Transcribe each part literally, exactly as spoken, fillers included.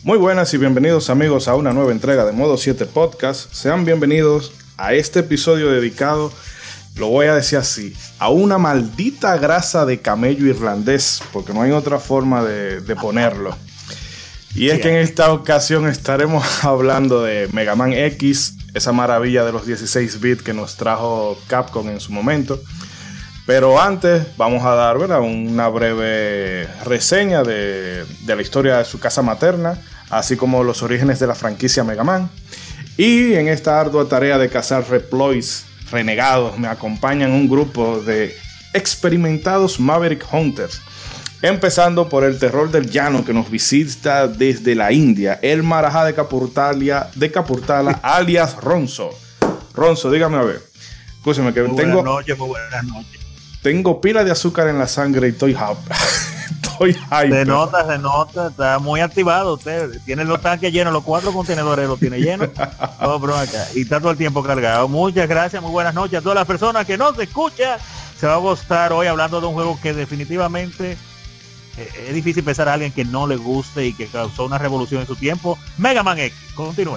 Muy buenas y bienvenidos amigos a una nueva entrega de Modo siete Podcast. Sean bienvenidos a este episodio dedicado, lo voy a decir así, a una maldita grasa de camello irlandés, porque no hay otra forma de, de ponerlo. Y es que en esta ocasión estaremos hablando de Mega Man X, esa maravilla de los dieciséis bits que nos trajo Capcom en su momento. Pero antes vamos a dar, ¿verdad?, una breve reseña de, de la historia de su casa materna, así como los orígenes de la franquicia Mega Man. Y en esta ardua tarea de cazar reploys renegados me acompañan un grupo de experimentados Maverick Hunters, empezando por el terror del llano que nos visita desde la India, el Marajá de Capurtalia, de Capurtala, alias Ronzo. Ronzo, dígame a ver. Escúcheme que muy tengo... Buenas noches, muy buenas noches. Tengo pila de azúcar en la sangre y estoy hype. Estoy hype. Se nota, se nota, está muy activado usted. Tiene los tanques llenos, los cuatro contenedores los tiene llenos. Todo por acá. Y está todo el tiempo cargado. Muchas gracias, muy buenas noches a todas las personas que nos escuchan. Se va a gustar hoy hablando de un juego que definitivamente eh, es difícil pensar a alguien que no le guste y que causó una revolución en su tiempo. Mega Man X. Continúe.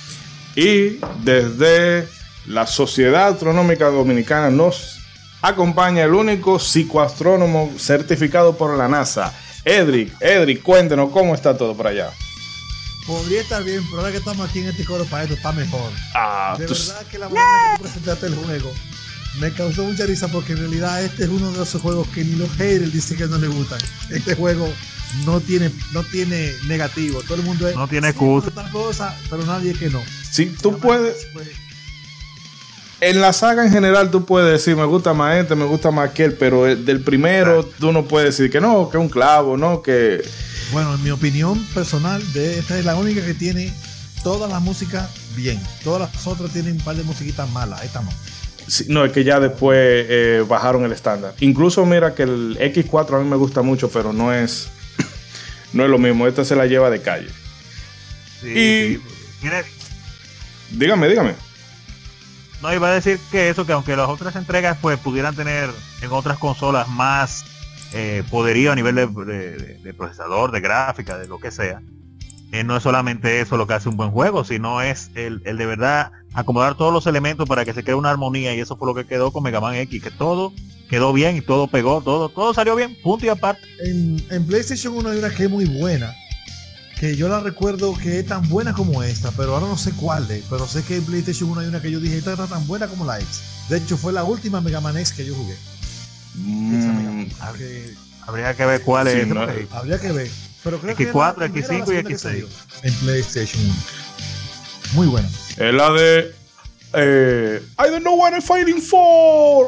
Y desde la Sociedad Astronómica Dominicana nos acompaña el único psicoastrónomo certificado por la NASA, Edric. Edric, cuéntenos cómo está todo por allá. Podría estar bien, pero ahora que estamos aquí en este coro para esto está mejor. Ah, de tú... verdad que la manera que tú presentaste el juego me causó mucha risa, porque en realidad este es uno de esos juegos que ni los haters dicen que no les gustan. Este juego no tiene no tiene negativo, todo el mundo es, no tiene excusa, sí, cosa, pero nadie que no. Si tú puedes, en la saga en general tú puedes decir me gusta más este, me gusta más aquel, pero el, del primero claro, tú no puedes decir que no, que es un clavo, no, que... Bueno, en mi opinión personal, de esta es la única que tiene toda la música bien. Todas las otras tienen un par de musiquitas malas, esta no. Sí, no, es que ya después eh, bajaron el estándar. Incluso mira que el equis cuatro a mí me gusta mucho, pero no es no es lo mismo. Esta se la lleva de calle. Sí, y sí. Mire, dígame, dígame. No, iba a decir que eso, que aunque las otras entregas pues pudieran tener en otras consolas más eh, poderío a nivel de, de, de procesador, de gráfica, de lo que sea, eh, no es solamente eso lo que hace un buen juego, sino es el, el de verdad acomodar todos los elementos para que se cree una armonía, y eso fue lo que quedó con Mega Man X, que todo quedó bien y todo pegó, todo todo salió bien, punto y aparte. En, en PlayStation uno hay una que es muy buena, que yo la recuerdo que es tan buena como esta, pero ahora no sé cuál es, pero sé que en PlayStation uno hay una que yo dije, esta está tan buena como la X. De hecho fue la última Mega Man X que yo jugué. Mm, que, habría que ver cuál sí, es. No, habría que ver. Pero creo equis cuatro, que equis cinco y equis seis. En PlayStation uno. Muy buena. Es la de eh, I don't know what I'm fighting for.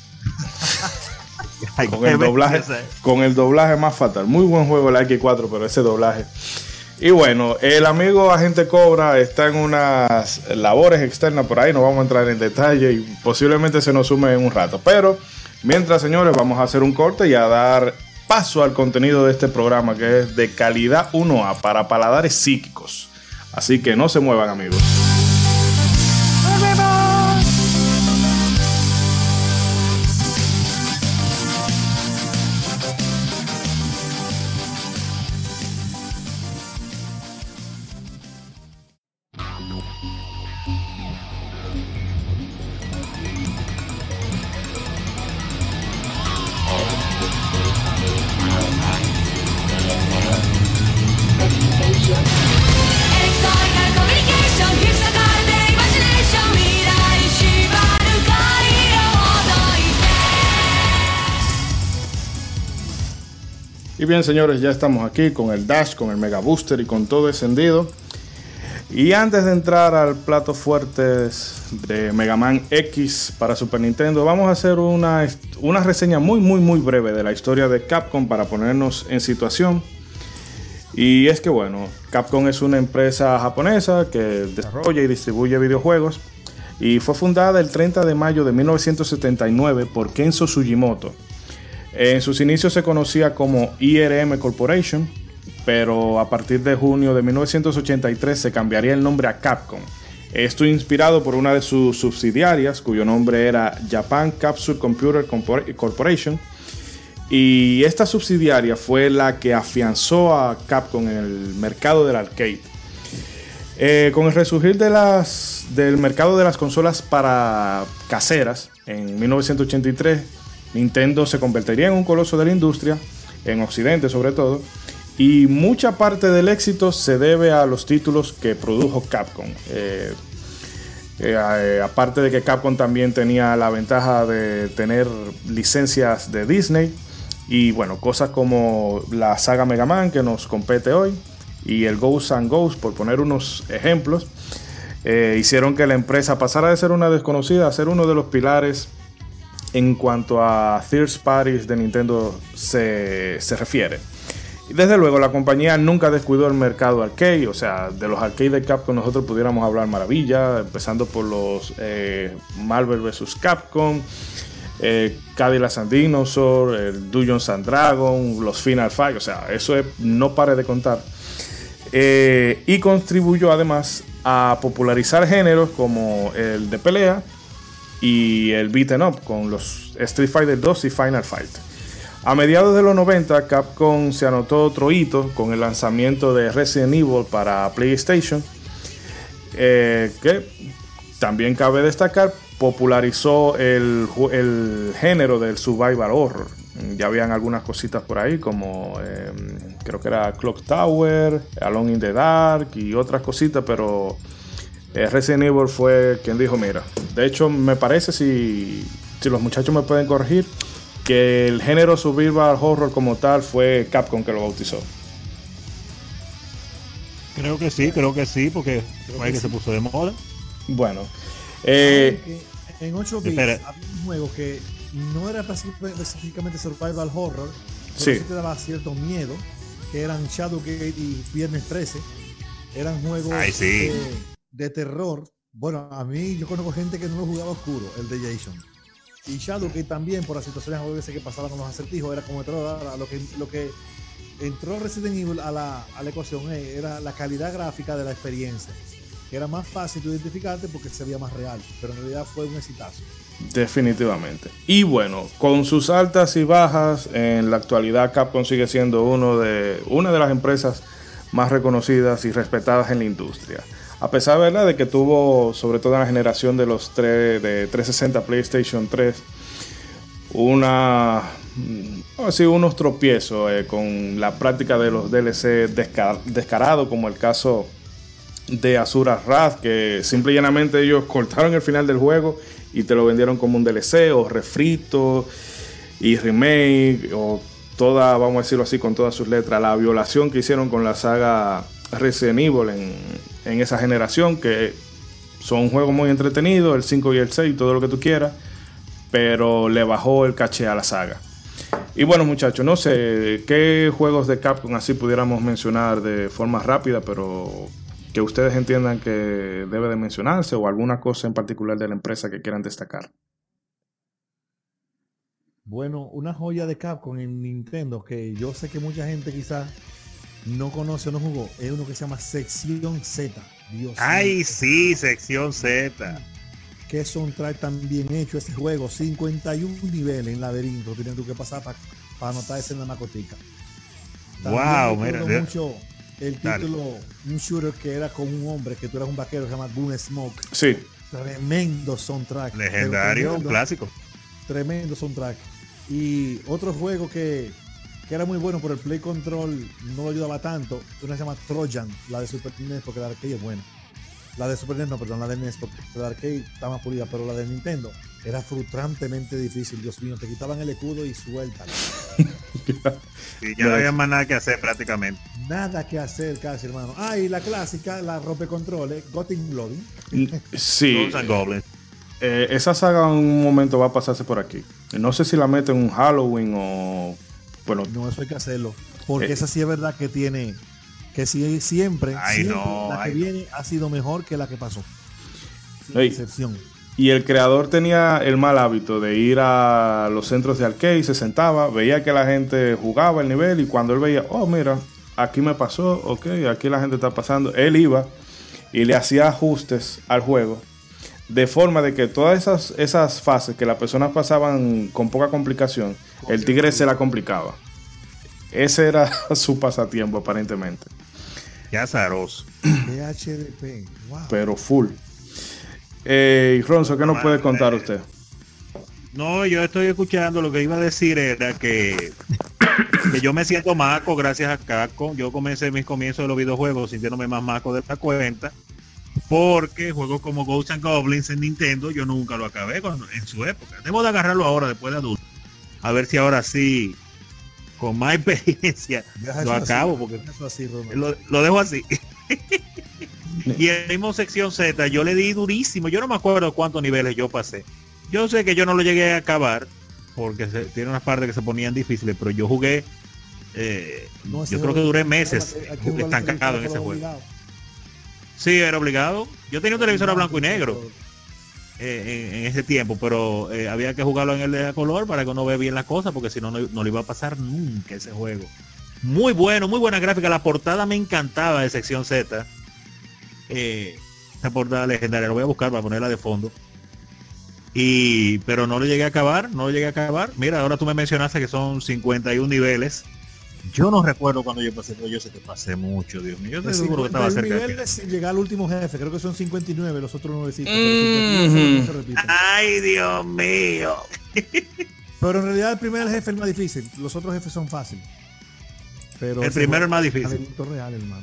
con el doblaje con el doblaje más fatal. Muy buen juego la equis cuatro, pero ese doblaje. Y bueno, el amigo Agente Cobra está en unas labores externas por ahí, no vamos a entrar en detalle y posiblemente se nos sume en un rato. Pero mientras, señores, vamos a hacer un corte y a dar paso al contenido de este programa, que es de calidad uno A para paladares psíquicos. Así que no se muevan, amigos. Y bien, señores, ya estamos aquí con el Dash, con el Mega Booster y con todo encendido. Y antes de entrar al plato fuerte de Mega Man X para Super Nintendo, vamos a hacer una, una reseña muy, muy, muy breve de la historia de Capcom para ponernos en situación. Y es que, bueno, Capcom es una empresa japonesa que desarrolla y distribuye videojuegos y fue fundada el treinta de mayo de mil novecientos setenta y nueve por Kenzo Sugimoto. En sus inicios se conocía como I R M Corporation, pero a partir de junio de mil novecientos ochenta y tres se cambiaría el nombre a Capcom. Esto inspirado por una de sus subsidiarias, cuyo nombre era Japan Capsule Computer Corporation, Y esta subsidiaria fue la que afianzó a Capcom en el mercado del arcade. Eh, con el resurgir de las, del mercado de las consolas para caseras en mil novecientos ochenta y tres, Nintendo se convertiría en un coloso de la industria, en Occidente sobre todo, y mucha parte del éxito se debe a los títulos que produjo Capcom. Eh, eh, eh, aparte de que Capcom también tenía la ventaja de tener licencias de Disney, y bueno, cosas como la saga Mega Man que nos compete hoy, y el Ghosts and Ghosts, por poner unos ejemplos, eh, hicieron que la empresa pasara de ser una desconocida a ser uno de los pilares en cuanto a third parties de Nintendo se, se refiere. Y desde luego la compañía nunca descuidó el mercado arcade, o sea, de los arcades de Capcom nosotros pudiéramos hablar maravilla, empezando por los eh, Marvel versus. Capcom, eh, Cadillac and Dinosaur, el Dungeons and Dragons, los Final Fight, o sea, eso es, no pare de contar. Eh, y contribuyó además a popularizar géneros como el de pelea y el beat'em up con los Street Fighter dos y Final Fight. A mediados de los noventa, Capcom se anotó otro hito con el lanzamiento de Resident Evil para PlayStation, eh, que también cabe destacar popularizó el, el género del survival horror. Ya habían algunas cositas por ahí como eh, creo que era Clock Tower, Alone in the Dark y otras cositas, pero eh, Resident Evil fue quien dijo, mira, de hecho me parece, si, si los muchachos me pueden corregir, que el género survival horror como tal fue Capcom que lo bautizó. Creo que sí, creo que sí, porque fue ahí que, que sí. se puso de moda. Bueno, eh, en ocho bits había un juego que no era específicamente survival horror, pero sí. sí te daba cierto miedo, que eran Shadowgate y Viernes trece. Eran juegos Ay, sí. de, de terror. Bueno, a mí yo conozco gente que no lo jugaba oscuro, el de Jason. Y Shadowgate también, por las situaciones a veces que pasaban con los acertijos, era como terror. Lo que, lo que entró Resident Evil a la, a la ecuación eh, era la calidad gráfica de la experiencia, que era más fácil de identificarte porque se veía más real, pero en realidad fue un exitazo. Definitivamente. Y bueno, con sus altas y bajas, en la actualidad Capcom sigue siendo uno de, una de las empresas más reconocidas y respetadas en la industria. A pesar, ¿verdad?, de que tuvo, sobre todo en la generación de los tres, de trescientos sesenta PlayStation tres, una, así, unos tropiezos eh, con la práctica de los D L C descar- descarado, como el caso de Asura's Wrath, que simple y llanamente ellos cortaron el final del juego y te lo vendieron como un D L C o refrito y remake, o toda, vamos a decirlo así con todas sus letras, la violación que hicieron con la saga Resident Evil en, en esa generación, que son juegos muy entretenidos, el cinco y el seis, todo lo que tú quieras, pero le bajó el caché a la saga. Y bueno, muchachos, no sé qué juegos de Capcom así pudiéramos mencionar de forma rápida, pero que ustedes entiendan que debe de mencionarse, o alguna cosa en particular de la empresa que quieran destacar. Bueno, una joya de Capcom en Nintendo que yo sé que mucha gente quizás no conoce o no jugó, es uno que se llama Sección Z. Dios Ay, mío. sí, Sección Z. Qué soundtrack tan bien hecho ese juego, cincuenta y uno niveles en laberinto, tienes tú que pasar para pa anotar esa en la macotica. Wow, mira, mucho el título, dale. Un shooter que era con un hombre, que tú eras un vaquero, que se llama Boone Smoke. Sí. Tremendo soundtrack. Legendario, tremendo, un clásico. Tremendo soundtrack. Y otro juego que, que era muy bueno, pero el Play Control no lo ayudaba tanto, una se llama Trojan, la de Super N E S, porque la arcade es buena. La de Super N E S, no, perdón, la de N E S, porque la arcade está más pulida, pero la de Nintendo era frustrantemente difícil. Dios mío, te quitaban el escudo y suéltalo. Y ya no había más nada que hacer prácticamente. Nada que hacer casi, hermano. Ah, y la clásica, la rompe controles, Gothic Blooding. Sí. Eh, esa saga en un momento va a pasarse por aquí. No sé si la meten en un Halloween o... Bueno, no, eso hay que hacerlo. Porque eh, esa sí es verdad que tiene... Que sí, siempre, ay, siempre no, la que ay, viene no. ha sido mejor que la que pasó. Sin hey. excepción. Y el creador tenía el mal hábito de ir a los centros de arcade, se sentaba, veía que la gente jugaba el nivel y cuando él veía, oh mira, aquí me pasó, ok, aquí la gente está pasando, él iba y le hacía ajustes al juego de forma de que todas esas, esas fases que las personas pasaban con poca complicación, el tigre se la complicaba. Ese era su pasatiempo aparentemente. Qué azaroso. P H D P, wow. Pero full. Eh, Ronzo, ¿qué nos puede contar usted? No, yo estoy escuchando. Lo que iba a decir era que, que yo me siento maco gracias a Capcom. Yo comencé mis comienzos de los videojuegos sintiéndome más maco de la cuenta, porque juegos como Ghosts and Goblins en Nintendo yo nunca lo acabé cuando, en su época. Debo de agarrarlo ahora después de adulto, a ver si ahora sí con más experiencia lo acabo, así, porque así, lo, lo dejo así. Y en la misma sección Z yo le di durísimo. Yo no me acuerdo cuántos niveles yo pasé. Yo sé que yo no lo llegué a acabar porque se, tiene unas partes que se ponían difíciles, pero yo jugué eh, no, yo creo que duré meses estancado en ese juego. Obligado. Sí, era obligado. Yo tenía un televisor a blanco y negro eh, en, en ese tiempo, pero eh, había que jugarlo en el de color para que uno vea bien las cosas, porque si no, no, no le iba a pasar nunca ese juego. Muy bueno, muy buena gráfica. La portada me encantaba de sección Z. Eh, esa portada legendaria, lo voy a buscar para ponerla de fondo. Y pero no lo llegué a acabar, no lo llegué a acabar. Mira, ahora tú me mencionaste que son cincuenta y uno niveles. Yo no recuerdo cuando yo pasé, pero yo sé que pasé mucho, Dios mío. Yo estoy seguro que estaba cerca de niveles sin llegar al último jefe, creo que son cincuenta y nueve, los otros nuevecitos, mm-hmm. pero cincuenta y nueve se Ay, Dios mío. Pero en realidad el primer jefe es el más difícil, los otros jefes son fáciles. Pero el primero es el más difícil. Real, hermano.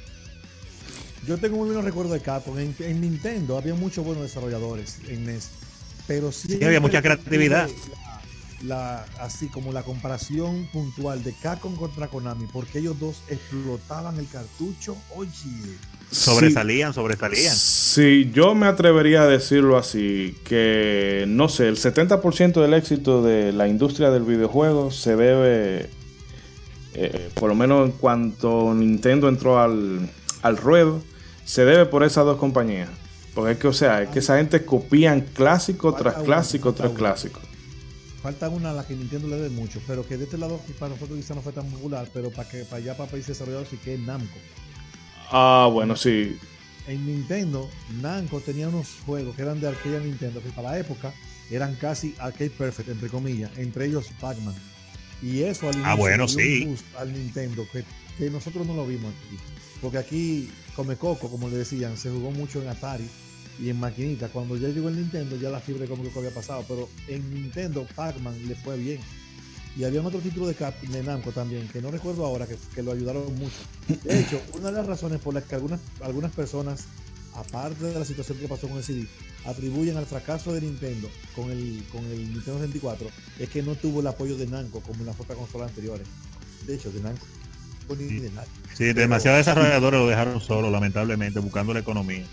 Yo tengo muy buenos recuerdos de Capcom. En, en Nintendo había muchos buenos desarrolladores en N E S, pero sí, sí había mucha creatividad. La, la, así como la comparación puntual de Capcom contra Konami, porque ellos dos explotaban el cartucho, oye. Sobresalían, sí, sobresalían. Sí, yo me atrevería a decirlo así, que no sé, el setenta por ciento del éxito de la industria del videojuego se debe, eh, por lo menos en cuanto Nintendo entró al, al ruedo, se debe por esas dos compañías. Porque es que, o sea, es que esa gente copian clásico tras clásico tras clásico. Falta una a la que Nintendo le dé mucho, pero que de este lado para nosotros quizá no fue tan popular, pero para que para allá para países desarrollados sí que es Namco. Ah, bueno, sí. En Nintendo, Namco tenía unos juegos que eran de arcade Nintendo, que para la época eran casi arcade perfect, entre comillas, entre ellos Pac-Man. Y eso al inicio ah, bueno, dio sí. un boost al Nintendo, que, que nosotros no lo vimos aquí. Porque aquí, Come Coco, como le decían, se jugó mucho en Atari y en maquinita. Cuando ya llegó el Nintendo, ya la fiebre de Come Coco había pasado, pero en Nintendo Pac-Man le fue bien. Y había otro título de, Cap, de Namco también, que no recuerdo ahora, que, que lo ayudaron mucho. De hecho, una de las razones por las que algunas, algunas personas, aparte de la situación que pasó con el C D, atribuyen al fracaso de Nintendo con el, con el Nintendo sesenta y cuatro, es que no tuvo el apoyo de Namco como en las otras consolas anteriores. De hecho, de Namco. Ni sí, de nadie. Sí, demasiados desarrolladores lo dejaron solo, lamentablemente, buscando la economía.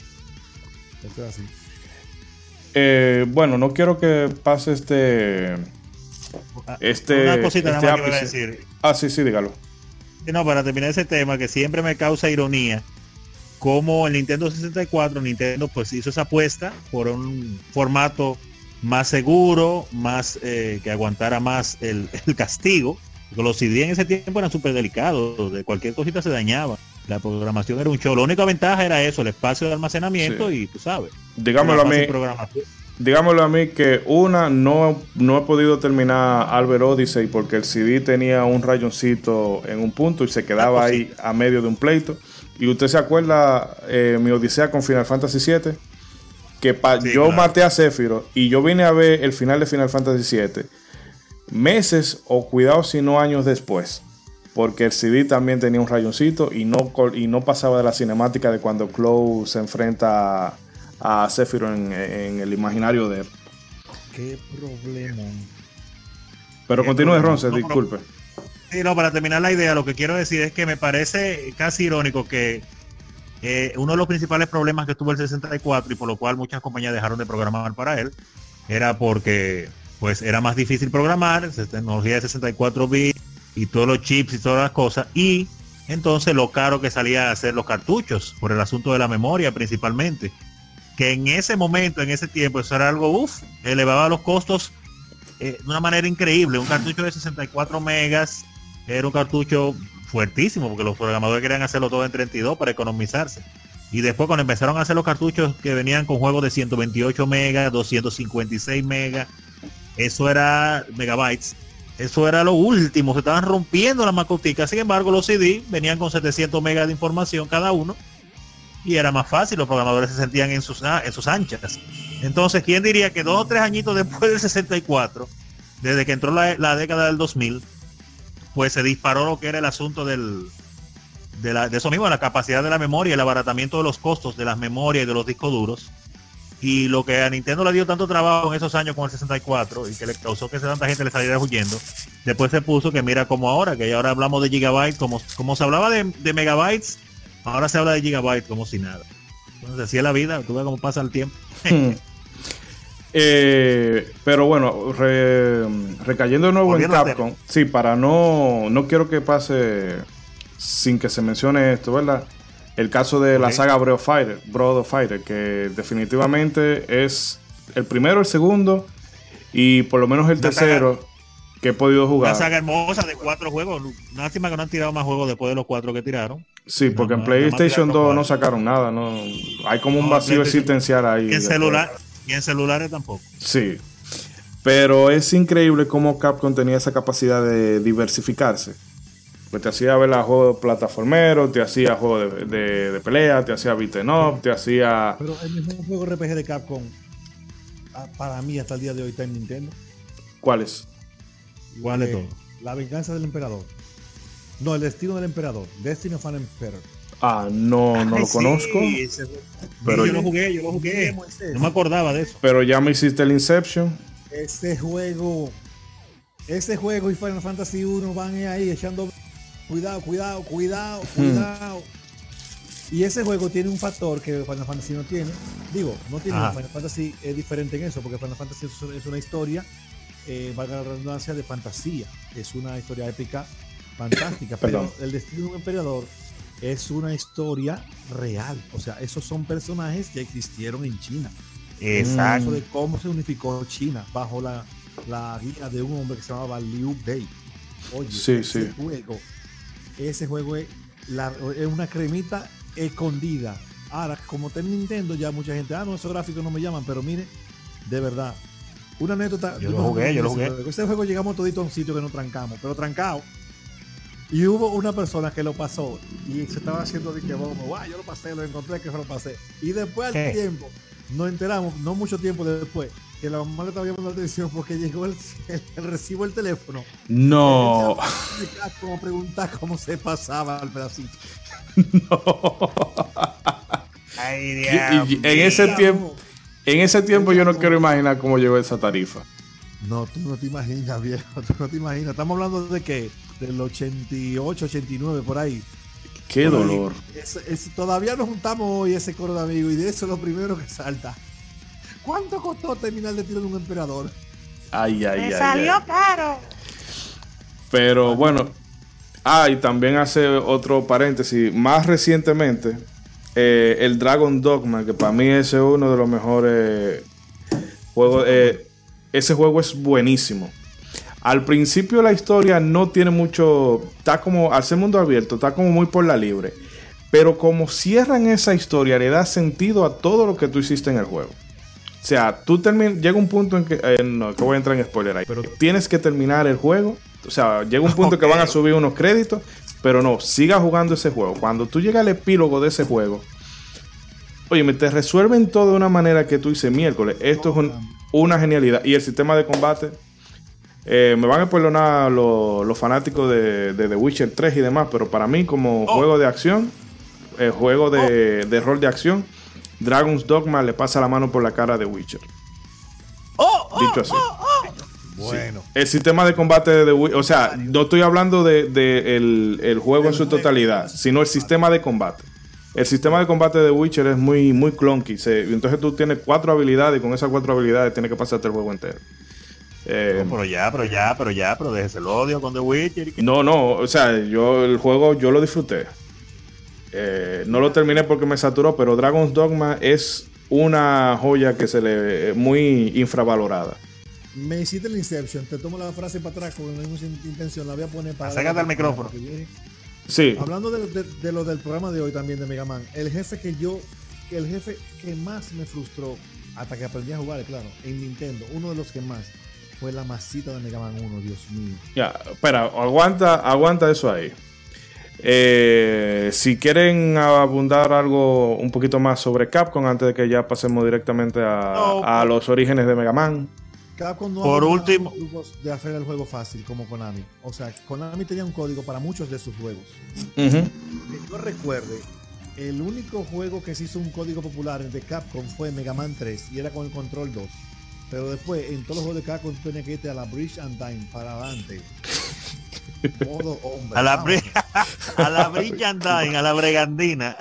Eso es así. Eh, bueno, no quiero que pase este... Este, una cosita este nada más que voy a decir. Ah, sí, sí, dígalo. No, para terminar ese tema que siempre me causa ironía, como el Nintendo sesenta y cuatro, Nintendo pues hizo esa apuesta por un formato más seguro, más eh, que aguantara más el, el castigo, porque los C D en ese tiempo eran súper delicados, de cualquier cosita se dañaba, la programación era un show. La única ventaja era eso, el espacio de almacenamiento, sí. Y tú sabes, digámoslo a mí, digámoslo a mí que una, no, no he podido terminar Albert Odyssey porque el C D tenía un rayoncito en un punto y se quedaba ahí sí. a medio de un pleito. Y usted se acuerda eh, mi odisea con Final Fantasy siete, que pa, sí, yo claro. maté a Sephiroth y yo vine a ver el final de Final Fantasy siete meses o cuidado si no años después, porque el C D también tenía un rayoncito y no, y no pasaba de la cinemática de cuando Cloud se enfrenta a a Sephiroth en, en el imaginario de él. Qué problema. Pero continúe, Ronce, no, disculpe. Sí, no, para terminar la idea, lo que quiero decir es que me parece casi irónico que eh, uno de los principales problemas que tuvo el sesenta y cuatro y por lo cual muchas compañías dejaron de programar para él, era porque pues era más difícil programar, tecnología de sesenta y cuatro bits y todos los chips y todas las cosas, y entonces lo caro que salía a hacer los cartuchos, por el asunto de la memoria principalmente. Que en ese momento, en ese tiempo, eso era algo, uff, elevaba los costos eh, de una manera increíble. Un cartucho de sesenta y cuatro megas era un cartucho fuertísimo, porque los programadores querían hacerlo todo en treinta y dos para economizarse. Y después cuando empezaron a hacer los cartuchos que venían con juegos de ciento veintiocho megas, doscientos cincuenta y seis megas, eso era megabytes, eso era lo último, se estaban rompiendo las macoticas. Sin embargo, los C D venían con setecientos megas de información cada uno y era más fácil, los programadores se sentían en sus, en sus anchas. Entonces, ¿quién diría que dos o tres añitos después del sesenta y cuatro, desde que entró la, la década del dos mil, pues se disparó lo que era el asunto del de, la, de eso mismo, la capacidad de la memoria, el abaratamiento de los costos de las memorias y de los discos duros? Y lo que a Nintendo le dio tanto trabajo en esos años con el sesenta y cuatro y que le causó que tanta gente le saliera huyendo, después se puso que mira como ahora, que ahora hablamos de gigabytes, como, como se hablaba de, de megabytes, ahora se habla de gigabytes como si nada. Entonces así es la vida, tú ves cómo pasa el tiempo. eh, pero bueno, re, recayendo de nuevo Volviendo en Capcom, sí, para no, no quiero que pase sin que se mencione esto, ¿verdad? El caso de okay. la saga Breath of Fighter, Breath of Fighter, que definitivamente es el primero, el segundo y por lo menos el una tercero saga, que he podido jugar. Una saga hermosa de cuatro juegos. Lástima que no han tirado más juegos después de los cuatro que tiraron. Sí, porque no, en PlayStation no, dos no sacaron nada, no hay como un no, vacío existencial ahí. Y en, celular, y en celulares tampoco. Sí, pero es increíble cómo Capcom tenía esa capacidad de diversificarse. Pues te hacía ver a juegos plataformeros, te hacía juegos de, de, de pelea, te hacía beat'em up, te hacía... Pero el mismo juego R P G de Capcom, para mí hasta el día de hoy está en Nintendo. ¿Cuáles? ¿Cuál de eh, todo? La venganza del emperador. No, el destino del emperador. Destiny of an Emperor. Ah, no, no Ay, lo sí, conozco. Ese, pero yo lo jugué, yo lo jugué. No me acordaba de eso. Pero ya me hiciste el Inception. Ese juego, ese juego y Final Fantasy uno van ahí echando... Cuidado, cuidado, cuidado, cuidado. Hmm. Y ese juego tiene un factor que Final Fantasy no tiene. Digo, no tiene. Ah. Final Fantasy es diferente en eso, porque Final Fantasy es una historia, eh, valga la redundancia, de fantasía. Es una historia épica, fantástica. Pero el destino de un emperador es una historia real. O sea, esos son personajes que existieron en China. Exacto. De cómo se unificó China bajo la, la guía de un hombre que se llamaba Liu Bei. Oye, sí, ese sí. juego... Ese juego es, la, es una cremita escondida. Ahora, como está en Nintendo, ya mucha gente, ah, no, esos gráficos no me llaman, pero mire, de verdad, una anécdota. Yo lo jugué, yo lo jugué. Juego. Ese juego llegamos todito a un sitio que nos trancamos, pero trancado. Y hubo una persona que lo pasó y se estaba haciendo de que, vamos, guau, yo lo pasé, lo encontré, que se lo pasé. Y después al ¿Qué? tiempo, nos enteramos, no mucho tiempo después, que la mamá le estaba llamando la atención porque llegó el, el, el recibo del teléfono. No. Como preguntar cómo se pasaba al pedacito. No. Ay, Dios. Y, y en ese tiempo, en ese tiempo yo no quiero imaginar cómo llegó esa tarifa. No, tú no te imaginas, viejo. Tú no te imaginas. Estamos hablando de que del ochenta y ocho, ochenta y nueve por ahí. Qué por dolor. Ahí, es, es, todavía nos juntamos hoy ese coro de amigos y de eso es lo primero que salta. ¿Cuánto costó terminar de tiro de un emperador? Ay, ay, Me ay. salió ay. caro. Pero bueno. Ah, y también hace otro paréntesis. Más recientemente, eh, el Dragon Dogma, que para mí ese es uno de los mejores juegos. Eh, ese juego es buenísimo. Al principio la historia no tiene mucho. Está como, al ser mundo abierto, está como muy por la libre. Pero como cierran esa historia, le da sentido a todo lo que tú hiciste en el juego. O sea, tú terminas, llega un punto en que, eh, no, que voy a entrar en spoiler ahí, pero tienes que terminar el juego. O sea, llega un punto okay. que van a subir unos créditos, pero no, siga jugando ese juego. Cuando tú llegas al epílogo de ese juego, oye, me te resuelven todo de una manera que tú dices, miércoles, esto es un, una genialidad. Y el sistema de combate, eh, me van a perdonar los, los fanáticos de, de The Witcher tres y demás, pero para mí como oh. juego de acción, el juego de, oh. de rol de acción, Dragon's Dogma le pasa la mano por la cara de Witcher. Oh, oh, Dicho así. Oh, oh. Bueno. Sí. El sistema de combate de The Witcher, o sea, no estoy hablando de, de el, el juego en su totalidad, sino el sistema de combate. El sistema de combate de Witcher es muy, muy clunky. Se, entonces tú tienes cuatro habilidades y con esas cuatro habilidades tienes que pasarte el juego entero. Eh, no, pero ya, pero ya, pero ya, pero déjese el odio con The Witcher. Y que... No, no, o sea, yo el juego yo lo disfruté. Eh, no lo terminé porque me saturó, pero Dragon's Dogma es una joya que se le muy infravalorada. Me hiciste el Inception, te tomo la frase para atrás con la misma intención, la voy a poner para... Acércate al micrófono. Sí. Hablando de, de, de lo del programa de hoy también de Mega Man, el jefe que yo, el jefe que más me frustró hasta que aprendí a jugar, claro, en Nintendo, uno de los que más, fue la masita de Mega Man uno, Dios mío. Ya, espera, aguanta, aguanta eso ahí. Eh, si quieren abundar algo un poquito más sobre Capcom antes de que ya pasemos directamente a, no, a los orígenes de Mega Man. Capcom no por último de hacer el juego fácil como Konami. O sea, Konami tenía un código para muchos de sus juegos. Uh-huh. Que yo recuerde, el único juego que se hizo un código popular de Capcom fue Mega Man tres y era con el Control dos. Pero después, en todos los juegos de Capcom, tú tenías que irte a la Bridge and Dine para adelante. Modo hombre. A la, bri- a la Bridge and Dine, a la Bregandina.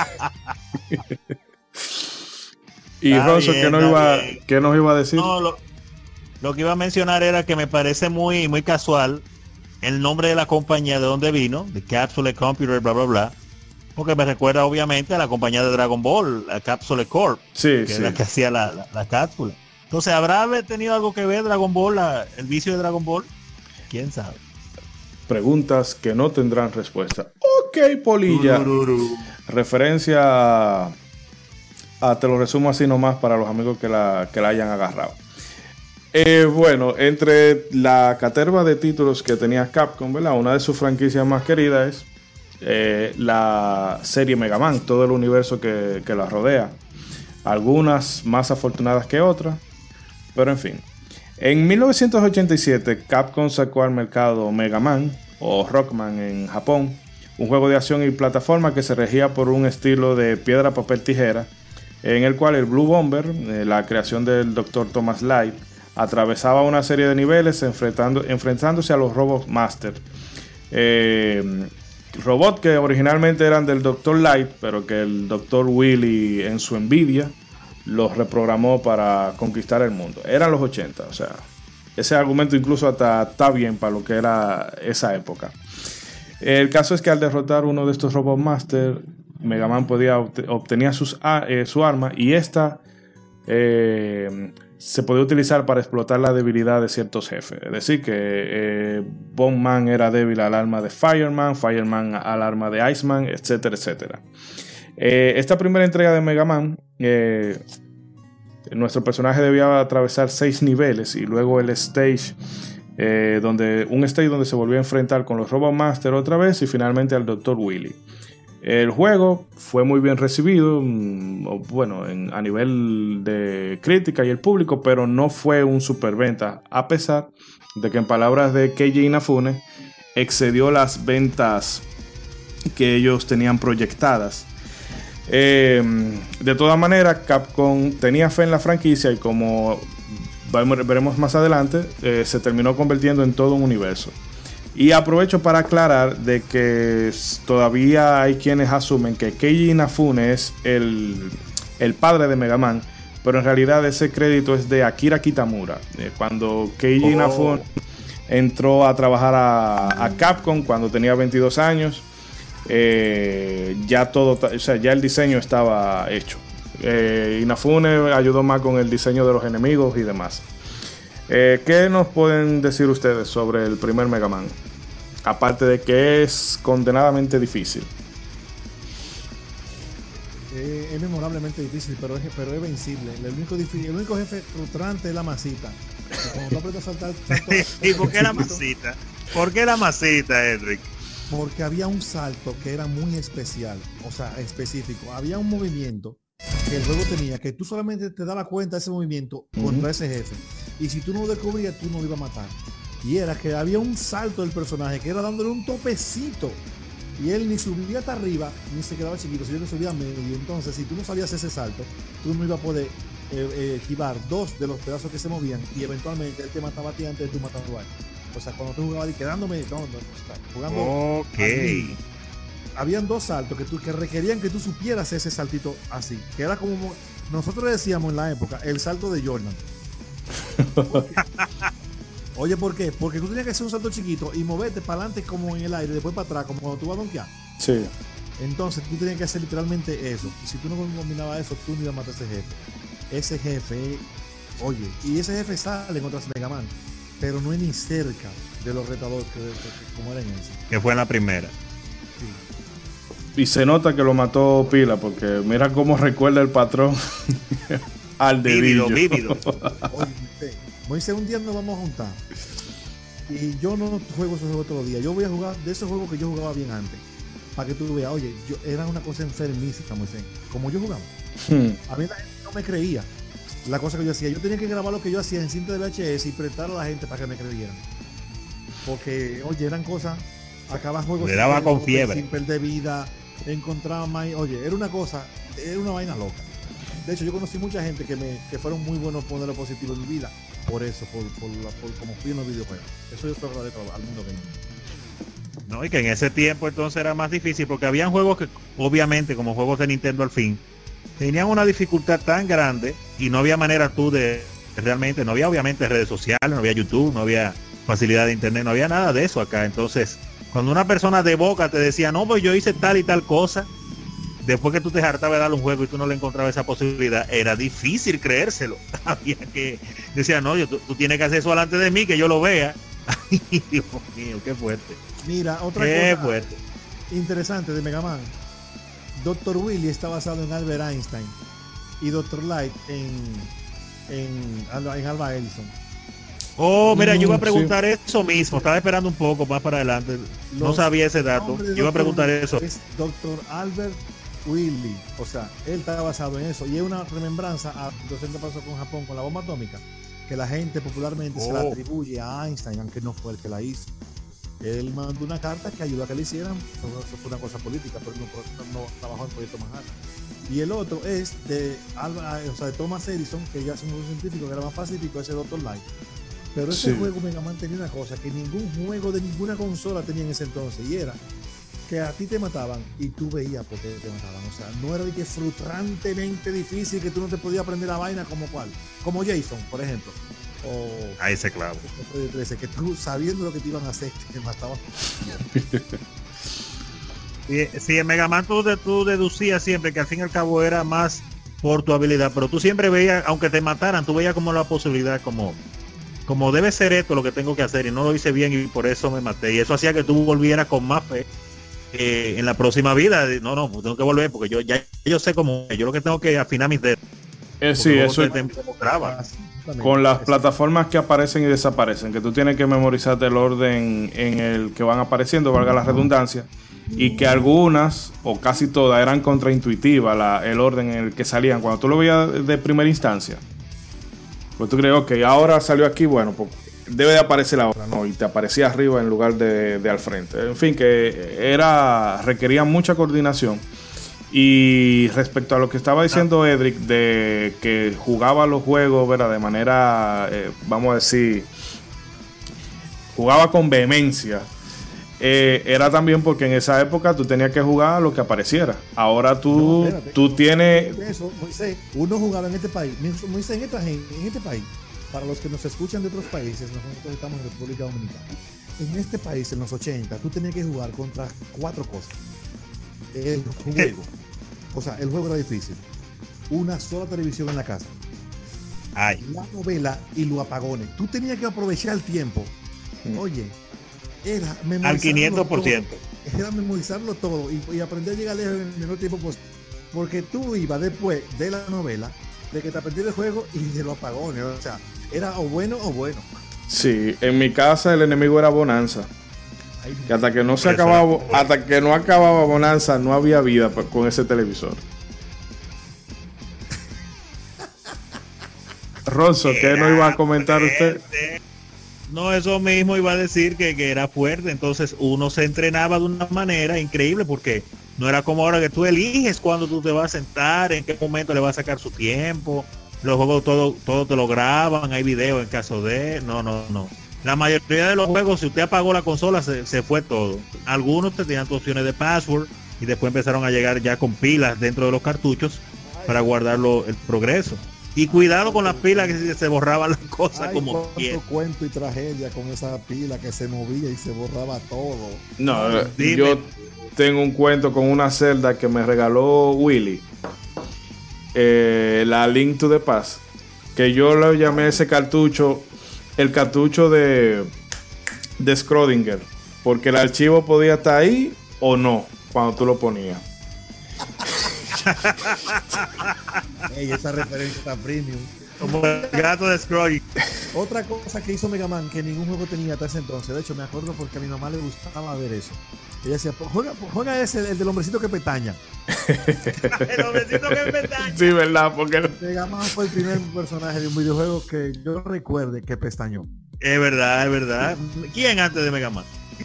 Y Está Rosso, bien, ¿qué nos está iba, bien. ¿qué nos iba a decir? No, lo, lo que iba a mencionar era que me parece muy, muy casual el nombre de la compañía de donde vino, de Capsule Computer, bla, bla, bla. Porque me recuerda obviamente a la compañía de Dragon Ball, la Capsule Corp, Sí, que sí. es la que hacía la, la, la cápsula. Entonces, ¿habrá tenido algo que ver Dragon Ball, la, el vicio de Dragon Ball? ¿Quién sabe? Preguntas que no tendrán respuesta. Ok, Polilla. Turururu. Referencia a, a- te lo resumo así nomás para los amigos que la, que la hayan agarrado. Eh, bueno, entre la caterva de títulos que tenía Capcom, ¿verdad? Una de sus franquicias más queridas es eh, la serie Mega Man, todo el universo que, que la rodea. Algunas más afortunadas que otras, pero en fin. En mil novecientos ochenta y siete, Capcom sacó al mercado Mega Man, o Rockman en Japón, un juego de acción y plataforma que se regía por un estilo de piedra, papel, tijera, en el cual el Blue Bomber, eh, la creación del doctor Thomas Light, atravesaba una serie de niveles enfrentando, enfrentándose a los Robot Master. Eh, robots que originalmente eran del doctor Light, pero que el doctor Willy, en su envidia, los reprogramó para conquistar el mundo. Eran los ochenta, o sea, ese argumento incluso hasta está bien para lo que era esa época. El caso es que al derrotar uno de estos Robot Master, Mega Man podía obtenía sus, eh, su arma, y esta eh, se podía utilizar para explotar la debilidad de ciertos jefes. Es decir, que eh, Bomb Man era débil al arma de Fireman, Fireman al arma de Iceman, etcétera, etcétera. Eh, esta primera entrega de Mega Man, eh, nuestro personaje debía atravesar seis niveles y luego el stage, eh, donde, un stage donde se volvió a enfrentar con los Robot Master otra vez y finalmente al doctor Willy. El juego fue muy bien recibido, bueno, en, a nivel de crítica y el público, pero no fue un superventa, a pesar de que, en palabras de Keiji Inafune, excedió las ventas que ellos tenían proyectadas. Eh, de todas maneras, Capcom tenía fe en la franquicia y, como veremos más adelante, eh, se terminó convirtiendo en todo un universo. Y aprovecho para aclarar de que todavía hay quienes asumen que Keiji Inafune es el, el padre de Mega Man, pero en realidad ese crédito es de Akira Kitamura. Eh, cuando Keiji oh. Inafune entró a trabajar a, a Capcom cuando tenía veintidós años, eh, ya todo, o sea, ya el diseño estaba hecho. Eh, Inafune ayudó más con el diseño de los enemigos y demás. Eh, ¿Qué nos pueden decir ustedes sobre el primer Mega Man? Aparte de que es condenadamente difícil. Eh, es memorablemente difícil, pero es, pero es vencible. El único, difícil, el único jefe frustrante es la masita. Y cuando tú aprietas a saltar, salto, ¿Y por qué la masita? ¿Por qué la masita, Edric? Porque había un salto que era muy especial, o sea, específico. Había un movimiento que el juego tenía, que tú solamente te dabas cuenta de ese movimiento uh-huh. contra ese jefe. Y si tú no lo descubrías, tú no lo ibas a matar. Y era que había un salto del personaje que era dándole un topecito. Y él ni subía hasta arriba, ni se quedaba chiquito, sino que subía medio. Y entonces, si tú no sabías ese salto, tú no ibas a poder eh, eh, esquivar dos de los pedazos que se movían. Y eventualmente él te mataba a ti antes de tú matarlo a él. O sea, cuando tú jugabas y quedándome, no, no, no, jugando. Ok. Así, habían dos saltos que, tú, que requerían que tú supieras ese saltito así. Que era como nosotros decíamos en la época, el salto de Jordan. Oye, ¿por qué? Porque tú tenías que hacer un salto chiquito y moverte para adelante como en el aire, después para atrás, como cuando tú vas a donkear. Sí. Entonces tú tenías que hacer literalmente eso. Y si tú no combinabas eso, tú no ibas a matar a ese jefe. Ese jefe, oye, y ese jefe sale en otras Mega Man, pero no es ni cerca de los retadores que, que, que como eran ese. Que fue en la primera. Sí. Y se nota que lo mató pila, porque mira cómo recuerda el patrón al dedillo. Vívido, vívido. Oye, Moisés, un día nos vamos a juntar. Y yo no juego esos juegos todos los días. Yo voy a jugar de esos juegos que yo jugaba bien antes. Para que tú veas, oye, yo, era una cosa enfermísima, Moisés. Como yo jugaba. Hmm. A mí la gente no me creía la cosa que yo hacía. Yo tenía que grabar lo que yo hacía en cinta de V H S y prestar a la gente para que me creyeran. Porque, oye, eran cosas. Acabas juegos Le daba sin, con fiebre. sin perder vida. Encontraba más. Oye, era una cosa, era una vaina loca. De hecho, yo conocí mucha gente que me que fueron muy buenos poner lo positivo en mi vida. Por eso, por, por, la, por como fui en los videojuegos. Eso yo estoy agradecido al mundo gamer. No, y que en ese tiempo entonces era más difícil porque habían juegos que obviamente como juegos de Nintendo al fin tenían una dificultad tan grande y no había manera tú de realmente, no había obviamente redes sociales, no había YouTube, no había facilidad de internet, no había nada de eso acá. Entonces cuando una persona de boca te decía no, pues yo hice tal y tal cosa, después que tú te hartabas de darle un juego y tú no le encontrabas esa posibilidad, era difícil creérselo. Había que decía no, yo, tú, tú tienes que hacer eso delante de mí, que yo lo vea. Ay, Dios mío, qué fuerte. Mira, otra qué cosa fuerte. interesante de Mega Man. doctor Willy está basado en Albert Einstein y doctor Light en, en, en Alba Edison. Oh, mira, yo iba a Mm, preguntar sí. eso mismo. Estaba esperando un poco más para adelante. No Los sabía ese dato. Yo iba a preguntar eso. Es doctor Albert Willy. O sea, él está basado en eso. Y es una remembranza a lo que pasó con Japón con la bomba atómica, que la gente popularmente oh. se la atribuye a Einstein, aunque no fue el que la hizo. Él mandó una carta que ayudó a que le hicieran. Eso fue una cosa política, pero no, no trabajó en el proyecto Manhattan. Y el otro es de, Alba, o sea, de Thomas Edison, que ya es un científico que era más pacífico, ese doctor Light. Pero ese sí. juego Mega Man tenía una cosa que ningún juego de ninguna consola tenía en ese entonces, y era que a ti te mataban y tú veías por qué te mataban. O sea, no era de que frustrantemente difícil que tú no te podías aprender la vaina como cuál, como Jason, por ejemplo. O a ese clavo. Que tú sabiendo lo que te iban a hacer te mataban. Si sí, en Mega Man tú, tú deducías siempre que al fin y al cabo era más por tu habilidad, pero tú siempre veías, aunque te mataran, tú veías como la posibilidad, como como debe ser esto lo que tengo que hacer y no lo hice bien y por eso me maté, y eso hacía que tú volvieras con más fe eh, en la próxima vida. No, no, tengo que volver porque yo ya yo sé cómo, yo lo que tengo que afinar mis dedos. Eh, sí, eso es con las plataformas que aparecen y desaparecen, que tú tienes que memorizarte el orden en el que van apareciendo, valga la redundancia, y que algunas o casi todas eran contraintuitivas la, el orden en el que salían cuando tú lo veías de primera instancia. Pues tú crees, ok, ahora salió aquí, bueno, pues debe de aparecer ahora, ¿no? Y te aparecía arriba en lugar de, de al frente. En fin, que era requería mucha coordinación. Y respecto a lo que estaba diciendo Edric, de que jugaba los juegos, ¿verdad? De manera, eh, vamos a decir, jugaba con vehemencia. Eh, era también porque en esa época tú tenías que jugar lo que apareciera. Ahora tú, no, espérate, tú tienes... Eso, Moisés, uno jugaba en este país, Moisés, en, esta, en este país, para los que nos escuchan de otros países, nosotros estamos en República Dominicana. En este país, en los ochenta, tú tenías que jugar contra cuatro cosas. El juego, o sea, el juego era difícil. Una sola televisión en la casa. Ay. La novela y los apagones. Tú tenías que aprovechar el tiempo. Oye, era memorizarlo al quinientos por ciento. Todo, era memorizarlo todo y, y aprender a llegar lejos en el menor tiempo posible. Porque tú ibas después de la novela, de que te aprendí el juego y de los apagones. O sea, era o bueno o bueno. Sí, en mi casa el enemigo era Bonanza. Ay, que hasta que no se acababa, hasta que no acababa Bonanza, no había vida con ese televisor. Ronzo, ¿qué no iba a comentar usted? No, eso mismo iba a decir que, que era fuerte. Entonces uno se entrenaba de una manera increíble porque no era como ahora que tú eliges cuándo tú te vas a sentar, en qué momento le vas a sacar su tiempo. Los juegos todo, todo te lo graban, hay videos en caso de... No, no, no. La mayoría de los juegos, si usted apagó la consola, se, se fue todo. Algunos te tenían tus opciones de password y después empezaron a llegar ya con pilas dentro de los cartuchos para guardarlo el progreso. Y cuidado con las pilas que se borraban las cosas. Ay, como quieras. Cuento y tragedia con esa pila que se movía y se borraba todo. No, Dime. Yo tengo un cuento con una celda que me regaló Willy. Eh, la Link to the Past. Que yo le llamé a ese cartucho el cartucho de, de Schrödinger. Porque el archivo podía estar ahí o no cuando tú lo ponías? Ey, esa referencia está premium. Como el gato de Scrooge. Otra cosa que hizo Mega Man que ningún juego tenía hasta ese entonces, de hecho me acuerdo porque a mi mamá le gustaba ver eso. Ella decía, juega, juega ese, el del hombrecito que pestaña. El hombrecito que pestaña. Sí, ¿verdad? Porque Mega Man fue el primer personaje de un videojuego que yo recuerde que pestañó. Es verdad, es verdad. ¿Quién antes de Mega Man?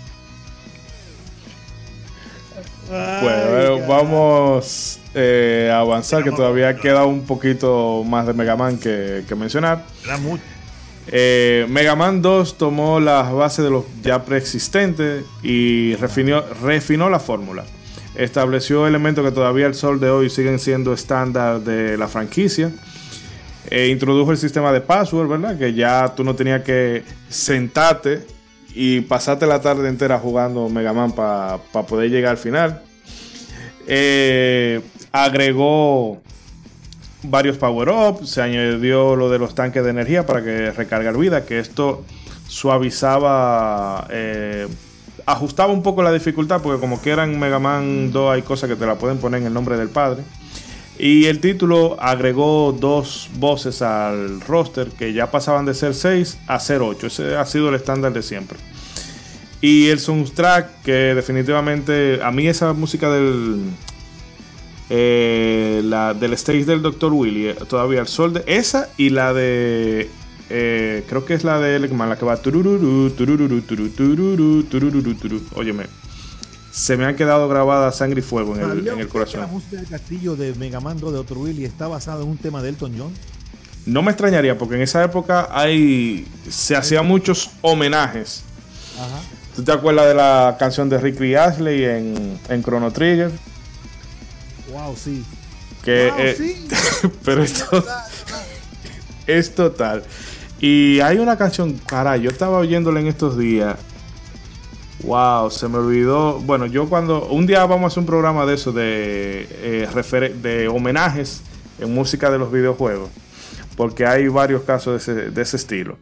Bueno, Ay, vamos eh, a avanzar, que todavía queda un poquito más de Mega Man que, que mencionar. Era mucho. Eh, Mega Man dos tomó las bases de los ya preexistentes y refinó, refinó la fórmula. Estableció elementos que todavía al sol de hoy siguen siendo estándar de la franquicia. E introdujo el sistema de password, ¿verdad? Que ya tú no tenías que sentarte y pasarte la tarde entera jugando Mega Man para pa poder llegar al final. Eh, agregó varios power-ups, se añadió lo de los tanques de energía para que recargar vida, que esto suavizaba, eh, ajustaba un poco la dificultad, porque como quiera en Mega Man dos hay cosas que te la pueden poner en el nombre del padre. Y el título agregó dos voces al roster que ya pasaban de ser seis a ser ocho. Ese ha sido el estándar de siempre. Y el soundtrack, que definitivamente a mí esa música del eh, la, del stage del doctor Willy, eh, todavía el sol de esa y la de eh, creo que es la de Elecman, la que va turururu, turururu, turururu, turururu, turururu, turururu. Óyeme, se me han quedado grabadas sangre y fuego en el, en el corazón. La música del castillo de Mega Man dos de doctor Willy está basada en un tema de Elton John. No me extrañaría, porque en esa época hay se hacían muchos homenajes. Ajá. ¿Tú te acuerdas de la canción de Rick Astley en, en Chrono Trigger? Wow, sí. Que, wow, eh, sí. Pero esto es total. Y hay una canción, caray, yo estaba oyéndola en estos días. Wow, se me olvidó. Bueno, yo cuando un día vamos a hacer un programa de eso, de, eh, refer- de homenajes en música de los videojuegos, porque hay varios casos de ese, de ese estilo.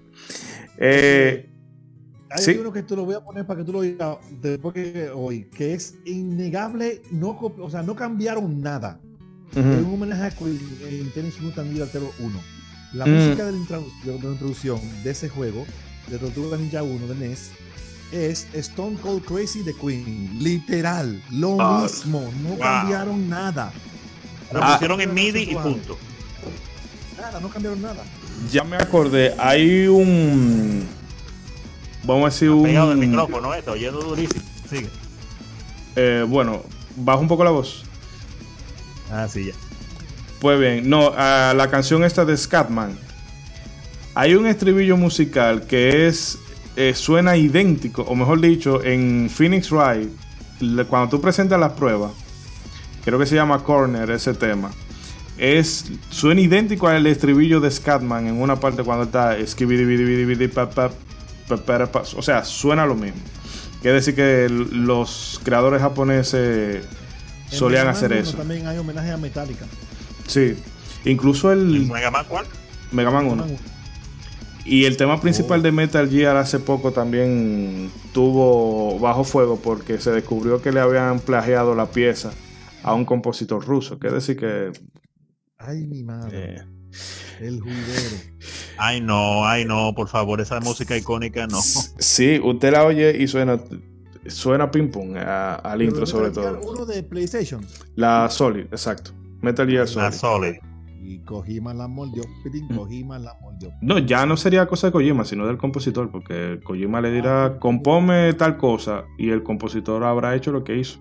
Eh, Hay sí. uno que te lo voy a poner para que tú lo digas después que hoy, que es innegable, no, o sea, no cambiaron nada. Uh-huh. Es un homenaje a Queen en Tennis Mutant Ninja Turtle uno. La Mm. música de la, introdu- de la introducción de ese juego, de Tortuga Ninja uno de N E S, es Stone Cold Crazy de Queen. Literal, lo Ah, mismo, no wow. cambiaron nada. Lo Ah. pusieron en MIDI y punto. Nada, no cambiaron nada. Ya me acordé, hay un, vamos a decir un, Pegado del micrófono, esto, oyendo durísimo. Sigue. eh, bueno, baja un poco la voz. Ah, sí, ya. Pues bien, no, uh, la canción esta de Scatman, hay un estribillo musical que es eh, suena idéntico, o mejor dicho, en Phoenix Wright, le, cuando tú presentas las pruebas, creo que se llama Corner ese tema, es suena idéntico al estribillo de Scatman en una parte cuando está skibidi pap pap pap pap, o sea, suena lo mismo. Quiere decir que los creadores japoneses solían En Mega Man hacer uno eso. También hay homenaje a Metallica. Sí, incluso el ¿El Mega Man cuál? Mega Man uno. Y el tema principal Oh. de Metal Gear hace poco también tuvo bajo fuego porque se descubrió que le habían plagiado la pieza a un compositor ruso. Quiere decir que Ay, mi madre. eh, El juidero. Ay, no, ay, no, por favor, esa música icónica no. sí, usted la oye y suena suena ping pong a- al Pero intro sobre Metal Gear todo. uno de PlayStation. La Solid, exacto. Metal Gear La Solid. Solid. Y Kojima la mordió. Pitín, Mm. Kojima la mordió. No, ya no sería cosa de Kojima, sino del compositor, porque Kojima le dirá, compome tal cosa, y el compositor habrá hecho lo que hizo.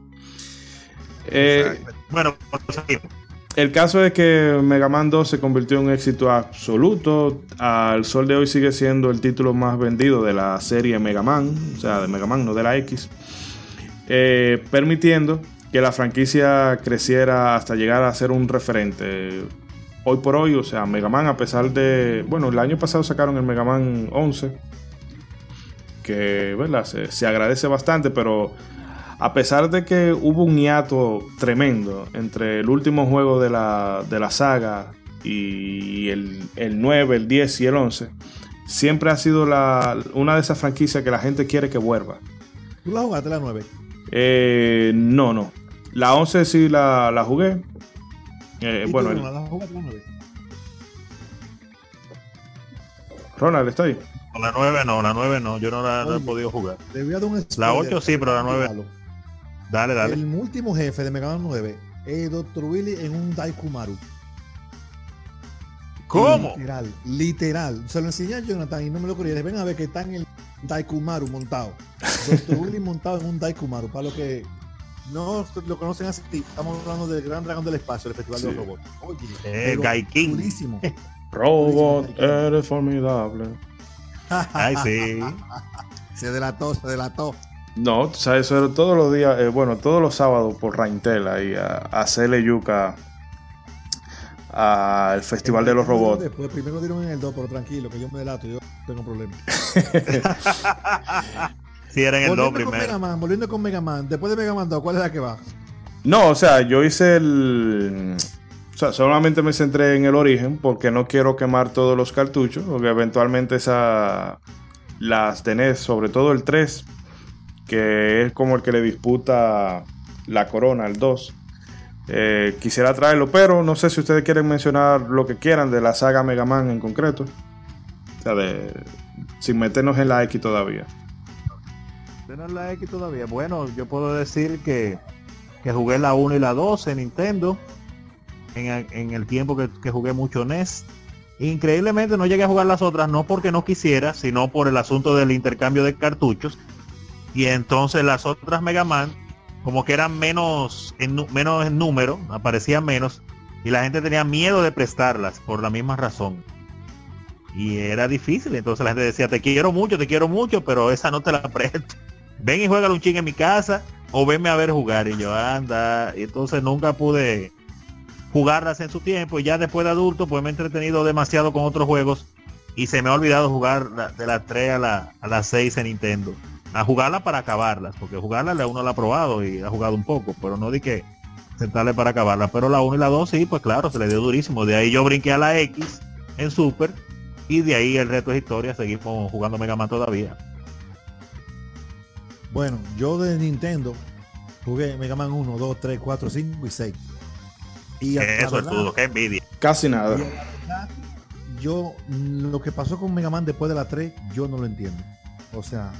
Eh, Bueno, pues, seguimos. el caso es que Mega Man dos se convirtió en un éxito absoluto. Al sol de hoy sigue siendo el título más vendido de la serie Mega Man, o sea, de Mega Man, no de la X, eh, permitiendo que la franquicia creciera hasta llegar a ser un referente. Hoy por hoy, o sea, Mega Man, a pesar de... Bueno, el año pasado sacaron el Mega Man once, que, ¿verdad? Se, se agradece bastante, pero a pesar de que hubo un hiato tremendo entre el último juego de la, de la saga y el, el nueve, el diez y el once, siempre ha sido la, una de esas franquicias que la gente quiere que vuelva. ¿Tú la jugaste la nueve? Eh, no, no. La once sí la, la jugué. Eh, bueno, el... la jugaste una vez? Ronald, ¿está ahí? La nueve no, la nueve no, yo no la, no he Oye, podido jugar. Le voy a dar un La spoiler ocho sí, pero la nueve. Dale, dale. El último jefe de Mega Man nueve es doctor Willy en un Daikumaru. ¿Cómo? Literal, literal. Se lo enseñé a Jonathan y no me lo creía. Ven a ver que está en el Daikumaru montado. doctor Willy montado en un Daikumaru. Para los que no lo conocen así, estamos hablando del Gran Dragón del Espacio, el Festival Sí. de los Robots. Oye, Eh, Gaikin. durísimo. Robot, eres formidable. Ay, sí. Se delató, se delató. No, o sea, eso era todos los días, eh, bueno, todos los sábados por Raintel ahí a, a hacerle yuca al Festival de los Robots. Después, primero dieron en el dos, pero tranquilo, que yo me delato, yo tengo problemas. Sí, era en el dos Volviendo con primero. Mega Man, volviendo con Mega Man, después de Mega Man dos, ¿cuál es la que va? No, o sea, yo hice el... O sea, solamente me centré en el origen porque no quiero quemar todos los cartuchos, porque eventualmente esa... Las de N E S, sobre todo el tres, que es como el que le disputa la corona al dos. Eh, quisiera traerlo, pero no sé si ustedes quieren mencionar lo que quieran de la saga Mega Man en concreto. O sea, de... sin meternos en la X todavía. ¿No es la X todavía? Bueno, yo puedo decir que, que jugué la uno y la dos en Nintendo. En, en el tiempo que, que jugué mucho N E S. Increíblemente no llegué a jugar las otras, no porque no quisiera, sino por el asunto del intercambio de cartuchos. Y entonces las otras Mega Man, como que eran menos en, menos en número, aparecían menos, y la gente tenía miedo de prestarlas por la misma razón. Y era difícil, entonces la gente decía, te quiero mucho, te quiero mucho, pero esa no te la presto. Ven y juega un ching en mi casa, o venme a ver jugar. Y yo, anda, y entonces nunca pude jugarlas en su tiempo, y ya después de adulto pues me he entretenido demasiado con otros juegos y se me ha olvidado jugar la, de las tres a la, a las seis en Nintendo, a jugarla para acabarlas, porque jugarla la uno la ha probado y ha jugado un poco, pero no di que sentarle para acabarla, pero la uno y la dos sí, pues claro, se le dio durísimo. De ahí yo brinqué a la X en Super, y de ahí el resto es historia, seguimos jugando Mega Man todavía. Bueno, yo de Nintendo jugué Mega Man uno, dos, tres, cuatro, cinco y seis. Y Eso es todo, qué envidia. Casi nada. Y la verdad, yo, lo que pasó con Mega Man después de la tres, yo no lo entiendo. O sea,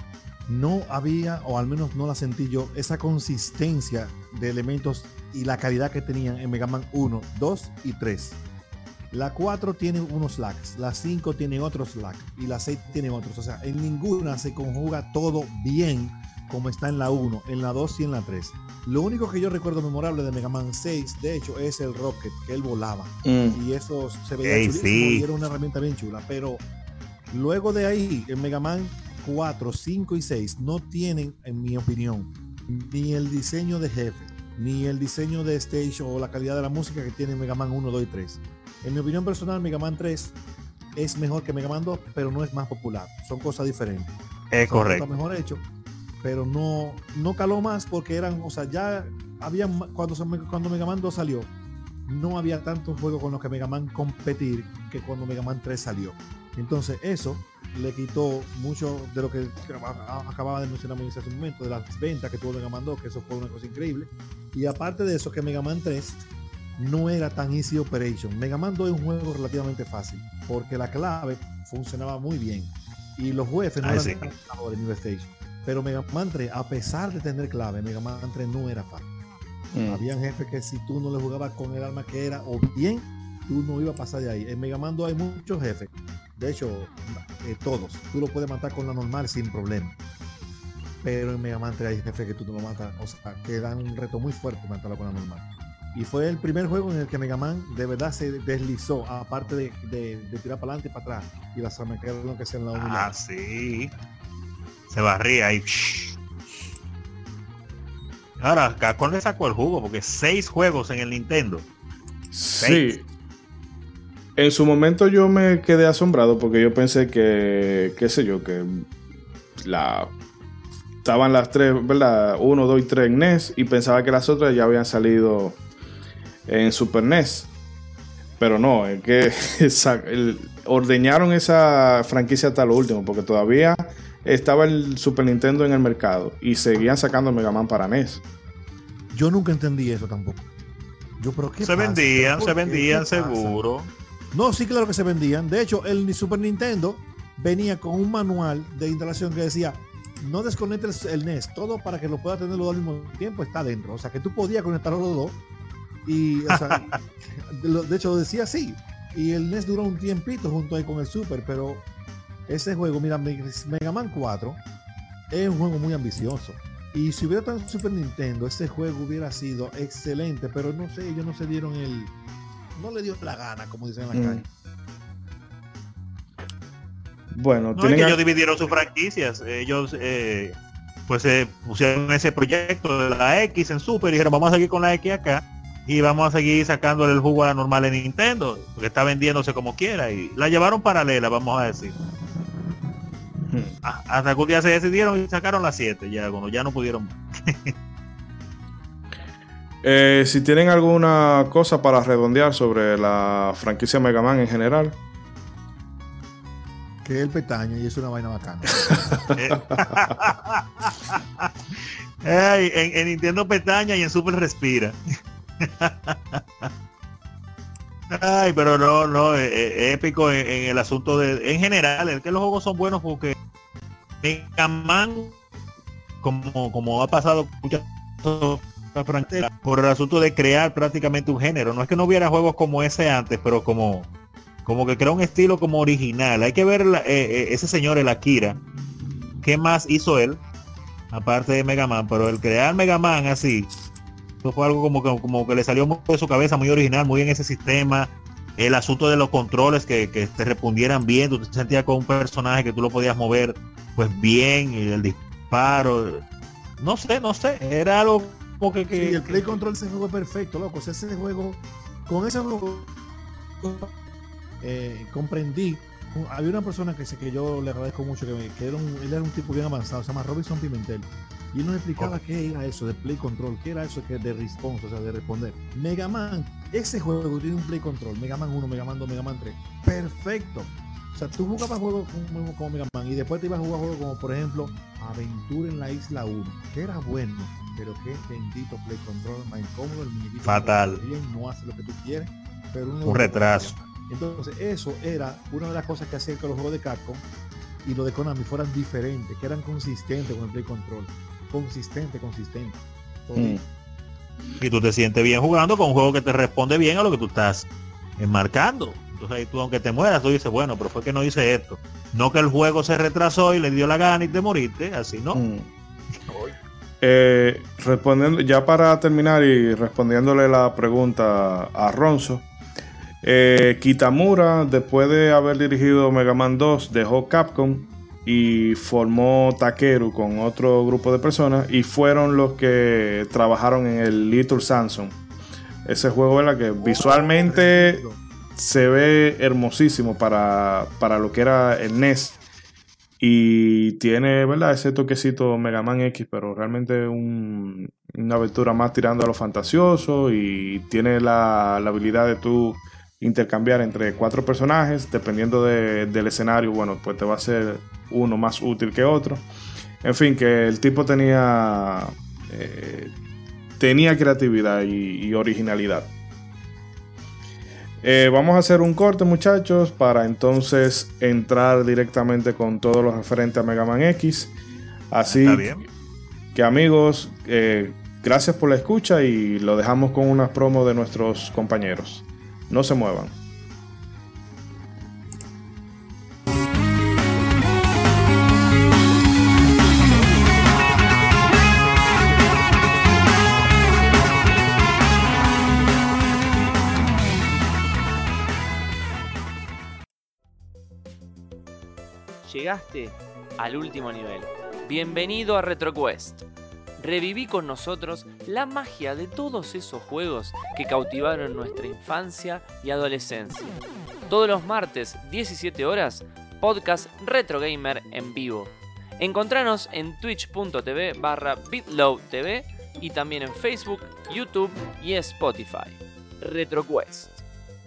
no había, o al menos no la sentí yo, esa consistencia de elementos y la calidad que tenían en Mega Man uno, dos y tres. La cuatro tiene unos lags, la cinco tiene otros lags y la seis tiene otros. O sea, en ninguna se conjuga todo bien como está en la uno, en la dos y en la tres. Lo único que yo recuerdo memorable de Mega Man seis, de hecho, es el Rocket, que él volaba. Mm. Y eso se veía Ey, chulísimo sí. y era una herramienta bien chula. Pero luego de ahí, en Mega Man cuatro, cinco y seis no tienen, en mi opinión, ni el diseño de jefe, ni el diseño de stage o la calidad de la música que tiene Mega Man uno, dos y tres. En mi opinión personal, Mega Man tres es mejor que Mega Man dos, pero no es más popular. Son cosas diferentes. Es Son correcto. cosas mejor hecho, pero no, no caló más porque eran, o sea, ya había, cuando, se- cuando Mega Man dos salió, no había tantos juegos con los que Mega Man competir que cuando Mega Man tres salió. Entonces eso le quitó mucho de lo que acababa de mencionar en ese momento, de las ventas que tuvo Mega Man dos, que eso fue una cosa increíble. Y aparte de eso, que Mega Man tres no era tan easy operation. Mega Man dos es un juego relativamente fácil, porque la clave funcionaba muy bien. Y los jueces no Ah, eran sí. tan en New Station. Pero Mega Man tres, a pesar de tener clave, Mega Man tres no era fácil. Mm. Habían jefes que si tú no le jugabas con el arma que era, o bien, tú no ibas a pasar de ahí. En Mega Man dos hay muchos jefes. De hecho, eh, todos. Tú lo puedes matar con la normal sin problema. Pero en Mega Man tres hay jefes que tú no lo matas. O sea, que dan un reto muy fuerte matarlo con la normal. Y fue el primer juego en el que Mega Man de verdad se deslizó, aparte de, de, de tirar para adelante y para atrás. Y las armas que eran lo que sean la unidad. Ah, sí. Se barría ahí. Ahora, Capcom le sacó el jugo porque seis juegos en el Nintendo. Sí. En su momento yo me quedé asombrado porque yo pensé que, qué sé yo, que la estaban las tres, ¿verdad? Uno, dos y tres en N E S y pensaba que las otras ya habían salido en Super N E S. Pero no, es que esa- el- ordeñaron esa franquicia hasta lo último porque todavía estaba el Super Nintendo en el mercado y seguían sacando Mega Man para N E S. Yo nunca entendí eso tampoco. Yo, pero ¿qué se pasa? vendían, ¿Por se qué? vendían ¿Qué pasa? seguro. No, sí, claro que se vendían. De hecho, el Super Nintendo venía con un manual de instalación que decía: no desconectes el N E S, todo para que lo pueda tener los dos al mismo tiempo está dentro. O sea, que tú podías conectar los dos. Y, o sea, de hecho, lo decía así. Y el N E S duró un tiempito junto ahí con el Super, pero ese juego, mira, Mega Man cuatro es un juego muy ambicioso. Y si hubiera estado en Super Nintendo, ese juego hubiera sido excelente, pero no sé, ellos no se dieron el... no le dio la gana, como dicen en la mm. calle. Bueno, no, es que ellos dividieron sus franquicias. Ellos eh, pues eh, pusieron ese proyecto de la X en Super y dijeron: vamos a seguir con la X acá y vamos a seguir sacándole el jugo a la normal en Nintendo, porque está vendiéndose como quiera, y la llevaron paralela, vamos a decir. Hmm. Hasta que un día se decidieron y sacaron las siete, ya cuando ya no pudieron. eh, si tienen alguna cosa para redondear sobre la franquicia Mega Man en general. Que es el pestaña y es una vaina bacana. Hey, en, en Nintendo pestaña y en Super respira. Ay, pero no, no, es, es épico en, en el asunto de, en general, es que los juegos son buenos porque Mega Man, como, como ha pasado muchas franquicias, por el asunto de crear prácticamente un género. No es que no hubiera juegos como ese antes, pero como como que crea un estilo como original. Hay que ver la, eh, ese señor, el Akira, qué más hizo él aparte de Mega Man, pero el crear Mega Man así, eso fue algo como que, como que le salió muy de su cabeza, muy original, muy en ese sistema. El asunto de los controles que, que te respondieran bien, tú te sentías con un personaje que tú lo podías mover pues bien, y el disparo, no sé, no sé, era algo como que... que sí, el Play Control, ese juego es perfecto, loco, o sea, ese juego, con ese juego eh, comprendí, había una persona que, que yo le agradezco mucho, que, me, que era un, él era un tipo bien avanzado, se llama Robinson Pimentel, y él nos explicaba oh. qué era eso de Play Control, qué era eso que de response, o sea, de responder. Mega Man, ese juego tiene un Play Control, Mega Man uno, Mega Man dos, Mega Man tres, perfecto. O sea, tú jugabas juegos como, como Mega Man y después te ibas a jugar juegos como, por ejemplo, Aventura en la Isla uno, que era bueno, pero qué bendito Play Control, más incómodo, el muñequito fatal, bien, no hace lo que tú quieres, pero uno un retraso. Entonces eso era una de las cosas que hacía que los juegos de Capcom y los de Konami fueran diferentes, que eran consistentes con el Play Control, consistente, consistente. Mm. Y tú te sientes bien jugando con un juego que te responde bien a lo que tú estás enmarcando. Entonces ahí tú, aunque te mueras, tú dices, bueno, pero fue que no hice esto. No que el juego se retrasó y le dio la gana y te moriste, así no. Mm. eh, respondiendo, ya para terminar y respondiéndole la pregunta a Ronzo, eh, Kitamura, después de haber dirigido Mega Man dos, dejó Capcom y formó Takeru con otro grupo de personas y fueron los que trabajaron en el Little Samson. Ese juego, ¿verdad? Que visualmente se ve hermosísimo para, para lo que era el N E S y tiene, ¿verdad?, ese toquecito Mega Man X, pero realmente un, una aventura más tirando a lo fantasioso, y tiene la, la habilidad de tú intercambiar entre cuatro personajes dependiendo de, del escenario. Bueno, pues te va a ser uno más útil que otro. En fin, que el tipo tenía eh, tenía creatividad y, y originalidad. Eh, vamos a hacer un corte, muchachos, para entonces entrar directamente con todo lo referente a Mega Man X. Así que, amigos, eh, gracias por la escucha y lo dejamos con unas promos de nuestros compañeros. No se muevan. Llegaste al último nivel. Bienvenido a RetroQuest. Reviví con nosotros la magia de todos esos juegos que cautivaron nuestra infancia y adolescencia. Todos los martes, diecisiete horas, podcast Retro Gamer en vivo. Encontranos en twitch.tv barra bitlowtv y también en Facebook, YouTube y Spotify. RetroQuest.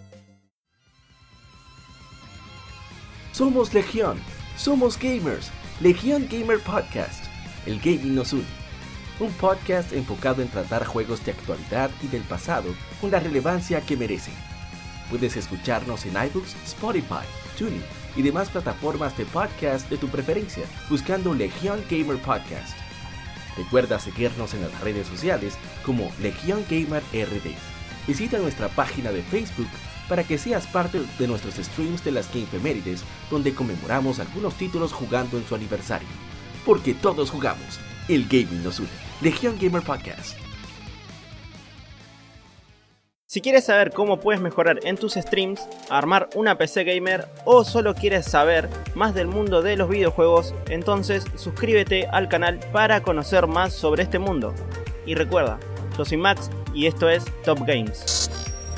Somos Legión. Somos gamers, Legion Gamer Podcast, el gaming nos une. Un podcast enfocado en tratar juegos de actualidad y del pasado con la relevancia que merecen. Puedes escucharnos en iBooks, Spotify, TuneIn y demás plataformas de podcast de tu preferencia buscando Legion Gamer Podcast. Recuerda seguirnos en las redes sociales como Legion Gamer R D. Visita nuestra página de Facebook para que seas parte de nuestros streams de las Gamefemérides, donde conmemoramos algunos títulos jugando en su aniversario. Porque todos jugamos, el gaming nos une. Legion Gamer Podcast. Si quieres saber cómo puedes mejorar en tus streams, armar una P C gamer o solo quieres saber más del mundo de los videojuegos, entonces suscríbete al canal para conocer más sobre este mundo. Y recuerda, yo soy Max y esto es Top Games.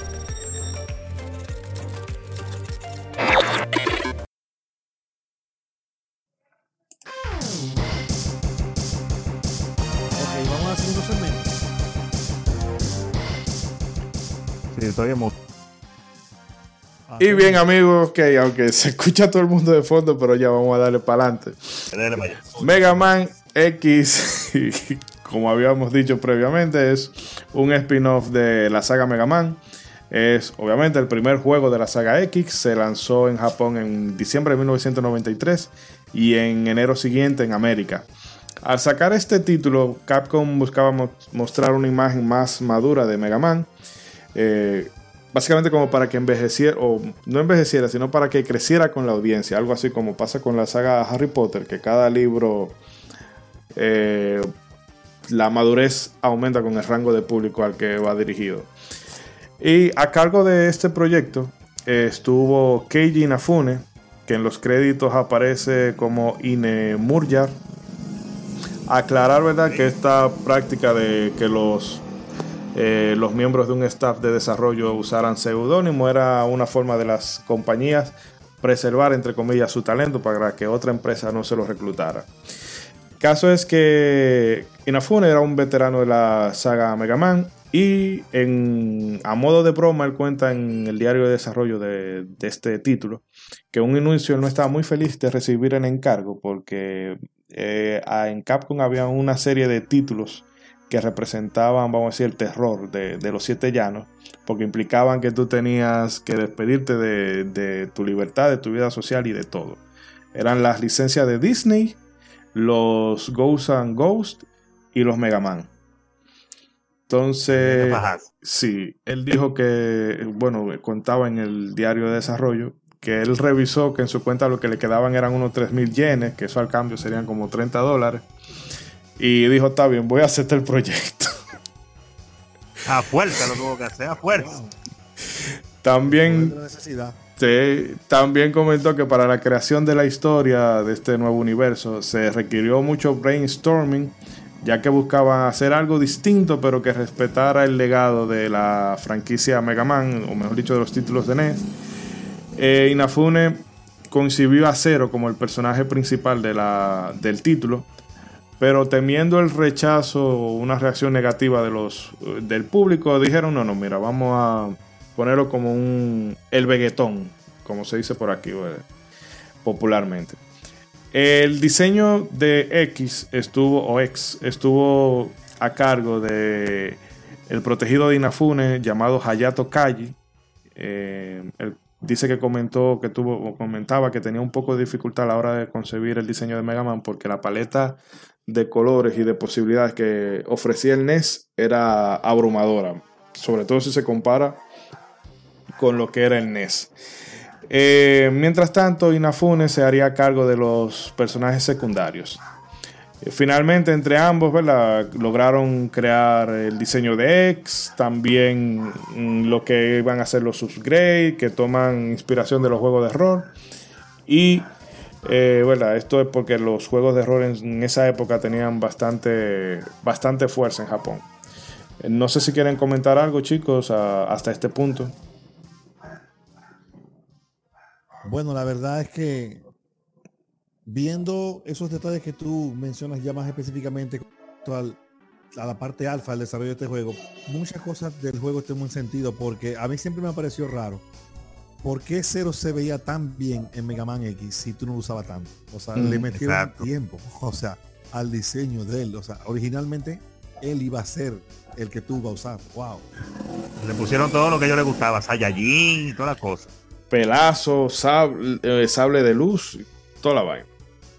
Ok, vamos a hacer unos segmentos. Sí, estoy en mudo. Y bien, amigos, que aunque se escucha todo el mundo de fondo, pero ya vamos a darle para adelante. Dale para allá. Mega Man X, como habíamos dicho previamente, es un spin-off de la saga Mega Man. Es obviamente el primer juego de la saga X. Se lanzó en Japón en diciembre de mil novecientos noventa y tres y en enero siguiente en América. Al sacar este título, Capcom buscaba mo- mostrar una imagen más madura de Mega Man. Eh, básicamente como para que envejeciera, o no envejeciera, sino para que creciera con la audiencia. Algo así como pasa con la saga Harry Potter, que cada libro eh, la madurez aumenta con el rango de público al que va dirigido. Y a cargo de este proyecto eh, estuvo Keiji Inafune, que en los créditos aparece como Ine Murjar. Aclarar, ¿verdad?, que esta práctica de que los Eh, los miembros de un staff de desarrollo usaran seudónimo era una forma de las compañías preservar, entre comillas, su talento para que otra empresa no se lo reclutara. El caso es que Inafune era un veterano de la saga Mega Man y en, a modo de broma él cuenta en el diario de desarrollo de, de este título que en un inicio él no estaba muy feliz de recibir el encargo porque eh, en Capcom había una serie de títulos que representaban, vamos a decir, el terror de, de los siete llanos, porque implicaban que tú tenías que despedirte de, de tu libertad, de tu vida social y de todo. Eran las licencias de Disney, los Ghosts and Ghosts y los Mega Man. Entonces, sí, él dijo que, bueno, contaba en el diario de desarrollo, que él revisó que en su cuenta lo que le quedaban eran unos tres mil yenes, que eso al cambio serían como treinta dólares. Y dijo, está bien, voy a hacerte el proyecto. A fuerza lo tuvo que hacer, a fuerza. También, sí, también comentó que para la creación de la historia de este nuevo universo se requirió mucho brainstorming, ya que buscaban hacer algo distinto, pero que respetara el legado de la franquicia Mega Man, o mejor dicho, de los títulos de N E S. Eh, Inafune concibió a Zero como el personaje principal de la, del título, pero temiendo el rechazo o una reacción negativa de los, del público, dijeron, no, no, mira, vamos a ponerlo como un el veguetón, como se dice por aquí, ¿verdad?, popularmente. El diseño de X estuvo, o X, estuvo a cargo de el protegido de Inafune llamado Hayato Kaji. Eh, él dice que comentó que tuvo, o comentaba que tenía un poco de dificultad a la hora de concebir el diseño de Mega Man porque la paleta de colores y de posibilidades que ofrecía el N E S era abrumadora, sobre todo si se compara con lo que era el N E S. Eh, mientras tanto, Inafune se haría cargo de los personajes secundarios. Eh, finalmente, entre ambos, ¿verdad?, lograron crear el diseño de X, también mm, lo que iban a ser los Subgrade, que toman inspiración de los juegos de rol. Y Eh, bueno, esto es porque los juegos de rol en, en esa época tenían bastante, bastante fuerza en Japón. Eh, no sé si quieren comentar algo, chicos, a, hasta este punto. Bueno, la verdad es que viendo esos detalles que tú mencionas ya más específicamente al, a la parte alfa del desarrollo de este juego, muchas cosas del juego tienen un sentido, porque a mí siempre me ha parecido raro ¿por qué Zero se veía tan bien en Mega Man X si tú no lo usabas tanto? O sea, Mm, le metieron exacto. tiempo, o sea, al diseño de él. O sea, originalmente él iba a ser el que tú ibas a usar. Wow. Le pusieron todo lo que a ellos les gustaba, Saiyajin y todas las cosas. Pelazo, sable, eh, sable de luz, toda la vaina.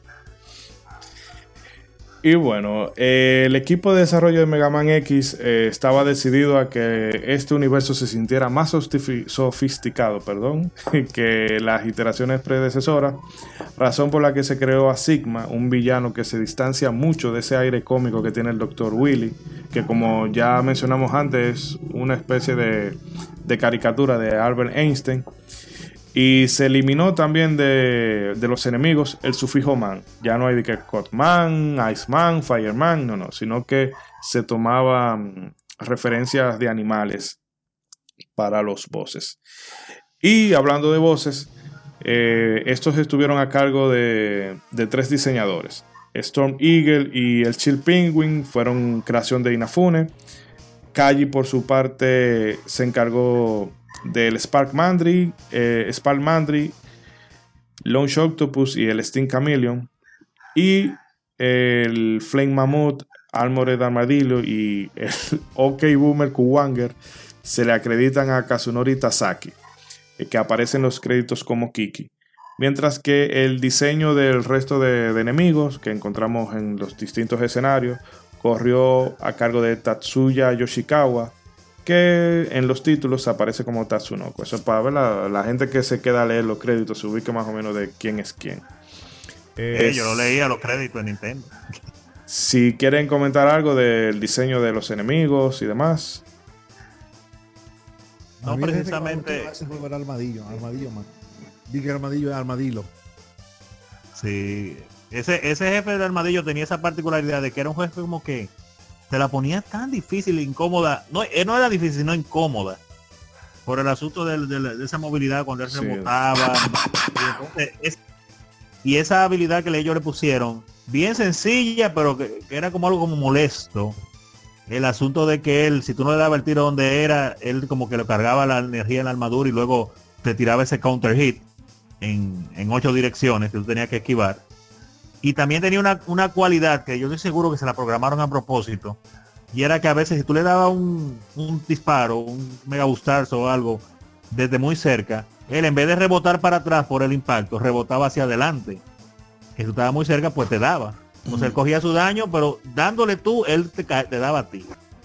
Y bueno, eh, el equipo de desarrollo de Mega Man X eh, estaba decidido a que este universo se sintiera más sostifi- sofisticado, perdón, que las iteraciones predecesoras, razón por la que se creó a Sigma, un villano que se distancia mucho de ese aire cómico que tiene el doctor Willy, que como ya mencionamos antes es una especie de, de caricatura de Albert Einstein. Y se eliminó también de, de los enemigos el sufijo man. Ya no hay de que Cotman, Iceman, Fireman, no, no, sino que se tomaban referencias de animales para los bosses. Y hablando de voces, eh, estos estuvieron a cargo de, de tres diseñadores. Storm Eagle y el Chill Penguin fueron creación de Inafune. Kaji por su parte se encargó del Spark Mandry, eh, Spark Mandry, Launch Octopus y el Sting Chameleon. Y el Flame Mammoth, Armored Armadillo y el OK Boomer Kuwanger se le acreditan a Kazunori Tasaki, que aparece en los créditos como Kiki. Mientras que el diseño del resto de, de enemigos que encontramos en los distintos escenarios corrió a cargo de Tatsuya Yoshikawa, que en los títulos aparece como Tatsunoko. Eso es para ver la, la gente que se queda a leer los créditos, se ubica más o menos de quién es quién. Eh, Es- yo lo leía los créditos de Nintendo. Si quieren comentar algo del diseño de los enemigos y demás. No, A mí el jefe precisamente- que me ese juego era Armadillo, Armadillo, man. Dije Armadillo es Armadillo. Sí, ese, ese jefe del armadillo tenía esa particularidad de que era un jefe como que te la ponía tan difícil e incómoda. No, eh, no era difícil, sino incómoda. Por el asunto del- del- de, esa movilidad cuando él Sí. rebotaba. Y, entonces, es- y esa habilidad que ellos le pusieron, bien sencilla, pero que, que era como algo como molesto. El asunto de que él, si tú no le dabas el tiro donde era, él como que le cargaba la energía en la armadura y luego te tiraba ese counter hit en, en ocho direcciones que tú tenías que esquivar. Y también tenía una, una cualidad que yo estoy seguro que se la programaron a propósito. Y era que a veces si tú le dabas un, un disparo, un mega bustazo o algo desde muy cerca, él en vez de rebotar para atrás por el impacto, rebotaba hacia adelante. Que si tú estabas muy cerca, pues te daba. Entonces él cogía su daño, pero dándole tú, él te, ca- te daba a ti.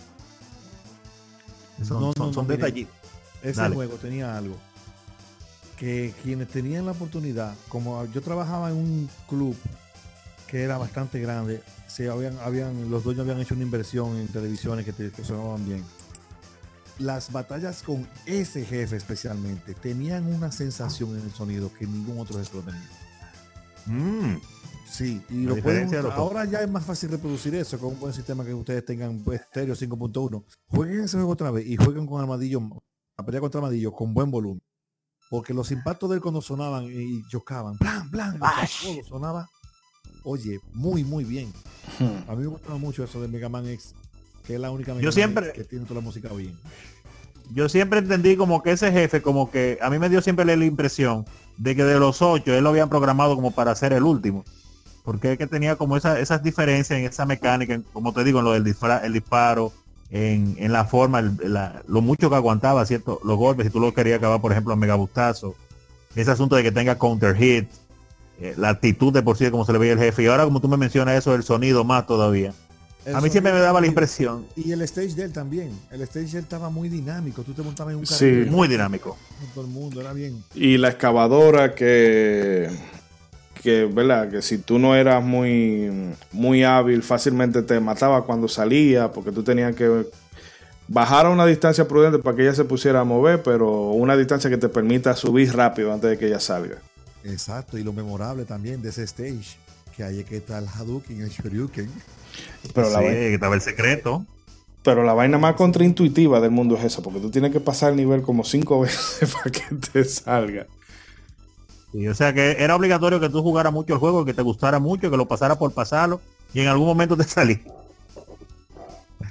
Son, No, no, son, no, son mire. detallitos. Ese Dale. juego tenía algo que quienes tenían la oportunidad, como yo trabajaba en un club que era bastante grande, se habían, habían, los dueños habían hecho una inversión en televisiones que, te, que sonaban bien. Las batallas con ese jefe especialmente tenían una sensación en el sonido que ningún otro jefe lo tenía. Mm, Sí, y La lo pueden, diferencia de los ahora ya es más fácil reproducir eso con un buen sistema que ustedes tengan pues, estéreo cinco punto uno. Jueguen ese juego otra vez y jueguen con Armadillo, a pelea contra Armadillo con buen volumen. Porque los impactos de él cuando sonaban y chocaban, blan, blan, o sea, todo sonaba, oye, muy, muy bien. Hmm. A mí me gustaba mucho eso de Mega Man X, que es la única Mega Yo Man siempre- X que tiene toda la música bien. yo siempre entendí como que ese jefe, como que a mí me dio siempre la impresión de que de los ocho él lo habían programado como para ser el último. Porque es que tenía como esa, esas diferencias en esa mecánica, en, como te digo, en lo del disfra- el disparo, en, en la forma, el- la- lo mucho que aguantaba, ¿cierto? Los golpes, si tú lo querías acabar, por ejemplo, en megabustazo. Ese asunto de que tenga counter hit, eh, la actitud de por sí, como se le veía el jefe. Y ahora como tú me mencionas eso, el sonido más todavía. El A mí siempre me sonido daba la y- impresión, Y el stage de él también. El stage de él estaba muy dinámico. Tú te montabas en un Sí. carrito muy dinámico. con todo el mundo, era bien. Y la excavadora que, que, ¿verdad? Que si tú no eras muy, muy hábil, fácilmente te mataba cuando salía, porque tú tenías que bajar a una distancia prudente para que ella se pusiera a mover, pero una distancia que te permita subir rápido antes de que ella salga. Exacto, y lo memorable también de ese stage, que ahí es que está el Hadouken, el Shoryuken. Pero, la Sí, vaina, que estaba el secreto. pero la vaina más contraintuitiva del mundo es esa, porque tú tienes que pasar el nivel como cinco veces para que te salga. Sí, o sea que era obligatorio que tú jugaras mucho el juego, que te gustara mucho, que lo pasara por pasarlo y en algún momento te salí.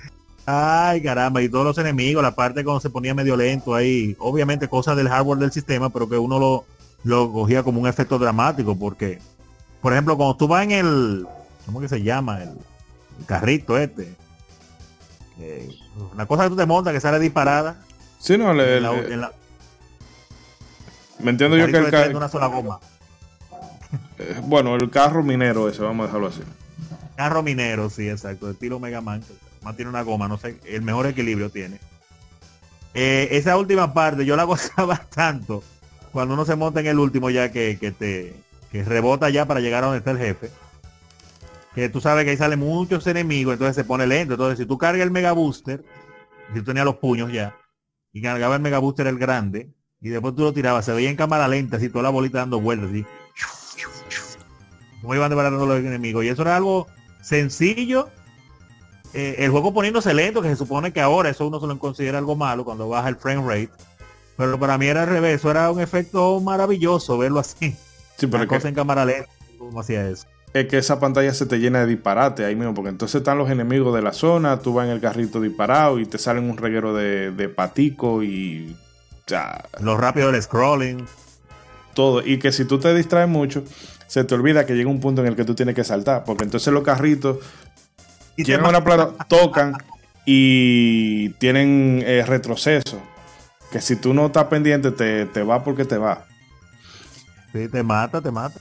Ay, caramba, y todos los enemigos, la parte cuando se ponía medio lento ahí, obviamente cosas del hardware del sistema, pero que uno lo, lo cogía como un efecto dramático, porque, por ejemplo, cuando tú vas en el, ¿cómo que se llama? El, el carrito este. Eh, una cosa que tú te montas que sale disparada. Sí, no, le, en la, le- en la- me entiendo yo que el carrito de ca- una sola goma. eh, bueno, el carro minero ese, vamos a dejarlo así. Carro minero, sí, exacto, de estilo Mega Man, que más tiene una goma, no sé, el mejor equilibrio tiene. Eh, esa última parte yo la gozaba tanto cuando uno se monta en el último ya que, que te que rebota ya para llegar a donde está el jefe. Que tú sabes que ahí salen muchos enemigos, entonces se pone lento. Entonces si tú cargas el Mega Booster, si tú tenías los puños ya, y cargaba el Mega Booster el grande, y después tú lo tirabas, se veía en cámara lenta, así toda la bolita dando vueltas, así. Como iban devorando los enemigos. Y eso era algo sencillo. Eh, el juego poniéndose lento, que se supone que ahora eso uno se lo considera algo malo cuando baja el frame rate. Pero para mí era al revés, eso era un efecto maravilloso verlo así. Sí, pero Una es que, cosa en cámara lenta, como hacía eso. es que esa pantalla se te llena de disparate ahí mismo, porque entonces están los enemigos de la zona, tú vas en el carrito disparado y te salen un reguero de, de patico y... O sea, Lo rápido del scrolling. todo. Y que si tú te distraes mucho, se te olvida que llega un punto en el que tú tienes que saltar, porque entonces los carritos Y te llegan a ma- una plata, tocan y tienen eh, retroceso. Que si tú no estás pendiente, te, te va porque te va. Sí, te mata, te mata.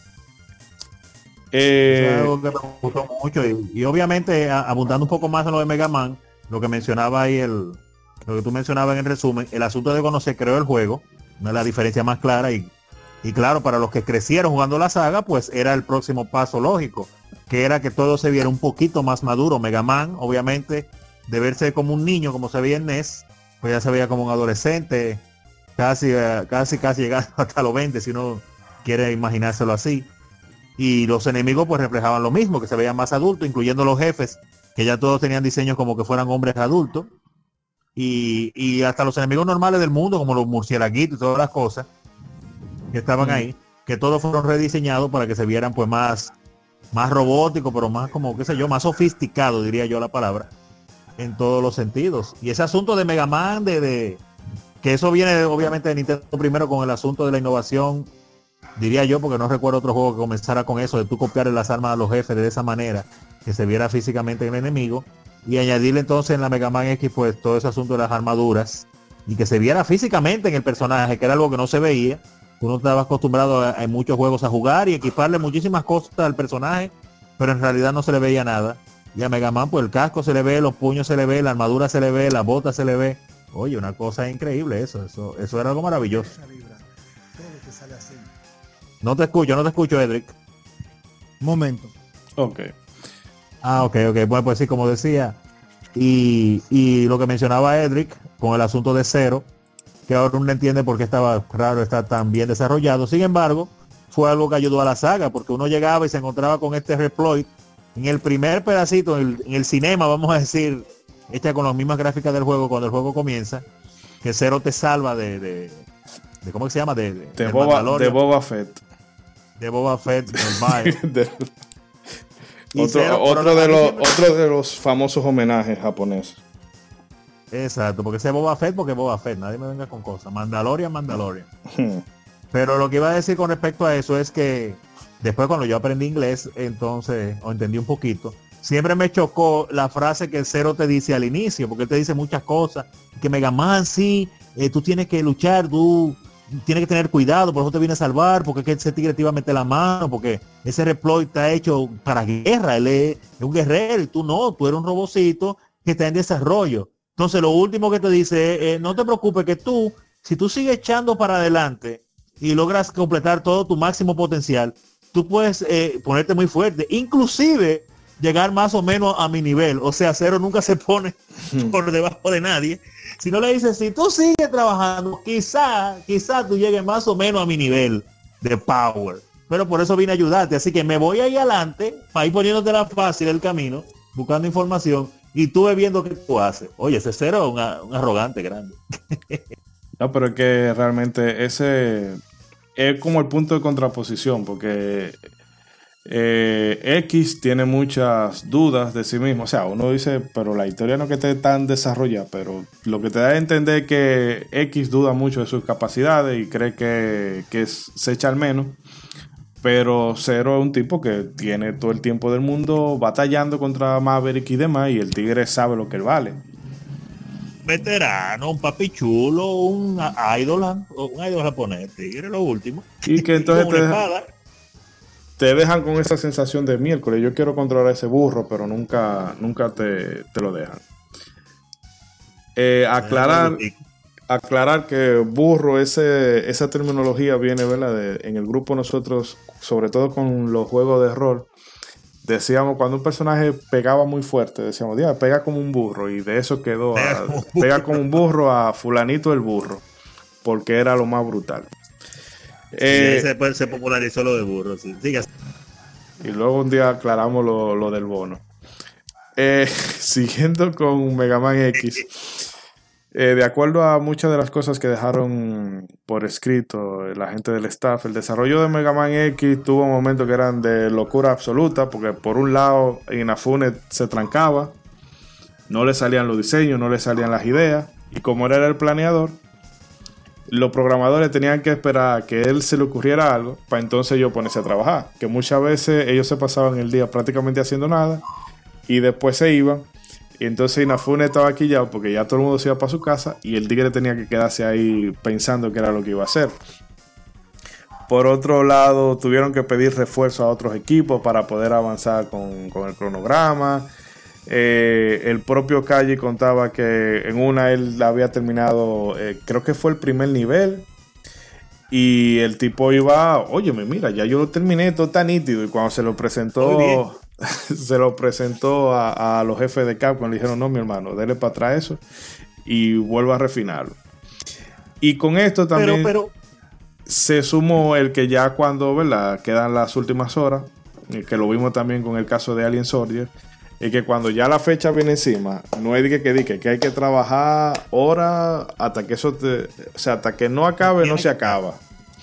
Eh, Eso es algo que me gustó mucho. Y, y obviamente, a- abundando un poco más en lo de Mega Man, lo que mencionaba ahí, el, lo que tú mencionabas en el resumen, el asunto de cuando se creó el juego, una de las diferencias más claras. Y, y claro, para los que crecieron jugando la saga, pues era el próximo paso lógico, que era que todo se viera un poquito más maduro. Mega Man, obviamente, de verse como un niño, como se veía en N E S, pues ya se veía como un adolescente, casi, eh, casi, casi llegando hasta los veinte, si uno quiere imaginárselo así. Y los enemigos pues reflejaban lo mismo, que se veían más adultos, incluyendo los jefes, que ya todos tenían diseños como que fueran hombres adultos. Y, y hasta los enemigos normales del mundo, como los murciélaguitos y todas las cosas que estaban ahí, que todos fueron rediseñados para que se vieran pues más, más robóticos, pero más como, qué sé yo, más sofisticado, diría yo la palabra, en todos los sentidos. Y ese asunto de Mega Man, de, de que eso viene obviamente de Nintendo primero con el asunto de la innovación, diría yo, porque no recuerdo otro juego que comenzara con eso, de tú copiar las armas a los jefes de esa manera, que se viera físicamente en el enemigo, y añadirle entonces en la Mega Man X pues todo ese asunto de las armaduras, y que se viera físicamente en el personaje, que era algo que no se veía. Uno estaba acostumbrado a, en muchos juegos a jugar y equiparle muchísimas cosas al personaje, pero en realidad no se le veía nada. Y a Mega Man pues el casco se le ve, los puños se le ve, la armadura se le ve, la bota se le ve. Oye, una cosa increíble eso, eso, eso era algo maravilloso. Esa libra, todo te sale así. No te escucho, no te escucho, Edric. Momento. ok. Ah, ok, ok. Bueno, pues sí, como decía. Y, y lo que mencionaba Edric con el asunto de Zero, que ahora uno entiende por qué estaba raro, está tan bien desarrollado. Sin embargo, fue algo que ayudó a la saga, porque uno llegaba y se encontraba con este Reploid en el primer pedacito, en el, en el cinema, vamos a decir, hecha con las mismas gráficas del juego cuando el juego comienza, que Zero te salva de, de, de ¿cómo se llama? De, de, De del Boba, de Mandalorian, Boba Fett. de Boba Fett, del Bae. De- Y otro, Zero, otro pero de lo los, que a mí otro de los famosos homenajes japoneses. Exacto, porque ese Boba Fett, porque Boba Fett, nadie me venga con cosas. Mandalorian, Mandalorian. Hmm. Pero lo que iba a decir con respecto a eso es que después cuando yo aprendí inglés, entonces, o entendí un poquito, siempre me chocó la frase que el Zero te dice al inicio, porque él te dice muchas cosas, que Mega Man, sí, eh, tú tienes que luchar, tú tienes que tener cuidado, por eso te viene a salvar, porque es que ese tigre te iba a meter la mano, porque ese Reploid está hecho para guerra, él es, es un guerrero y tú no, tú eres un robocito que está en desarrollo. Entonces lo último que te dice es, eh, no te preocupes que tú, si tú sigues echando para adelante y logras completar todo tu máximo potencial, tú puedes eh, ponerte muy fuerte, inclusive llegar más o menos a mi nivel. O sea, Zero nunca se pone por debajo de nadie. Si no le dices, si tú sigues trabajando, quizá, quizá tú llegues más o menos a mi nivel de power. Pero por eso vine a ayudarte. Así que me voy ahí adelante, para ir poniéndote la fácil el camino, buscando información, y tú ves viendo qué tú haces. Oye, ese Zero es un, un arrogante grande. No, pero es que realmente ese es como el punto de contraposición, porque Eh, X tiene muchas dudas de sí mismo. O sea, uno dice, pero la historia no que esté tan desarrollada, pero lo que te da a entender es que X duda mucho de sus capacidades y cree que, que es, se echa al menos. Pero Zero es un tipo que tiene todo el tiempo del mundo batallando contra Maverick y demás, y el tigre sabe lo que él vale. Veterano, un papi chulo, un idol, un idol japonés, tigre, lo último. Y que entonces te, deja, te dejan con esa sensación de miércoles. Yo quiero controlar ese burro, pero nunca, nunca te, te lo dejan. Eh, aclarar, aclarar que burro, ese, esa terminología viene, ¿verdad? De, en el grupo nosotros, sobre todo con los juegos de rol, decíamos cuando un personaje pegaba muy fuerte, decíamos, Dios, pega como un burro, y de eso quedó a, pega como un burro a fulanito el burro, porque era lo más brutal. Eh, sí, se, se popularizó lo de burro, sí. Síguese. Y luego un día aclaramos lo, lo del bono. Eh, siguiendo con Mega Man X, eh, de acuerdo a muchas de las cosas que dejaron por escrito la gente del staff, el desarrollo de Mega Man X tuvo momentos que eran de locura absoluta, porque por un lado Inafune se trancaba, no le salían los diseños, no le salían las ideas, y como él era el planeador, los programadores tenían que esperar a que él se le ocurriera algo para entonces ellos ponerse a trabajar, que muchas veces ellos se pasaban el día prácticamente haciendo nada y después se iban, y entonces Inafune estaba aquí ya porque ya todo el mundo se iba para su casa y el tigre tenía que quedarse ahí pensando qué era lo que iba a hacer. Por otro lado, tuvieron que pedir refuerzo a otros equipos para poder avanzar con, con el cronograma. Eh, el propio Kaji contaba que en una él había terminado, eh, creo que fue el primer nivel, y el tipo iba, óyeme, mira, ya yo lo terminé, todo está nítido, y cuando se lo presentó se lo presentó a, a los jefes de Capcom, le dijeron, no, mi hermano, dele para atrás eso y vuelva a refinarlo. Y con esto también pero, pero... se sumó el que ya cuando, ¿verdad?, quedan las últimas horas, que lo vimos también con el caso de Alien Soldier, y que cuando ya la fecha viene encima, no es de que, que, que hay que trabajar horas hasta que eso te, o sea, hasta que no acabe, no se acaba.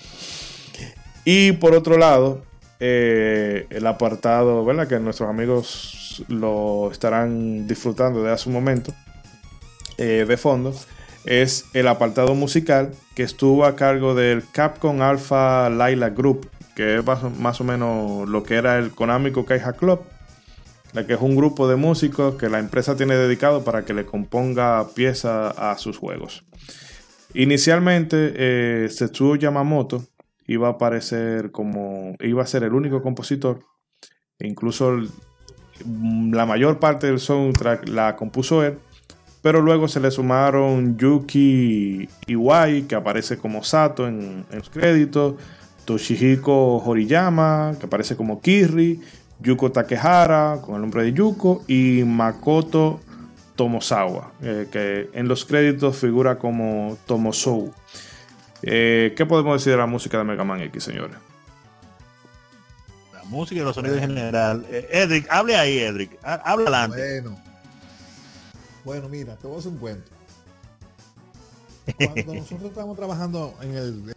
Y por otro lado, eh, el apartado, ¿verdad?, que nuestros amigos lo estarán disfrutando de hace un momento, eh, de fondo, es el apartado musical que estuvo a cargo del Capcom Alpha Lilac Group, que es más, más o menos lo que era el Konami Kaija Club, la que es un grupo de músicos que la empresa tiene dedicado para que le componga piezas a sus juegos. Inicialmente, eh, Setsuo Yamamoto iba a aparecer como, iba a ser el único compositor, e incluso el, la mayor parte del soundtrack la compuso él, pero luego se le sumaron Yuki Iwai, que aparece como Sato en, en los créditos, Toshihiko Horiyama, que aparece como Kirri, Yuko Takehara, con el nombre de Yuko, y Makoto Tomosawa, eh, que en los créditos figura como Tomosou. Eh, ¿Qué podemos decir de la música de Mega Man X, señores? La música y los sonidos en general. Eh, Edric, hable ahí, Edric. Habla adelante. Bueno. Bueno, mira, te voy a hacer un cuento. Cuando nosotros estábamos trabajando en el...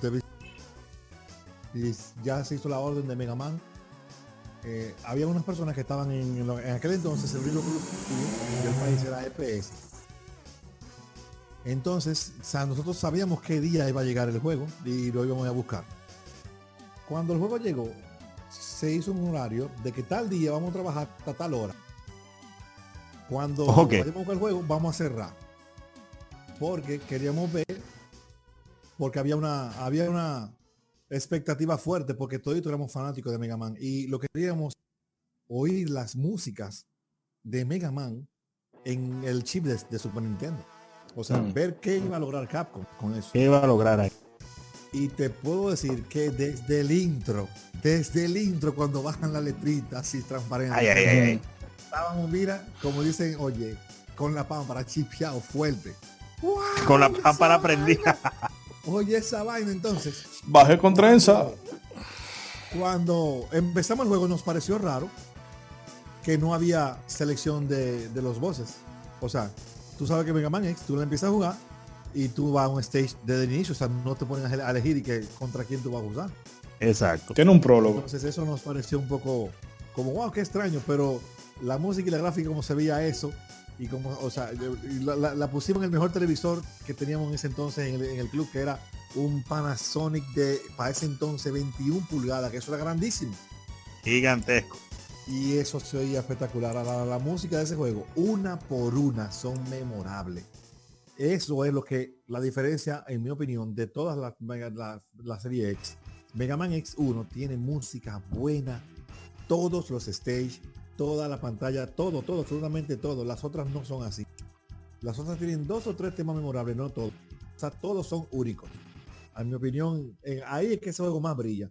y ya se hizo la orden de Mega Man, eh, había unas personas que estaban en, en, lo, en aquel entonces el único club del país era E P S. Entonces, o sea, nosotros sabíamos qué día iba a llegar el juego y lo íbamos a buscar. Cuando el juego llegó, se hizo un horario de que tal día vamos a trabajar hasta tal hora. Cuando okay. vayamos a buscar el juego, vamos a cerrar. Porque queríamos ver, porque había una, había una expectativa fuerte, porque todos éramos fanáticos de Mega Man y lo que queríamos oír las músicas de Mega Man en el chip de, de Super Nintendo. O sea, mm. ver qué iba a lograr Capcom con eso. ¿Qué iba a lograr ahí? Y te puedo decir que desde el intro, desde el intro, cuando bajan la letrita así transparente, ay, ay, ay, ay. estábamos, mira, como dicen, oye, con la pámpara chipeado fuerte. ¡Wow! Con la pámpara prendida. Oye, esa vaina, entonces. Bajé con trenza. Cuando empezamos el juego nos pareció raro que no había selección de, de los bosses. O sea, tú sabes que Mega Man X, tú lo empiezas a jugar y tú vas a un stage desde el inicio, o sea, no te ponen a elegir y que contra quién tú vas a usar. Exacto. Tiene un prólogo. Entonces eso nos pareció un poco como, wow, qué extraño, pero la música y la gráfica, como se veía eso, y como, o sea, la, la, la pusimos en el mejor televisor que teníamos en ese entonces en el, en el club, que era un Panasonic de, para ese entonces, veintiuna pulgadas, que eso era grandísimo. Gigantesco. Y eso se oía espectacular. La, la, la música de ese juego, una por una, son memorables. Eso es lo que, la diferencia, en mi opinión, de todas las la, la, la serie X. Mega Man X uno tiene música buena, todos los stage, toda la pantalla, todo, todo, absolutamente todo. Las otras no son así. Las otras tienen dos o tres temas memorables, no todos. O sea, todos son únicos. En mi opinión, eh, ahí es que ese juego más brilla.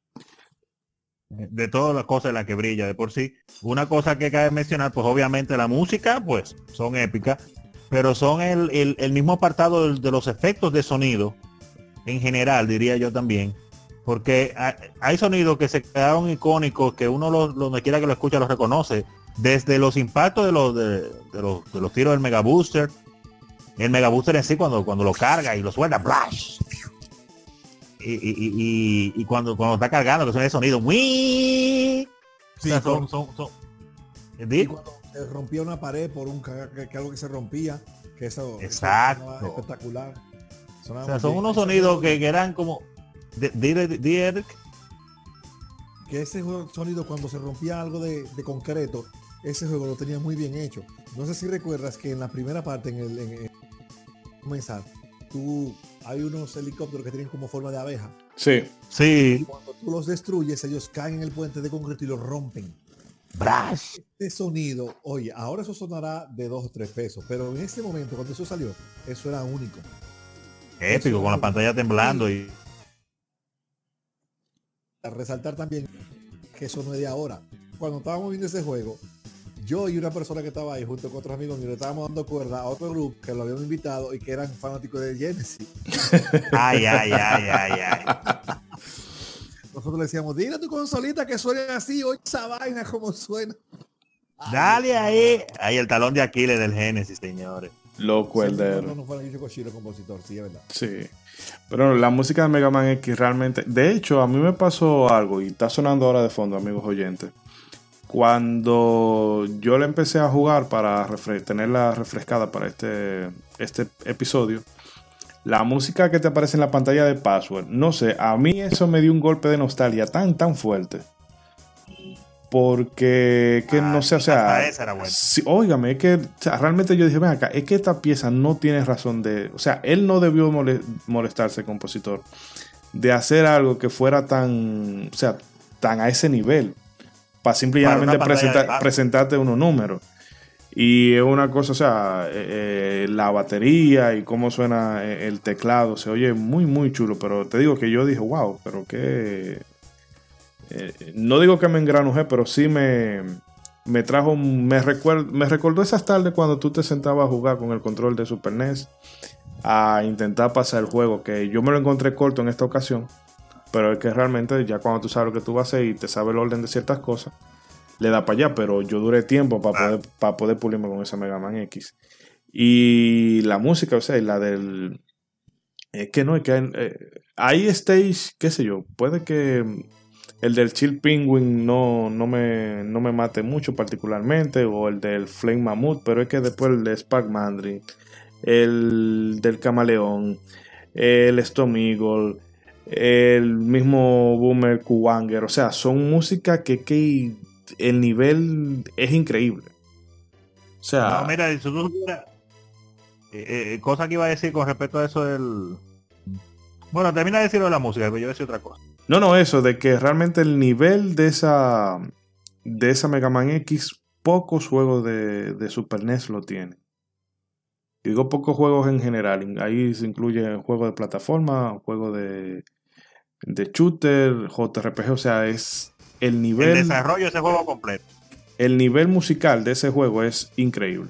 De todas las cosas en las que brilla de por sí. Una cosa que cabe mencionar, pues obviamente la música, pues son épicas, pero son el, el, el mismo apartado de, de los efectos de sonido, en general, diría yo también. Porque hay, hay sonidos que se quedaron icónicos, que uno lo, donde quiera que lo escucha los reconoce, desde los impactos de los de, de los de los tiros del Mega Booster, el Mega Booster en sí cuando cuando lo carga y lo suelta, ¡blash! Y, y, y, y cuando cuando está cargando, que suena el sonido, ¡wii! Sí, o sea, son, con, son, son, y cuando se rompía una pared por un que, que algo que se rompía, que eso, exacto, eso sonaba espectacular. Sonaba o sea, son bien. unos sonidos que, que eran como de, de, de, de, que ese juego, sonido cuando se rompía algo de, de concreto, ese juego lo tenía muy bien hecho. No sé si recuerdas que en la primera parte, en el, en el comenzar, tú hay unos helicópteros que tienen como forma de abeja. Sí. Sí. Cuando tú los destruyes, ellos caen en el puente de concreto y los rompen. Brash. Este sonido, oye, ahora eso sonará de dos o tres pesos, pero en ese momento, cuando eso salió, eso era único. Épico, con la pantalla temblando y a resaltar también que eso no es de ahora. Cuando estábamos viendo ese juego, yo y una persona que estaba ahí junto con otros amigos míos le estábamos dando cuerda a otro grupo que lo habíamos invitado y que eran fanáticos de Genesis. Ay, ay, ay, ay, ay. Nosotros le decíamos, dile a tu consolita que suene así, oye esa vaina como suena. Ay, dale ahí. Ahí el talón de Aquiles del Genesis, señores. Loco el de él. No, no fuera Yuji Koshiro compositor, sí, es verdad. Sí. Pero la música de Mega Man X realmente... De hecho, a mí me pasó algo, y está sonando ahora de fondo, amigos oyentes. Cuando yo le empecé a jugar para refre- tenerla refrescada para este, este episodio, la música que te aparece en la pantalla de Password, no sé, a mí eso me dio un golpe de nostalgia tan, tan fuerte. Porque, que ah, no sé, o sea, esa era buena. Sí, óigame, es que o sea, realmente yo dije, ven acá, es que esta pieza no tiene razón de, o sea, él no debió mole- molestarse, el compositor, de hacer algo que fuera tan, o sea, tan a ese nivel, para simplemente presentar, presentarte unos números. Y es una cosa, o sea, eh, eh, la batería y cómo suena el teclado, se oye muy, muy chulo, pero te digo que yo dije, wow, pero qué... Eh, no digo que me engranujé, pero sí me, me trajo, me, recuerdo, me recordó esas tardes cuando tú te sentabas a jugar con el control de Super N E S a intentar pasar el juego, que yo me lo encontré corto en esta ocasión, pero es que realmente ya cuando tú sabes lo que tú vas a hacer y te sabes el orden de ciertas cosas, le da para allá, pero yo duré tiempo para poder, para poder pulirme con esa Mega Man X. Y la música, o sea, y la del... Es que no, es que hay, eh, hay stage, qué sé yo, puede que... El del Chill Penguin no, no, me, no me mate mucho particularmente, o el del Flame Mammoth, pero es que después el de Spark Mandarin, el del Camaleón, el Storm Eagle, el mismo Boomer Kuwanger, o sea, son música que, que el nivel es increíble. O sea... No, mira, si tú eh, eh, cosa que iba a decir con respecto a eso del... Bueno, termina de decirlo de la música, pero yo voy a decir otra cosa. No, no, eso, de que realmente el nivel de esa de esa Mega Man X, pocos juegos de, de Super N E S lo tienen. Digo pocos juegos en general. Ahí se incluye juegos de plataforma, juegos de, de shooter, J R P G, o sea, es el nivel... El desarrollo de ese juego completo. El nivel musical de ese juego es increíble.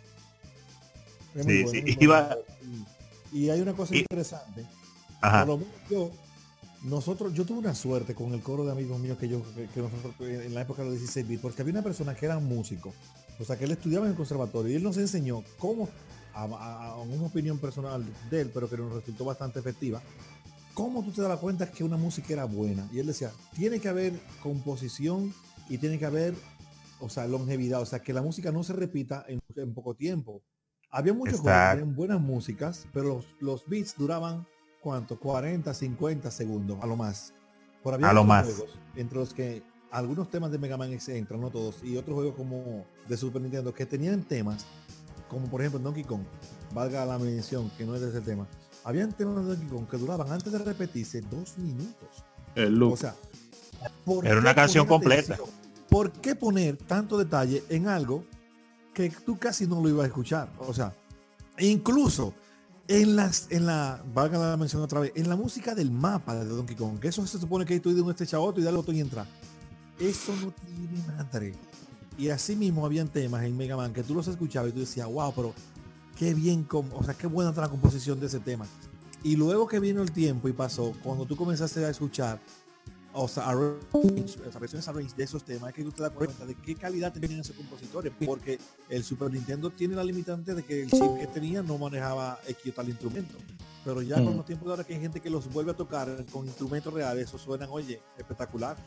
Es sí, bueno, sí. Iba... Y, y hay una cosa y... interesante. Ajá. Por lo menos yo... Nosotros, yo tuve una suerte con el coro de amigos míos que yo, que, que nosotros en la época de los dieciséis bits, porque había una persona que era músico, o sea que él estudiaba en el conservatorio y él nos enseñó cómo, a, a, a una opinión personal de él, pero que nos resultó bastante efectiva, ¿cómo tú te das cuenta que una música era buena? Y él decía, tiene que haber composición y tiene que haber, o sea, longevidad, o sea, que la música no se repita en, en poco tiempo. Había muchos juegos que tenían buenas músicas, pero los, los beats duraban, ¿cuánto? cuarenta, cincuenta segundos, a lo más. Por había a lo más. Juegos, entre los que algunos temas de Mega Man X entran, no todos, y otros juegos como de Super Nintendo que tenían temas, como por ejemplo Donkey Kong, valga la mención, que no es de ese tema. Habían temas de Donkey Kong que duraban antes de repetirse dos minutos. El loop. O sea, ¿por era una canción completa. Atención? ¿Por qué poner tanto detalle en algo que tú casi no lo ibas a escuchar? O sea, incluso en las, en la, valga la mención otra vez, en la música del mapa de Donkey Kong, que eso se supone que tú de un estrecha a otro y dale otro y entra. Eso no tiene madre. Y así mismo habían temas en Mega Man que tú los escuchabas y tú decías, wow, pero qué bien, com o sea, qué buena está la composición de ese tema. Y luego que vino el tiempo y pasó, cuando tú comenzaste a escuchar, o sea, arrange, o sea, versiones arrange de esos temas, es que tú te das cuenta de qué calidad tenían esos compositores, porque el Super Nintendo tiene la limitante de que el chip que tenía no manejaba X tal instrumento. Pero ya mm. con los tiempos de ahora que hay gente que los vuelve a tocar con instrumentos reales, eso suenan, oye, espectacular.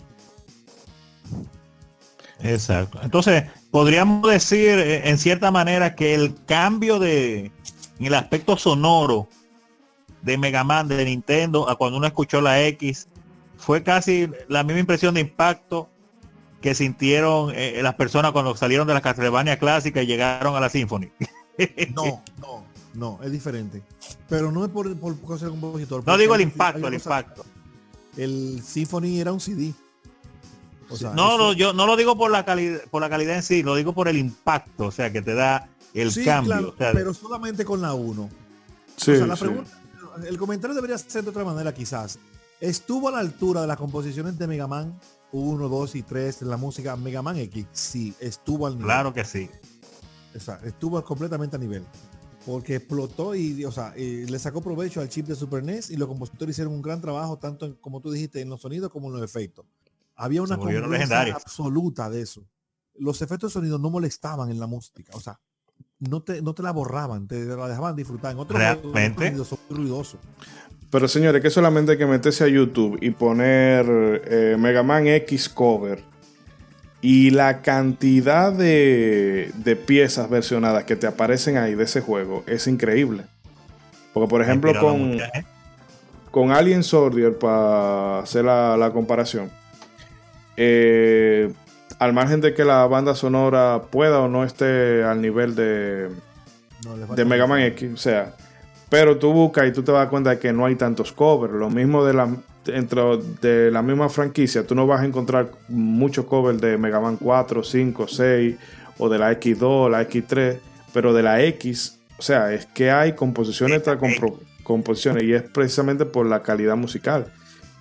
Exacto. Entonces, podríamos decir en cierta manera que el cambio de en el aspecto sonoro de Mega Man de Nintendo a cuando uno escuchó la X fue casi la misma impresión de impacto que sintieron eh, las personas cuando salieron de la Castlevania clásica y llegaron a la Symphony. No, no, no, es diferente. Pero no es por, por cosa del compositor. No digo el impacto, el impacto. El Symphony era un C D. O sea, no, eso... no, yo no lo digo por la calidad, por la calidad en sí, lo digo por el impacto, o sea, que te da el sí, cambio. Claro, o sea, pero solamente con la uno. Sí, o sea, la sí. pregunta, el comentario debería ser de otra manera quizás. ¿Estuvo a la altura de las composiciones de Mega Man uno, dos y tres en la música Mega Man X? Sí, estuvo al nivel. Claro que sí. O sea, estuvo completamente a nivel. Porque explotó y, o sea, y le sacó provecho al chip de Super N E S y los compositores hicieron un gran trabajo, tanto en, como tú dijiste, en los sonidos como en los efectos. Había una congruencia absoluta de eso. Los efectos de sonido no molestaban en la música, o sea, no te, no te la borraban, te la dejaban disfrutar. En otros realmente sonidos son muy ruidosos. Pero señores, que solamente hay que meterse a YouTube y poner eh, Mega Man X cover y la cantidad de, de piezas versionadas que te aparecen ahí de ese juego es increíble. Porque por ejemplo con, mucha, ¿eh? con Alien Soldier, para hacer la, la comparación, eh, al margen de que la banda sonora pueda o no esté al nivel de, no, de Mega Man X, o sea, pero tú buscas y tú te das cuenta de que no hay tantos covers. Lo mismo de la, dentro de la misma franquicia, tú no vas a encontrar muchos covers de Mega Man cuatro, cinco, seis o de la X dos, la X tres, pero de la X, o sea, es que hay composiciones tras compro, composiciones y es precisamente por la calidad musical.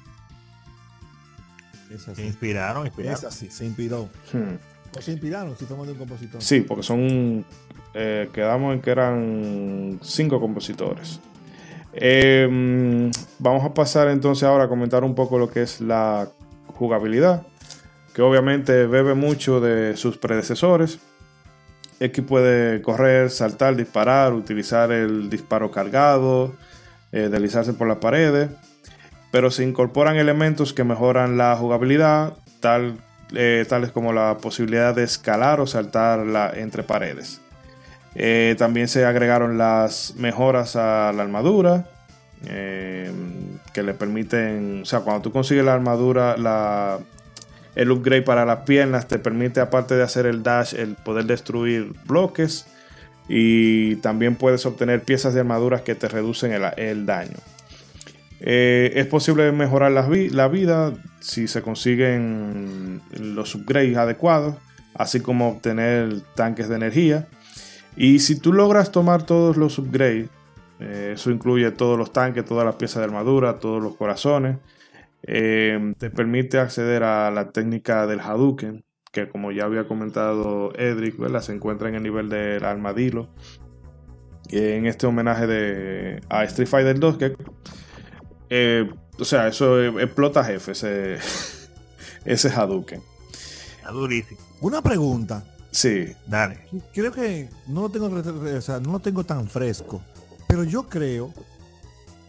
Es así. Se inspiraron, inspiraron. Es así, se inspiró. Hmm. O se inspiraron si estamos de un compositor. Sí, porque son eh, quedamos en que eran cinco compositores. Eh, vamos a pasar entonces ahora a comentar un poco lo que es la jugabilidad, que obviamente bebe mucho de sus predecesores. X puede correr, saltar, disparar, utilizar el disparo cargado, eh, deslizarse por las paredes, pero se incorporan elementos que mejoran la jugabilidad, tal Eh, tales como la posibilidad de escalar o saltar la, entre paredes. Eh, también se agregaron las mejoras a la armadura, eh, que le permiten, o sea, cuando tú consigues la armadura, la, el upgrade para las piernas te permite, aparte de hacer el dash, el poder destruir bloques, y también puedes obtener piezas de armaduras que te reducen el, el daño. Eh, es posible mejorar la, vi la vida si se consiguen los upgrades adecuados, así como obtener tanques de energía. Y si tú logras tomar todos los upgrades, eh, eso incluye todos los tanques, todas las piezas de armadura, todos los corazones, eh, te permite acceder a la técnica del Hadouken, que como ya había comentado Edric, ¿verdad? Se encuentra en el nivel del armadillo, en este homenaje de, a Street Fighter dos, que Eh, o sea, eso explota jefe, ese, ese Hadouken. Durísimo. Una pregunta. Sí. Dale. Creo que no lo tengo, o sea, no lo tengo tan fresco, pero yo creo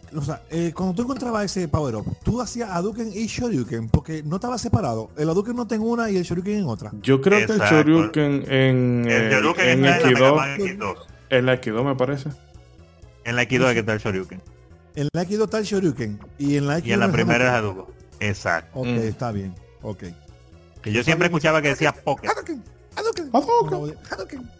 o sea, eh, cuando tú encontrabas ese power up, tú hacías Hadouken y Shoryuken, porque no estaba separado. El Hadouken no en una y el Shoryuken en otra. Yo creo Exacto. que el Shoryuken en, El eh, Shoryuken en está en la Mega X dos, Man X dos. en la X dos me parece. En la X dos es que está el Shoryuken. En la X dos está el Shoryuken y en la X Y en la uno es primera es Hadouken. Hadouken. Exacto. Ok, Mm. está bien. Ok. Que yo siempre escuchaba que decía Pocket. Hadouken, Hadouken, Hadouken. Hadouken.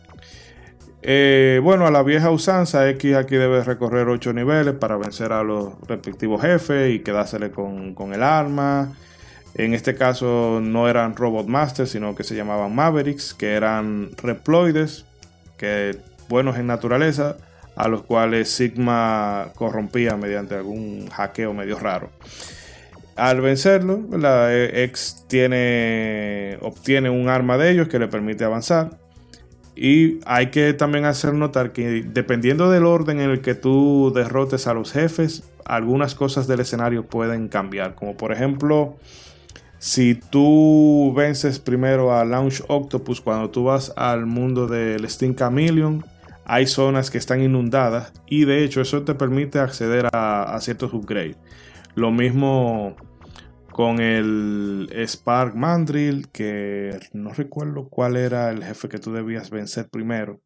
Eh, bueno, a la vieja usanza, X aquí debe recorrer ocho niveles para vencer a los respectivos jefes y quedársele con, con el arma. En este caso no eran Robot Masters, sino que se llamaban Mavericks, que eran Reploides, que buenos en naturaleza, a los cuales Sigma corrompía mediante algún hackeo medio raro. Al vencerlo, la X tiene, obtiene un arma de ellos que le permite avanzar. Y hay que también hacer notar que dependiendo del orden en el que tú derrotes a los jefes, algunas cosas del escenario pueden cambiar. Como por ejemplo, si tú vences primero a Launch Octopus cuando tú vas al mundo del Steam Chameleon, hay zonas que están inundadas y de hecho eso te permite acceder a, a ciertos upgrades. Lo mismo con el Spark Mandrill, que no recuerdo cuál era el jefe que tú debías vencer primero.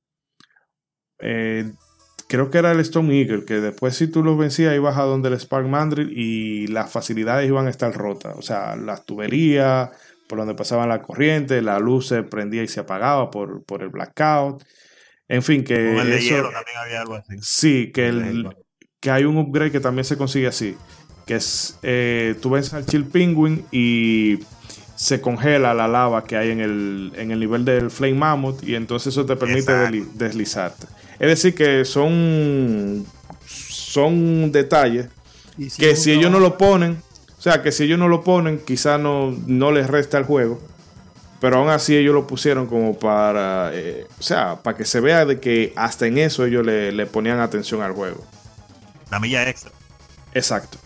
Eh, creo que era el Stone Eagle, que después si tú lo vencías ibas a donde el Spark Mandrill y las facilidades iban a estar rotas. O sea, las tuberías, por donde pasaban la corriente, la luz se prendía y se apagaba por, por el blackout. En fin, que Con el de eso, hielo también había algo así. sí, que, El de el, hielo. que hay un upgrade que también se consigue así. Que es, eh, tú vences al Chill Penguin y se congela la lava que hay en el, en el nivel del Flame Mammoth y entonces eso te permite deli- deslizarte. Es decir que son, son detalles Y si que es un si ellos no trabajo- lo ponen, o sea que si ellos no lo ponen quizá no, no les resta el juego, pero aún así ellos lo pusieron como para, eh, o sea, para que se vea de que hasta en eso ellos le, le ponían atención al juego. La milla extra. Exacto.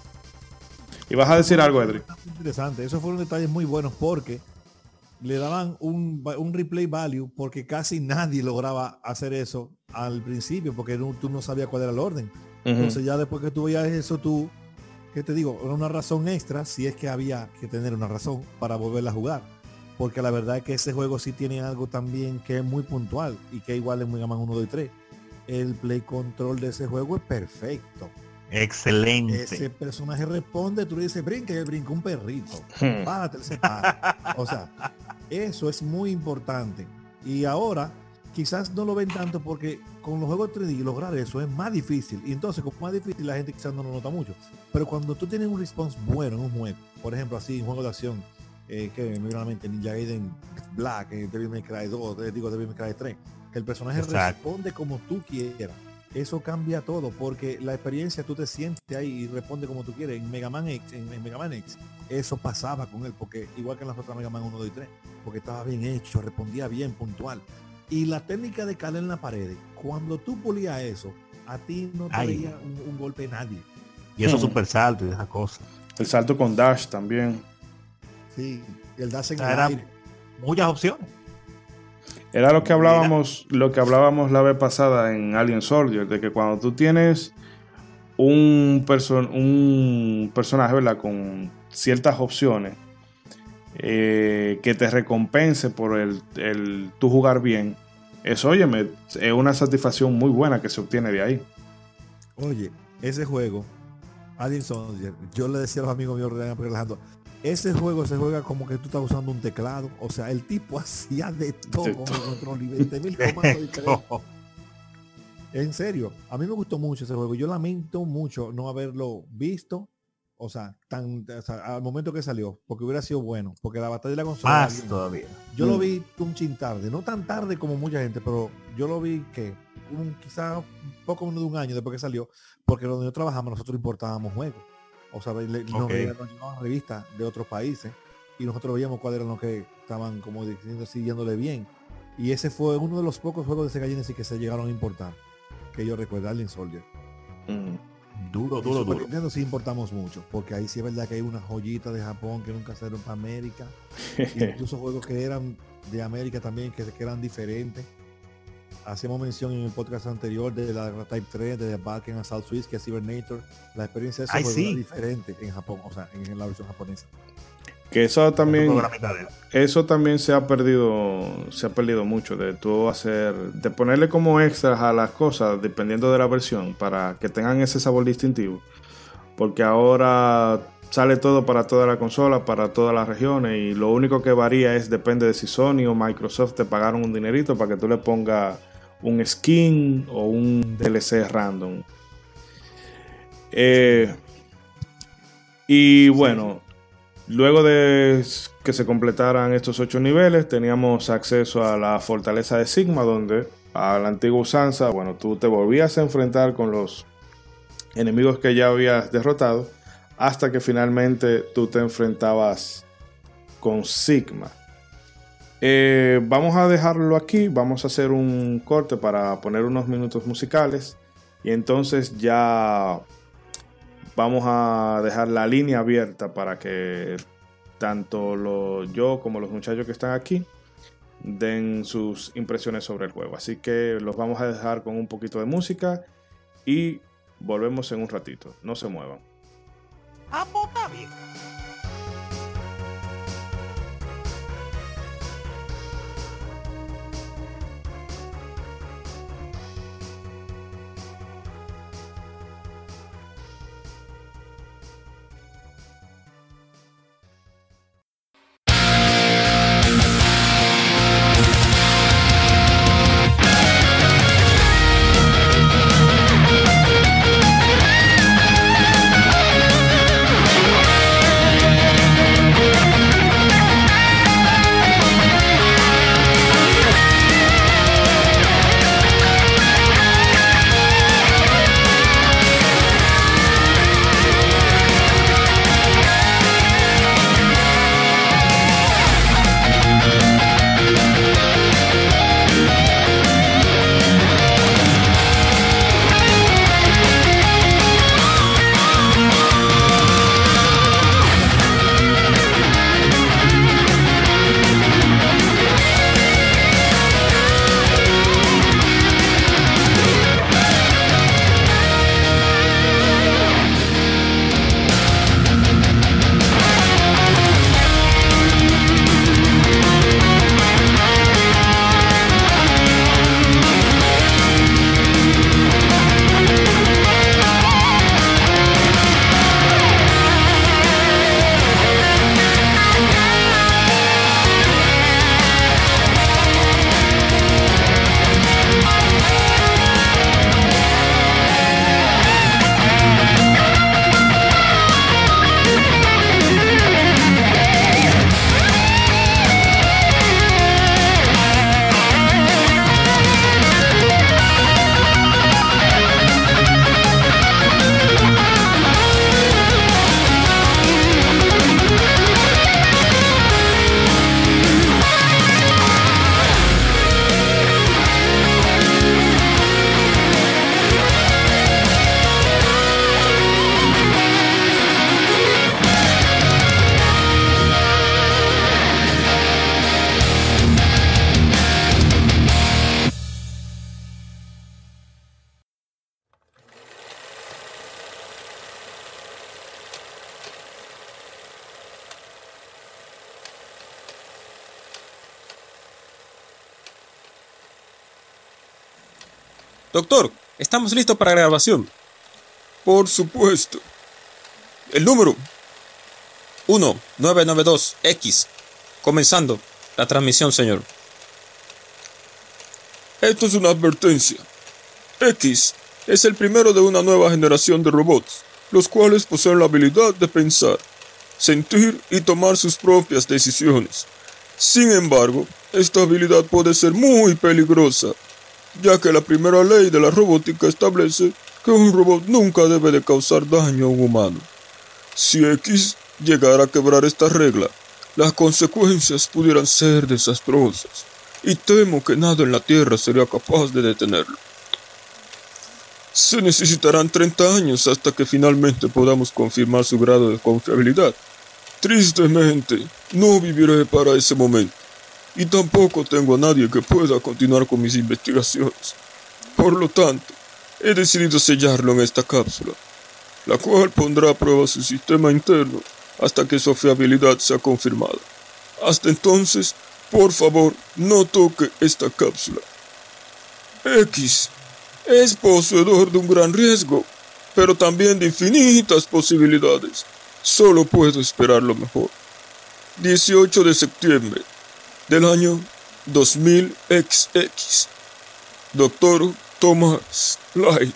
¿Y vas a decir algo, Edric? Interesante, esos fueron detalles muy buenos porque le daban un, un replay value porque casi nadie lograba hacer eso al principio porque no, tú no sabías cuál era el orden. Uh-huh. Entonces ya después que tú veías eso, tú, ¿qué te digo? Era una razón extra, si es que había que tener una razón para volverla a jugar. Porque la verdad es que ese juego sí tiene algo también que es muy puntual y que igual en Mega Man uno, dos y tres. El play control de ese juego es perfecto. Excelente. Ese personaje responde, tú le dices, brinca, y él brinca un perrito. Hmm. Párate, él se para. O sea, eso es muy importante. Y ahora, quizás no lo ven tanto porque con los juegos tres D lograr eso es más difícil. Y entonces, como es más difícil, la gente quizás no lo nota mucho. Pero cuando tú tienes un response bueno en un juego, por ejemplo, así, un juego de acción, eh, que me viene a la mente, Ninja Gaiden Black, eh, Devil May Cry dos, eh, digo Devil May Cry tres, que el personaje Exacto. responde como tú quieras. Eso cambia todo porque la experiencia tú te sientes ahí y responde como tú quieres. En Mega Man X, en, en Mega Man X, eso pasaba con él porque igual que en las otras Mega Man uno, dos y tres, porque estaba bien hecho, respondía bien, puntual. Y la técnica de calar en la pared, cuando tú pulías eso, a ti no te Ay. veía un, un golpe nadie. Y esos Hmm. super saltos y esas cosas. El salto con dash también. Sí, el darse en O sea, el era- aire. Muchas opciones. Era lo que hablábamos, lo que hablábamos la vez pasada en Alien Soldier, de que cuando tú tienes un, perso- un personaje, ¿verdad?, con ciertas opciones eh, que te recompense por el, el tú jugar bien, eso, óyeme, es una satisfacción muy buena que se obtiene de ahí. Oye, ese juego, Alien Soldier, yo le decía a los amigos míos relajando, ese juego se juega como que tú estás usando un teclado. O sea, el tipo hacía de todo De con todo. el control y veinte mil comandos diferentes. En serio, a mí me gustó mucho ese juego. Yo lamento mucho no haberlo visto. O sea, tan, o sea, al momento que salió, porque hubiera sido bueno. Porque la batalla de la consola. Más todavía. Yo Mm. lo vi un chin tarde, no tan tarde como mucha gente, pero yo lo vi que un, quizá un poco menos de un año después que salió, porque donde yo trabajamos nosotros importábamos juegos. O sea, le- nos Ok. veían- nos llevaban revistas de otros países y nosotros veíamos cuáles eran los que estaban como diciendo, siguiéndole bien. Y ese fue uno de los pocos juegos de Sega Genesis que se llegaron a importar, que yo recuerdo, Alien Soldier. Mm. Duro, Y duro, Super duro. Nintendo sí importamos mucho, porque ahí sí es verdad que hay una joyita de Japón que nunca salieron para América. Incluso juegos que eran de América también, que, que eran diferentes. hacíamos mención en el podcast anterior de la Type tres, de Valken Assault Suisse, que es Cybernator. La experiencia de ese Ay, juego sí. era diferente en Japón, o sea, en, en la versión japonesa. Que eso también, Otro programita de él. eso también se ha perdido, se ha perdido mucho de tú hacer, de ponerle como extras a las cosas dependiendo de la versión para que tengan ese sabor distintivo. Porque ahora sale todo para toda la consola, para todas las regiones, y lo único que varía es depende de si Sony o Microsoft te pagaron un dinerito para que tú le pongas un skin o un D L C random. Eh, y bueno, luego de que se completaran estos ocho niveles, teníamos acceso a la fortaleza de Sigma, donde a la antigua usanza, bueno, tú te volvías a enfrentar con los enemigos que ya habías derrotado, hasta que finalmente tú te enfrentabas con Sigma. Eh, vamos a dejarlo aquí, vamos a hacer un corte para poner unos minutos musicales y entonces ya vamos a dejar la línea abierta para que tanto lo, yo como los muchachos que están aquí den sus impresiones sobre el juego. Así que los vamos a dejar con un poquito de música y volvemos en un ratito. No se muevan. Ah, pues está bien. Doctor, estamos listos para la grabación. Por supuesto. El número uno nueve nueve dos X. Comenzando la transmisión, señor. Esto es una advertencia. X es el primero de una nueva generación de robots, los cuales poseen la habilidad de pensar, sentir y tomar sus propias decisiones. Sin embargo, esta habilidad puede ser muy peligrosa, ya que la primera ley de la robótica establece que un robot nunca debe de causar daño a un humano. Si X llegara a quebrar esta regla, las consecuencias pudieran ser desastrosas, y temo que nada en la Tierra sería capaz de detenerlo. Se necesitarán treinta años hasta que finalmente podamos confirmar su grado de confiabilidad. Tristemente, no viviré para ese momento. y tampoco tengo a nadie que pueda continuar con mis investigaciones. Por lo tanto, he decidido sellarlo en esta cápsula, la cual pondrá a prueba su sistema interno hasta que su fiabilidad sea confirmada. Hasta entonces, por favor, no toque esta cápsula. X es poseedor de un gran riesgo, pero también de infinitas posibilidades. Solo puedo esperar lo mejor. dieciocho de septiembre del año dos mil equis equis. Doctor Thomas Light.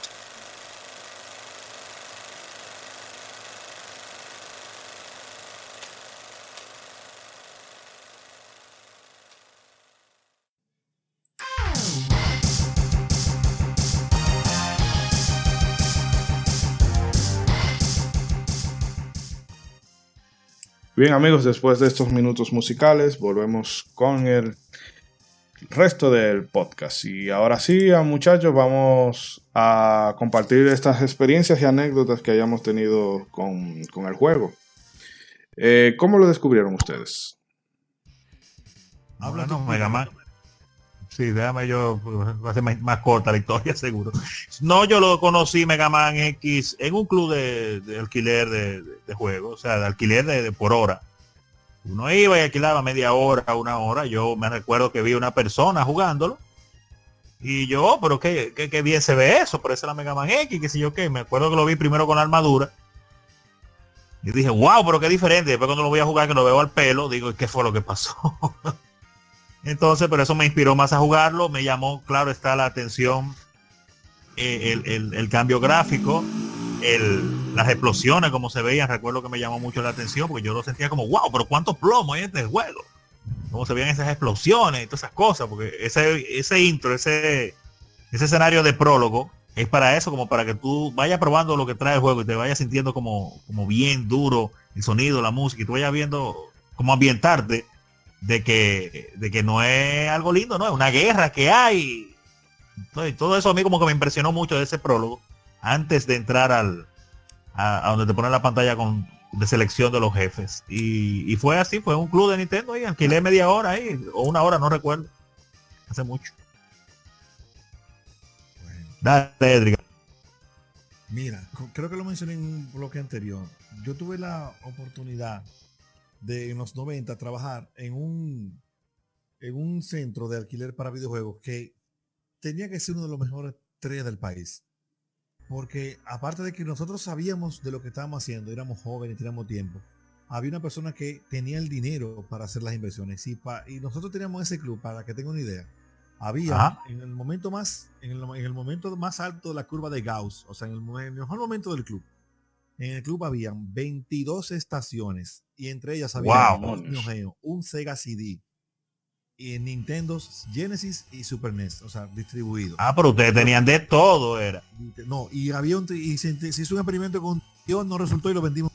Bien amigos, después de estos minutos musicales volvemos con el resto del podcast. Y ahora sí, muchachos, vamos a compartir estas experiencias y anécdotas que hayamos tenido con, con el juego. Eh, ¿Cómo lo descubrieron ustedes? Habla, no, Mega Man. Sí, déjame yo, va a ser más, más corta la historia, seguro. No, yo lo conocí Mega Man X en un club de, de alquiler de, de, de juegos, o sea, de alquiler de, de por hora. Uno iba y alquilaba media hora, una hora. Yo me recuerdo que vi una persona jugándolo. Y yo, pero qué, qué, qué bien se ve eso, por eso la Mega Man X, qué sé yo qué. Me acuerdo que lo vi primero con la armadura. Y dije, wow, pero qué diferente. Después cuando lo voy a jugar, que lo veo al pelo, digo, ¿qué fue lo que pasó? Entonces, pero eso me inspiró más a jugarlo. Me llamó, claro, está la atención, eh, el, el, el cambio gráfico, el, las explosiones, como se veían. Recuerdo que me llamó mucho la atención porque yo lo sentía como, wow, pero cuántos plomos hay en este juego. Cómo se veían esas explosiones y todas esas cosas. Porque ese, ese intro, ese, ese escenario de prólogo es para eso, como para que tú vayas probando lo que trae el juego y te vayas sintiendo como, como bien duro el sonido, la música, y tú vayas viendo cómo ambientarte de que, de que no es algo lindo, no es una guerra que hay. Y todo eso a mí como que me impresionó mucho de ese prólogo antes de entrar al a, a donde te ponen la pantalla con de selección de los jefes. Y, y fue así, fue un club de Nintendo ahí, alquilé media hora ahí, o una hora, no recuerdo. Hace mucho. Bueno. Dale, Edric. Mira, creo que lo mencioné en un bloque anterior. Yo tuve la oportunidad de en los noventa trabajar en un en un centro de alquiler para videojuegos que tenía que ser uno de los mejores tres del país, porque aparte de que nosotros sabíamos de lo que estábamos haciendo, éramos jóvenes, teníamos tiempo, había una persona que tenía el dinero para hacer las inversiones y, pa, y nosotros teníamos ese club, para que tengan una idea, había Ajá. en el momento más en el, en el momento más alto de la curva de Gauss, o sea en el, en el mejor momento del club. En el club habían veintidós estaciones y entre ellas había wow, un, Neo Geo, un Sega C D y Nintendo Genesis y Super N E S, o sea, distribuidos. Ah, pero ustedes tenían de todo, era. No, y había un y se, se hizo un experimento con Dios, no resultó y lo vendimos.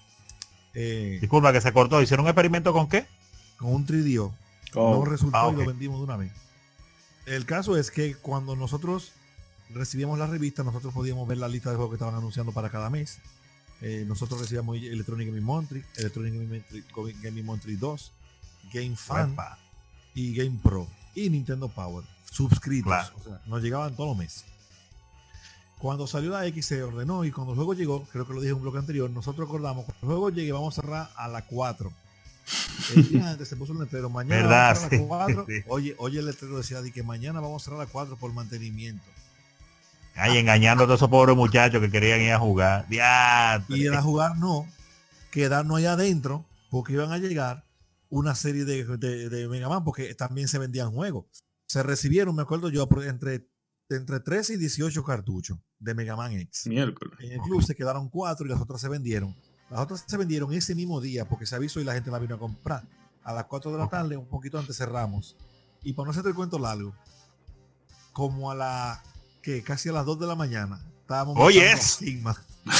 Eh, Disculpa que se cortó, ¿hicieron un experimento con qué? Con un tres D O. Oh. No resultó ah, okay. Y lo vendimos de una vez. El caso es que cuando nosotros recibíamos la revista, nosotros podíamos ver la lista de juegos que estaban anunciando para cada mes. Eh, nosotros recibíamos Electronic Gaming Monthly, Electronic Gaming Monthly dos, Game Fan Epa. Y Game Pro y Nintendo Power suscritos, claro. O sea, nos llegaban todos los meses. Cuando salió la X se ordenó y cuando el juego llegó, creo que lo dije en un bloque anterior, nosotros acordamos, cuando el juego llegue vamos a cerrar a las cuatro. El día antes se puso el letrero, mañana ¿verdad? Vamos a cerrar a las cuatro. Sí. Oye, oye el letrero decía de que mañana vamos a cerrar a las cuatro por mantenimiento. Ay, engañando a todos esos pobres muchachos que querían ir a jugar. ¡Diatre! Y ir a jugar no, quedarnos allá adentro, porque iban a llegar una serie de, de, de Mega Man, porque también se vendían juegos. Se recibieron, me acuerdo yo, entre, entre trece y dieciocho cartuchos de Mega Man X. Miércoles. En el club se quedaron cuatro y las otras se vendieron. Las otras se vendieron ese mismo día, porque se avisó y la gente la vino a comprar. A las cuatro de la tarde, un poquito antes cerramos. Y para no hacerte el cuento largo, como a la que casi a las dos de la mañana estábamos oye es Sigma.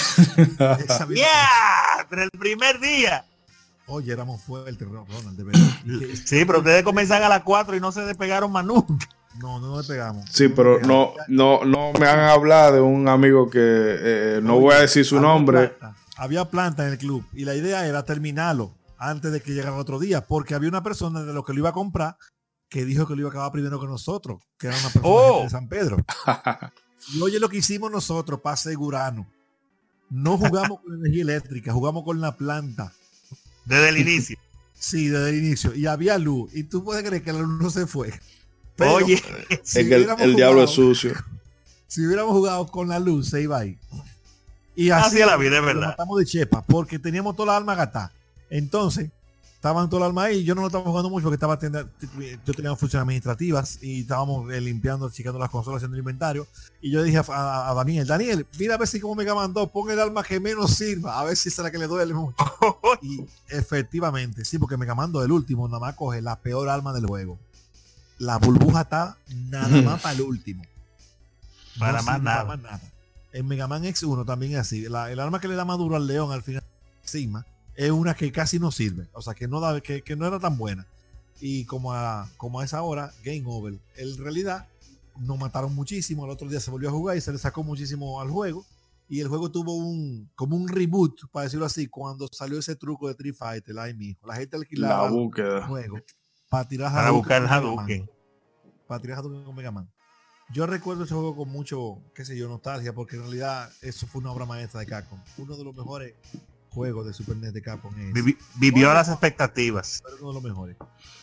Yeah, pero el primer día oye éramos fuertes, Ronald, de verdad. Que, sí, pero ustedes comienzan a las cuatro y no se despegaron más nunca. No, no nos despegamos. Sí, no pero no, no, no me han hablado de un amigo que eh, no oye, voy a decir su había nombre. Planta, había planta en el club y la idea era terminarlo antes de que llegara el otro día, porque había una persona de lo que lo iba a comprar que dijo que lo iba a acabar primero que nosotros, que era una persona Oh. de San Pedro. Y oye lo que hicimos nosotros para asegurarnos. No jugamos con energía eléctrica, jugamos con la planta. Desde el inicio. Sí, desde el inicio. Y había luz. Y tú puedes creer que la luz no se fue. Pero, Oye, si es que el, hubiéramos el diablo es jugado- sucio. Si hubiéramos jugado con la luz, se iba ahí. Y Así es la vida, es lo verdad. matamos de chepa, porque teníamos toda la alma gastada. Entonces, estaban toda la alma ahí. Yo no lo estaba jugando mucho porque estaba teniendo- yo tenía funciones administrativas y estábamos eh, limpiando, checando las consolas, haciendo el inventario. Y yo dije a, a- a Daniel, Daniel, mira a ver si como Mega Man dos, pon el alma que menos sirva, a ver si es la que le duele mucho. Y efectivamente, sí, porque Mega Man dos, el último, nada más coge la peor alma del juego. La burbuja está nada más para el último. Para No más sirve nada. para más nada. En Mega Man X uno también es así. La- el arma que le da más duro al león al final encima es una que casi no sirve. O sea, que no, da, que, que no era tan buena. Y como a, como a esa hora, game over. En realidad, nos mataron muchísimo. El otro día se volvió a jugar y se le sacó muchísimo al juego. Y el juego tuvo un como un reboot, para decirlo así, cuando salió ese truco de Street Fighter. Ay, mijo. La gente La alquilaba el búsqueda. juego para tirar Para Hadouken buscar el con Mega Man. Hadouken. Para tirar Hadouken con Mega Man. Yo recuerdo ese juego con mucho, qué sé yo, nostalgia, porque en realidad eso fue una obra maestra de Capcom. Uno de los mejores juegos de Super N E S de Capcom es. Vivi- vivió a las expectativas. Pero uno de los mejores.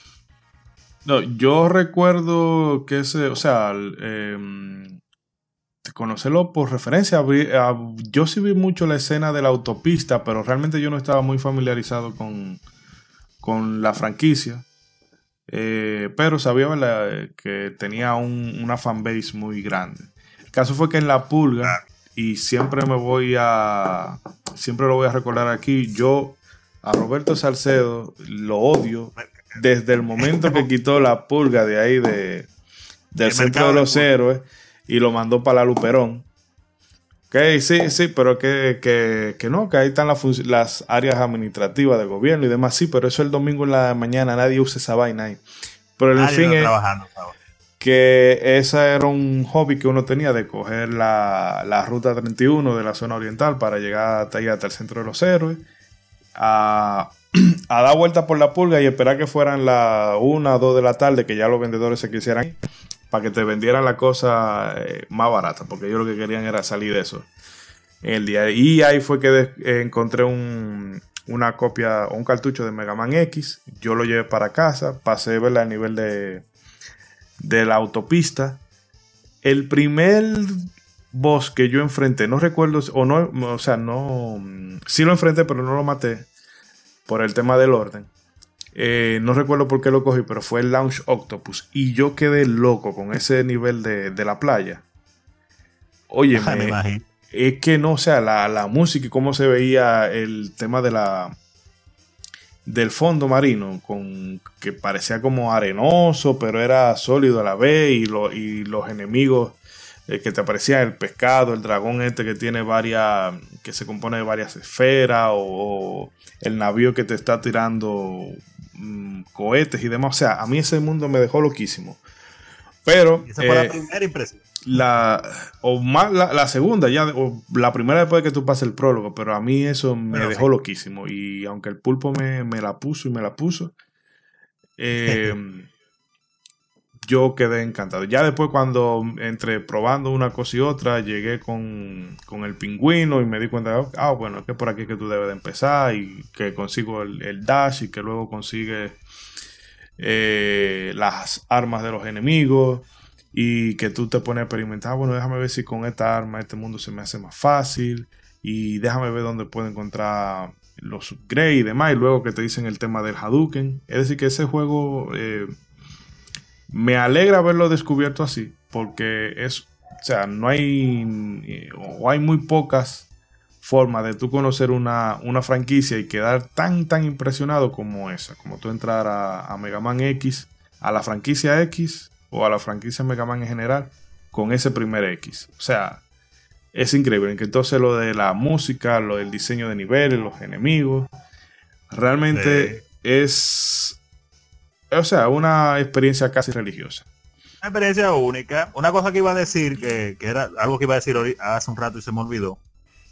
No, yo recuerdo que ese, o sea, el, eh, conocerlo por referencia, vi- a- yo sí vi mucho la escena de la autopista, pero realmente yo no estaba muy familiarizado con, con la franquicia. Eh, pero sabía, ¿verdad?, que tenía un- una fanbase muy grande. El caso fue que en La Pulga, y siempre me voy a, siempre lo voy a recordar aquí, yo a Roberto Salcedo lo odio desde el momento que quitó La Pulga de ahí de, del El Centro mercado de de los Pulga. Héroes y lo mandó para la Luperón. Ok, sí, sí, pero que, que, que no, que ahí están las, func- las áreas administrativas del gobierno y demás, sí, pero eso el domingo en la mañana, nadie usa esa vaina ahí. Pero en Nadie fin está es trabajando. estaba. que ese era un hobby que uno tenía de coger la, la ruta treinta y uno de la zona oriental para llegar hasta, ahí, hasta el Centro de los Héroes, a, a dar vueltas por La Pulga y esperar que fueran las una o dos de la tarde, que ya los vendedores se quisieran ir, para que te vendieran la cosa eh, más barata, porque ellos lo que querían era salir de eso el día. Y ahí fue que de- eh, encontré un, una copia o un cartucho de Mega Man X. Yo lo llevé para casa, pasé, ¿verdad?, a nivel de, de la autopista. El primer boss que yo enfrenté, no recuerdo, o no, o sea, no, sí lo enfrenté, pero no lo maté por el tema del orden. Eh, no recuerdo por qué lo cogí, pero fue el Launch Octopus. Y yo quedé loco con ese nivel de, de la playa. Oye, Ay, me imagino. es que no, o sea, la, la música y cómo se veía el tema de la del fondo marino, con que parecía como arenoso, pero era sólido a la vez, y, lo, y los enemigos eh, que te aparecían, el pescado, el dragón este que tiene varias, que se compone de varias esferas, o, o el navío que te está tirando mm, cohetes y demás. O sea, a mí ese mundo me dejó loquísimo. Pero Esa fue eh, la primera impresión. la o más la, la segunda ya o la primera después de que tú pases el prólogo, pero a mí eso me Bueno, dejó sí. loquísimo, y aunque el pulpo me, me la puso y me la puso, eh, yo quedé encantado. Ya después, cuando entre probando una cosa y otra, llegué con, con el pingüino y me di cuenta, ah, bueno, es que por aquí es que tú debes de empezar, y que consigo el, el dash, y que luego consigue eh, las armas de los enemigos, y que tú te pones a experimentar. Bueno, déjame ver si con esta arma este mundo se me hace más fácil, y déjame ver dónde puedo encontrar los upgrades y demás, y luego que te dicen el tema del Hadouken. Es decir, que ese juego eh, me alegra haberlo descubierto así, porque es, o sea, no hay eh, o hay muy pocas formas de tú conocer una, una franquicia y quedar tan tan impresionado como esa, como tú entrar a, a Mega Man X, a la franquicia X o a la franquicia Mega Man en general, con ese primer X. O sea, es increíble. Que entonces lo de la música, lo del diseño de niveles, los enemigos, realmente es, o sea, una experiencia casi religiosa. Una experiencia única. Una cosa que iba a decir, que, que era algo que iba a decir ahori- hace un rato y se me olvidó,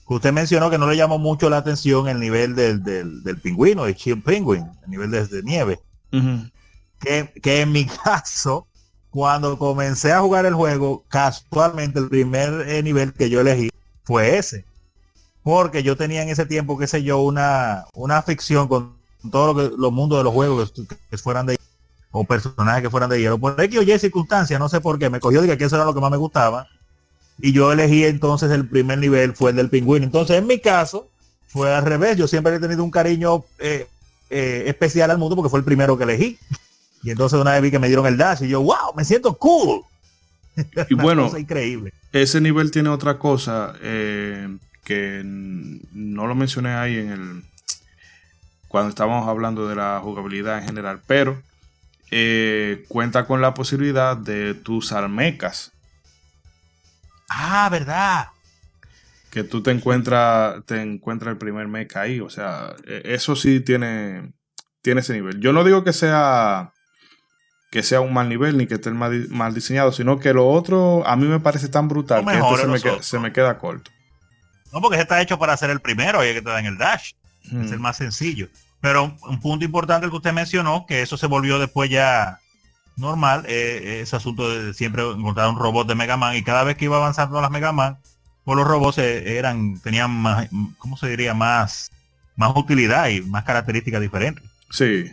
que usted mencionó que no le llamó mucho la atención el nivel del, del, del pingüino, el Chill Penguin, el nivel de, de nieve. Uh-huh. que, que en mi caso, cuando comencé a jugar el juego, casualmente el primer eh, nivel que yo elegí fue ese. Porque yo tenía en ese tiempo, qué sé yo, una, una ficción con todos lo los mundos de los juegos que, que fueran de o personajes que fueran de hielo. Por X o Y circunstancias, no sé por qué, me cogió de que eso era lo que más me gustaba. Y yo elegí entonces el primer nivel, fue el del pingüino. Entonces, en mi caso, fue al revés. Yo siempre he tenido un cariño eh, eh, especial al mundo porque fue el primero que elegí. Y entonces una vez vi que me dieron el dash y yo, wow, me siento cool. Y bueno, cosa increíble. Ese nivel tiene otra cosa eh, que no lo mencioné ahí en el cuando estábamos hablando de la jugabilidad en general, pero eh, cuenta con la posibilidad de tú usar mechas. Ah, verdad. Que tú te encuentras te encuentras el primer mecha ahí, o sea, eso sí tiene tiene ese nivel. Yo no digo que sea que sea un mal nivel ni que esté mal, mal diseñado, sino que lo otro a mí me parece tan brutal que esto se me, queda, se me queda corto. No, porque está hecho para ser el primero y hay que te dan el dash. Hmm. Es el más sencillo. Pero un punto importante el que usted mencionó, que eso se volvió después ya normal, eh, ese asunto de siempre encontrar un robot de Mega Man, y cada vez que iba avanzando las Mega Man, pues los robots eh, eran, tenían más, ¿cómo se diría? Más, más utilidad y más características diferentes. Sí.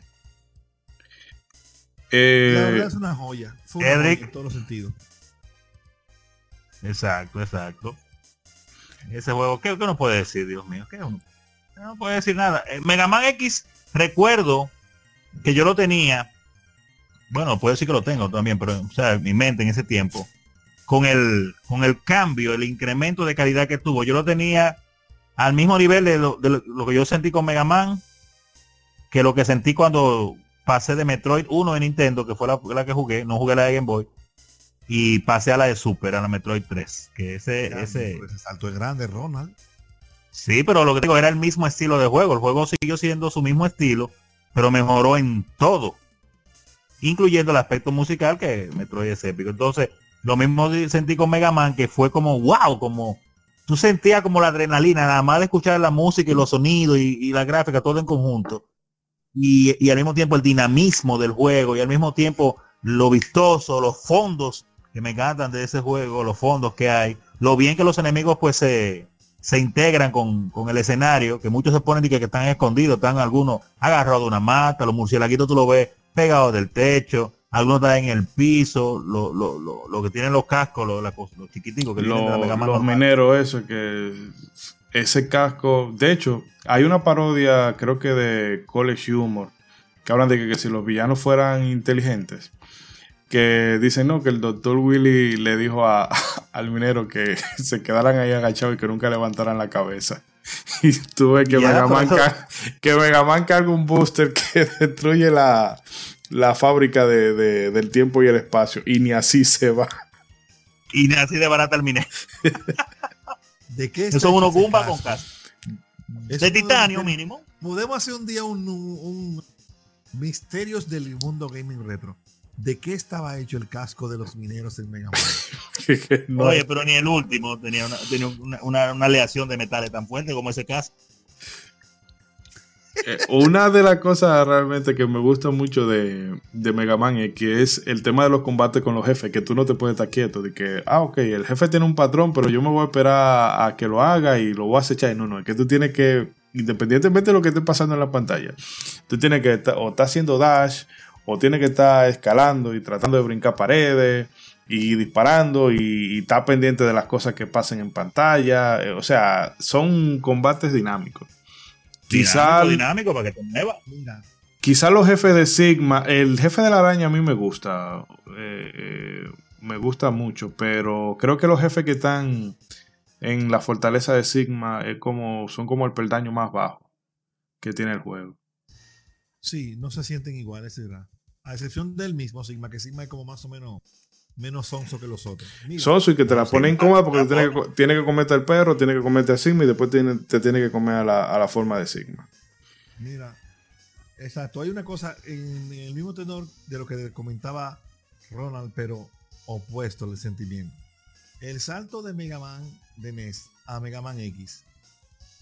Eh, la verdad es una joya. Fue una Edric, joya en todos los sentidos. Exacto, exacto. Ese juego, ¿qué, qué uno puede decir, Dios mío? ¿Qué uno? No puede decir nada. Eh, Mega Man X, recuerdo que yo lo tenía, bueno, puedo decir que lo tengo también, pero o sea, en mi mente en ese tiempo, con el, con el cambio, el incremento de calidad que tuvo, yo lo tenía al mismo nivel de lo, de lo, lo que yo sentí con Mega Man, que lo que sentí cuando pasé de Metroid uno de Nintendo, que fue la, la que jugué, no jugué la de Game Boy, y pasé a la de Super, a la Metroid tres, que ese, ya, ese... Pues ese salto es grande, Ronald. Sí, pero lo que digo era el mismo estilo de juego. El juego siguió siendo su mismo estilo, pero mejoró en todo, incluyendo el aspecto musical, que Metroid es épico. Entonces, lo mismo sentí con Mega Man, que fue como wow, como tú sentías como la adrenalina, nada más de escuchar la música y los sonidos y, y la gráfica, todo en conjunto. Y, y al mismo tiempo el dinamismo del juego, y al mismo tiempo lo vistoso, los fondos que me encantan de ese juego, los fondos que hay, lo bien que los enemigos pues se... se integran con, con el escenario, que muchos se ponen y que, que están escondidos, están algunos agarrados de una mata, los murciélaguitos tú lo ves pegados del techo, algunos están en el piso, lo, lo, lo, lo que tienen los cascos, lo, la, los chiquiticos que lo, vienen de la Mega Man los normal. Mineros, eso, que ese casco, de hecho, hay una parodia, creo que de College Humor, que hablan de que, que si los villanos fueran inteligentes, que dicen no, que el doctor Willy le dijo a, al minero que se quedaran ahí agachados y que nunca levantaran la cabeza. Y tú ves que, Mega Man, eso... car- que Mega Man carga un booster que destruye la, la fábrica de, de, del tiempo y el espacio. Y ni así se va. Y ni así de barata terminé. ¿De qué eso es uno Goomba con casa. De titanio de, mínimo. Podemos hacer un día un, un, un misterios del mundo gaming retro. ¿De qué estaba hecho el casco de los mineros en Mega Man? no. Oye, pero ni el último tenía una, tenía una, una, una aleación de metales tan fuerte como ese casco. Eh, una de las cosas realmente que me gusta mucho de, de Mega Man es que es el tema de los combates con los jefes, que tú no te puedes estar quieto, de que, ah, ok, el jefe tiene un patrón, pero yo me voy a esperar a que lo haga y lo voy a acechar. Y no, no, es que tú tienes que, independientemente de lo que esté pasando en la pantalla, tú tienes que estar, o estar haciendo dash, o tiene que estar escalando y tratando de brincar paredes y disparando y, y estar pendiente de las cosas que pasen en pantalla. O sea, son combates dinámicos. Quizá dinámico, dinámico para que te mueva. Quizá los jefes de Sigma, el jefe de la araña a mí me gusta, eh, eh, me gusta mucho, pero creo que los jefes que están en la fortaleza de Sigma es como, son como el peldaño más bajo que tiene el juego. Sí, no se sienten iguales, ¿verdad? A excepción del mismo Sigma, que Sigma es como más o menos menos sonso que los otros. Mira, sonso y que te la pone incómoda porque tiene que, tiene que comerte al perro, tiene que comerte a Sigma y después tiene, te tiene que comer a la, a la forma de Sigma. Mira, exacto. Hay una cosa en el mismo tenor de lo que comentaba Ronald, pero opuesto al sentimiento. El salto de Mega Man de N E S a Mega Man X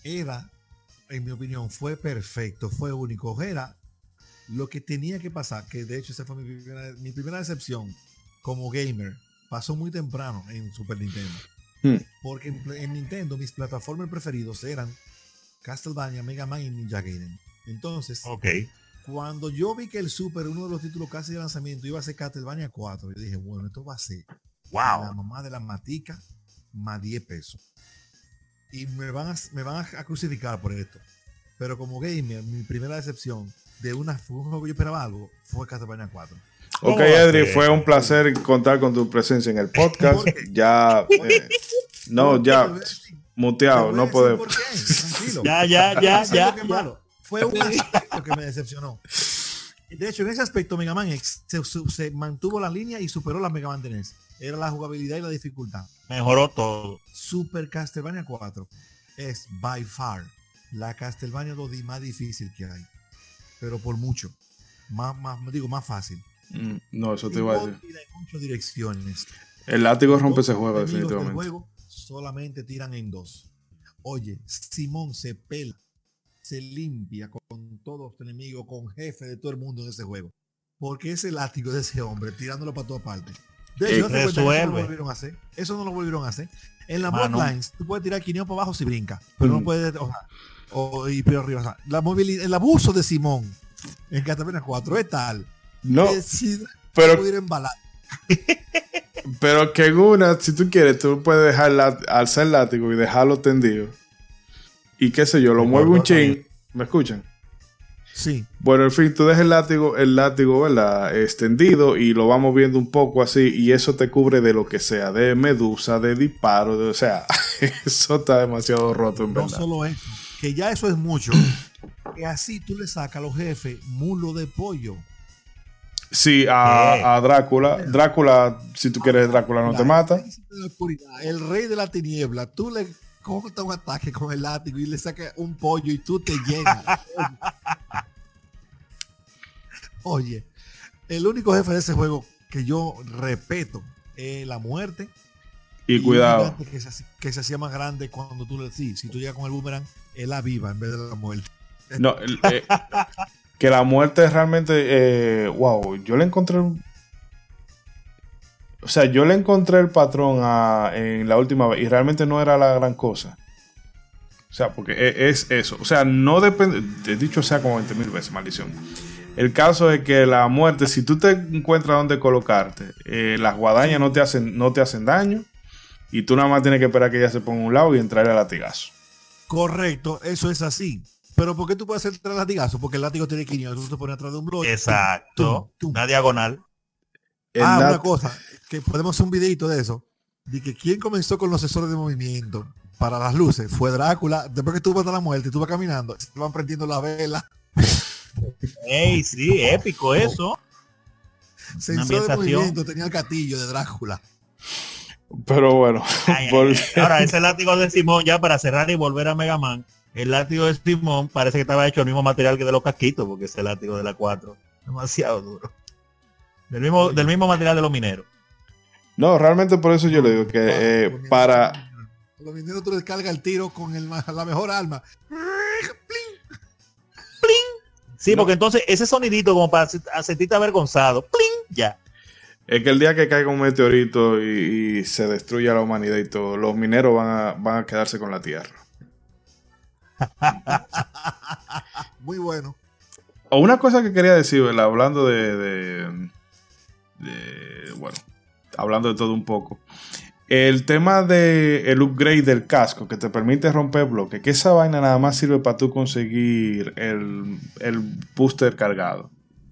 era, en mi opinión, fue perfecto, fue único. Era lo que tenía que pasar, que de hecho esa fue mi primera, mi primera decepción como gamer. Pasó muy temprano en Super Nintendo. Hmm. Porque en, en Nintendo mis plataformas preferidos eran Castlevania, Mega Man y Ninja Gaiden. Entonces, Ok. cuando yo vi que el Super, uno de los títulos casi de lanzamiento, iba a ser Castlevania cuatro, yo dije, bueno, esto va a ser la Wow. mamá de la matica más diez pesos. Y me van, a, me van a crucificar por esto. Pero como gamer, mi primera decepción de una, un juego que yo esperaba algo fue Castlevania cuatro. Ok, ¿Cómo va a Edri, ser? fue un placer contar con tu presencia en el podcast. Ya, eh, no, ya, muteado, no podemos. ¿Por qué? Tranquilo. Ya, ya, ya, Eso es ya, lo que es ya. malo. Fue un aspecto que me decepcionó. De hecho, en ese aspecto, Mega Man X se, se mantuvo la línea y superó la Mega Man de N E S. Era la jugabilidad y la dificultad. Mejoró todo. Super Castlevania cuatro es by far la Castlevania dos D más difícil que hay. Pero por mucho. Más, más, digo, más fácil. Mm, No, eso te iba a Y decir. tira en muchas direcciones. El látigo rompe ese Los juego, enemigos del definitivamente. juego solamente tiran en dos. Oye, Simón se pela, se limpia con todos los enemigos, con jefe de todo el mundo en ese juego. Porque ese látigo de ese hombre tirándolo para todas partes. De hecho, Eh, date cuenta que eso no resuelve. lo volvieron a hacer. Eso no lo volvieron a hacer. En la Mano. Bloodlines, tú puedes tirar quineo para abajo si brinca, pero Mm. no puedes, o sea, o, y pero arriba. O sea, la movilidad, el abuso de Simón en Castlevania cuatro es tal No, que si pero- pudiera embalar. pero que en una, si tú quieres, tú puedes dejar la- alzar el látigo y dejarlo tendido. Y qué sé yo, lo Me mueve un acuerdo chin. ¿Me escuchan? Sí. Bueno, en fin, tú dejas el látigo, el látigo, ¿verdad? Extendido y lo vamos viendo un poco así y eso te cubre de lo que sea, de medusa, de disparo, de, o sea, eso está demasiado roto en No verdad. solo eso, que ya eso es mucho. Que así tú le sacas a los jefes mulo de pollo. Sí, ¿Qué? a, a Drácula, Drácula, si tú quieres Drácula no La te mata. esencia de la oscuridad, el rey de la tiniebla, tú le cortas un ataque con el látigo y le sacas un pollo y tú te llenas. Oye, el único jefe de ese juego que yo respeto es la muerte. Y un cuidado. gigante Que se, hace- que se hacía más grande cuando tú le sí, si tú llegas con el boomerang, él la viva en vez de la muerte. No, el- eh, que la muerte realmente, eh, wow, yo le encontré, un- o sea, yo le encontré el patrón a- en la última vez y realmente no era la gran cosa. O sea, porque e- es eso. O sea, no depende, he dicho sea como veinte mil veces, maldición. El caso es que la muerte, si tú te encuentras donde colocarte, eh, las guadañas no te hacen, no te hacen daño y tú nada más tienes que esperar que ella se ponga a un lado y entrar a latigazo. Correcto, eso es así. Pero ¿por qué tú puedes hacer el latigazo? Porque el látigo tiene quinientos, tú te pones atrás de un bloque. Exacto. tum, tum. Una diagonal. El Ah, lat- una cosa, que podemos hacer un videito de eso. De que quien comenzó con los sensores de movimiento para las luces fue Drácula. Después que tú vas a la muerte y tú vas caminando, se te van prendiendo la vela. Ey, sí, épico eso. Sensor de ambientación. movimiento tenía el gatillo de Drácula. Pero bueno, Ay, ay, vol- ay. Ahora, ese látigo de Simón, ya para cerrar y volver a Mega Man, el látigo de Simón parece que estaba hecho el mismo material que de los casquitos, porque ese látigo de la cuatro, demasiado duro. Del mismo, del mismo material de los mineros. no, realmente por eso yo le digo que eh, Los para... mineros- Los mineros tú les cargas el tiro con el, ma- la mejor arma. Sí, No. porque entonces ese sonidito como para se- a sentirte avergonzado, ¡pling! Ya. Es que el día que caiga un meteorito y, y se destruya la humanidad y todo, los mineros van a, van a quedarse con la tierra. Muy bueno. O una cosa que quería decir, ¿verdad? Hablando de, de, de- bueno, hablando de todo un poco. El tema de el upgrade del casco que te permite romper bloques, que esa vaina nada más sirve para tú conseguir el, el booster cargado.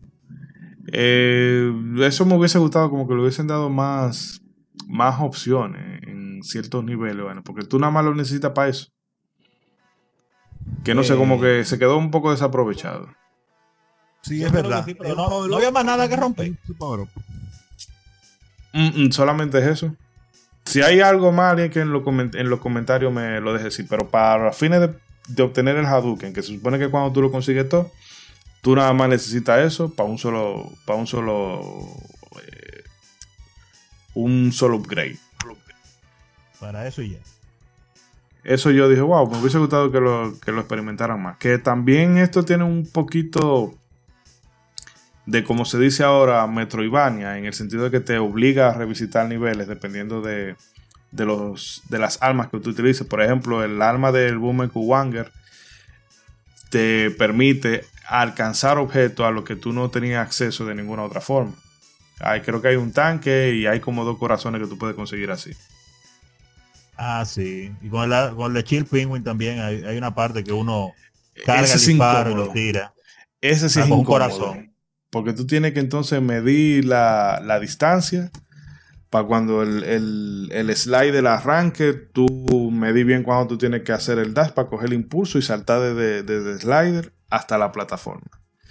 Eh, eso me hubiese gustado como que le hubiesen dado más, más opciones en ciertos niveles, bueno, porque tú nada más lo necesitas para eso. Que no sé, Eh. como que se quedó un poco desaprovechado. Sí, Yo es creo verdad. que sí, pero Es no- un power no up. había más nada que romper. Es un power up. Mm, mm, solamente es eso. Si hay algo más, alguien que en, lo coment- en los comentarios me lo deje decir. Pero para fines de, de obtener el Hadouken, que se supone que cuando tú lo consigues todo, tú nada más necesitas eso para un solo, para un solo, eh, un solo upgrade. Para eso y ya. eso yo dije, wow, me hubiese gustado que lo, que lo experimentaran más. Que también esto tiene un poquito de, como se dice ahora, Metroidvania, en el sentido de que te obliga a revisitar niveles dependiendo de, de, los, de las armas que tú utilices. Por ejemplo, el arma del Bumekuwanger te permite alcanzar objetos a los que tú no tenías acceso de ninguna otra forma. Hay, creo que hay un tanque y hay como dos corazones que tú puedes conseguir así. Ah, sí. Y con el, con el de Chill Penguin también hay, hay una parte que uno carga Ese el es disparo y incómodo. lo tira. Ese sí Ah, es con un incómodo. corazón. Porque tú tienes que entonces medir la, la distancia para cuando el, el, el slider arranque, tú medís bien cuando tú tienes que hacer el dash para coger el impulso y saltar desde, desde el slider hasta la plataforma.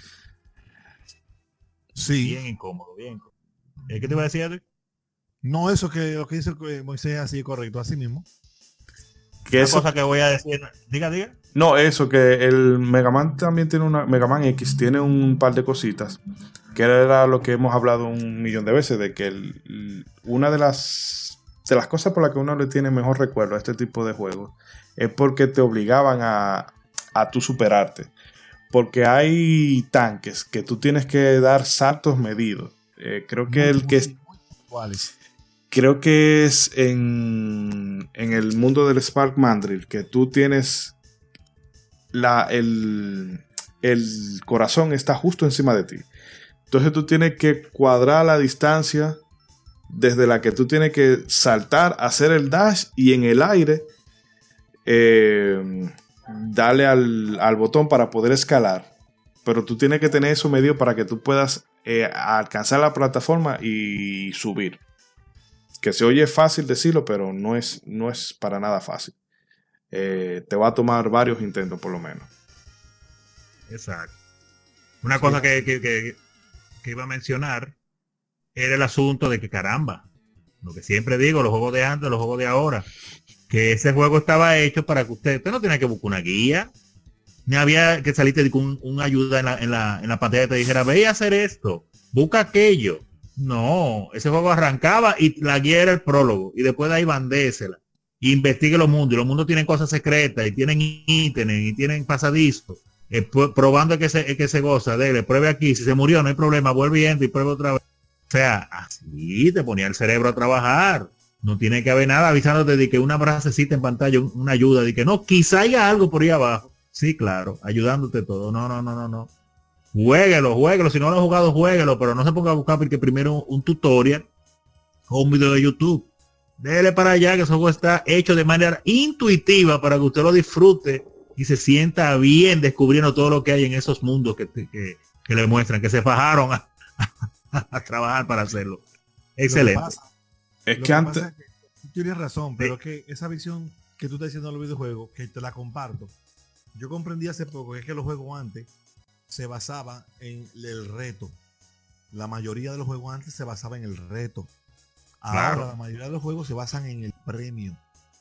Sí. Bien incómodo, bien incómodo. ¿Qué te iba a decir, Edwin? No, eso que lo que dice Moisés es así correcto, así mismo. Que Una eso, cosa que voy a decir. Diga, diga. no, eso, que el Mega Man también tiene una. Mega Man X tiene un par de cositas. Que era lo que hemos hablado un millón de veces. De que el, una de las. De las cosas por las que uno le tiene mejor recuerdo a este tipo de juegos. Es porque te obligaban a. A tú superarte. Porque hay tanques que tú tienes que dar saltos medidos. Eh, creo que el que es. ¿Cuáles? Creo que es en, en el mundo del Spark Mandrill que tú tienes la, el, el corazón está justo encima de ti. Entonces tú tienes que cuadrar la distancia desde la que tú tienes que saltar, hacer el dash y en el aire eh, darle al, al botón para poder escalar. Pero tú tienes que tener eso medido para que tú puedas eh, alcanzar la plataforma y subir. Que se oye fácil decirlo, pero no es, no es para nada fácil. Eh, te va a tomar varios intentos por lo menos. Exacto. Una Sí. cosa que, que, que, que iba a mencionar era el asunto de que, caramba, lo que siempre digo, los juegos de antes, los juegos de ahora, que ese juego estaba hecho para que usted, usted no tenía que buscar una guía, ni había que salirte con un, un ayuda en la, en, la, en la pantalla que te dijera, ve a hacer esto, busca aquello. No, ese juego arrancaba y la guía era el prólogo y después de ahí bandésela. Investigue los mundos y los mundos tienen cosas secretas y tienen ítems y tienen pasadizos. Eh, probando que se, que se goza, dele, pruebe aquí, si se murió no hay problema, vuelve y entra y pruebe otra vez. O sea, así te ponía el cerebro a trabajar. No tiene que haber nada avisándote de que una frasecita en pantalla, una ayuda, de que no, quizá haya algo por ahí abajo. Sí, claro, ayudándote todo. No, no, no, no, no. Juéguelo, juéguelo. Si no lo has jugado, juéguelo, pero no se ponga a buscar porque primero un tutorial o un video de YouTube. Dele para allá que ese juego está hecho de manera intuitiva para que usted lo disfrute y se sienta bien descubriendo todo lo que hay en esos mundos que, que, que le muestran, que se fajaron a, a, a trabajar para hacerlo. Excelente. Lo que pasa, Es lo que antes. pasa es que tú tienes razón, pero es que esa visión que tú estás diciendo de los videojuegos, que te la comparto. Yo comprendí hace poco que es que los juegos antes se basaban en el reto. La mayoría de los juegos antes se basaba en el reto. Ahora Claro. la mayoría de los juegos se basan en el premio.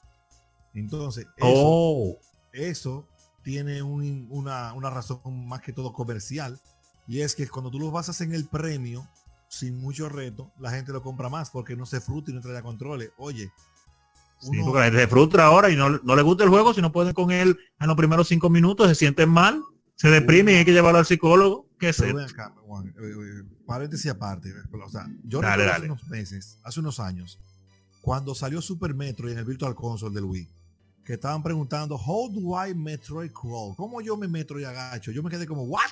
Entonces, eso, Oh, eso tiene un- una, una razón más que todo comercial. Y es que cuando tú lo basas en el premio, sin mucho reto, la gente lo compra más porque no se fruta y no trae controles. Oye, sí, uno- porque la gente se frustra ahora y no, no le gusta el juego, si no pueden con él en los primeros cinco minutos, se sienten mal, se deprimen y hay que llevarlo al psicólogo. ¿Qué es pero eso? ven acá, Juan, eh, eh, paréntesis aparte. O sea, yo Dale, recuerdo dale. hace unos meses, hace unos años, cuando salió Super Metroid en el Virtual Console del Wii, que estaban preguntando, how do I Metroid crawl? ¿Cómo yo me Metroid agacho? Yo me quedé como, what?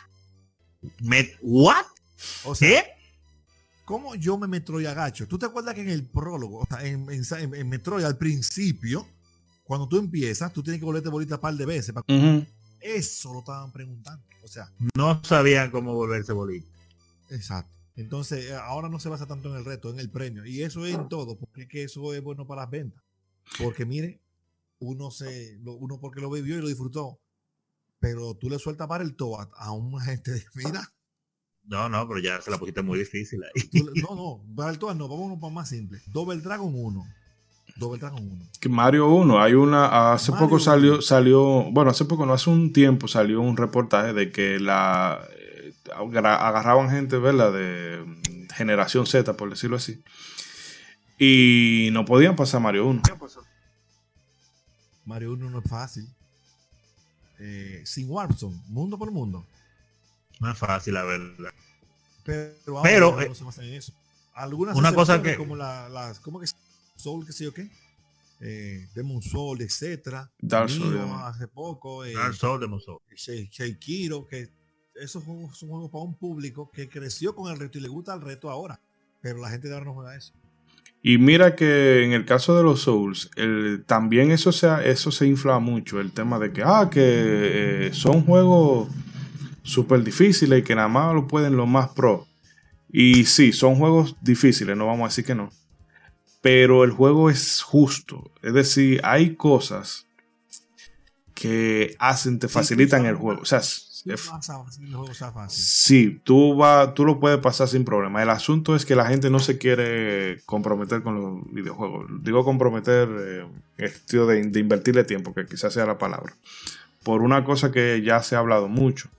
Me- ¿What? O sea, ¿Qué? ¿cómo yo me Metroid agacho? ¿Tú te acuerdas que en el prólogo, o sea, en, en- en Metroid al principio, cuando tú empiezas, tú tienes que volverte bolita un par de veces? pa- Ujú. Eso lo estaban preguntando. O sea, No sabían cómo volverse bolita. exacto. Entonces, eh, ahora no se basa tanto en el reto, en el premio. Y eso es en todo, porque es que eso es bueno para las ventas. Porque mire, uno se, lo- uno porque lo bebió y lo disfrutó. Pero tú le sueltas para el toat a un gente, mira, No, no, pero ya se la pusiste muy difícil ahí. tú le- no, no, para el toat no, vamos a uno para más simple. Double Dragon uno. Double Dragon uno. Que Mario uno, hay una, hace Mario poco salió, uno. salió, bueno, hace poco, no, hace un tiempo salió un reportaje de que la eh, agra- agarraban gente, ¿verdad? De mm, generación Z, por decirlo así, y no podían pasar Mario uno. Mario uno no es fácil. Eh, sin Warzone, mundo por mundo. No es fácil, la verdad. Pero, Pero, ahora eh, no se basan en eso. Algunas una cosa excepciones, que- como la, las, ¿cómo que es? Soul, qué sé yo qué, eh, Demon Soul, etcétera. Dark Nioh, Souls, Demon. hace poco, eh, Dark Souls, Demon Souls. Shei- Sheikiro, que esos juegos son juegos para un público que creció con el reto y le gusta el reto ahora, pero la gente de ahora no juega eso. Y mira que en el caso de los Souls, el, también eso se, eso se infla mucho, el tema de que, ah, que eh, son juegos súper difíciles y que nada más lo pueden los más pro. Y sí, son juegos difíciles, no vamos a decir que no. Pero el juego es justo. Es decir, hay cosas que hacen, te facilitan el juego. O sea, es- Sí, pasa, sí, el juego está fácil. sí, tú, va, tú lo puedes pasar sin problema. El asunto es que la gente no se quiere comprometer con los videojuegos. Digo comprometer eh, en el sentido de, de invertirle tiempo, que quizás sea la palabra. Por una cosa que ya se ha hablado mucho.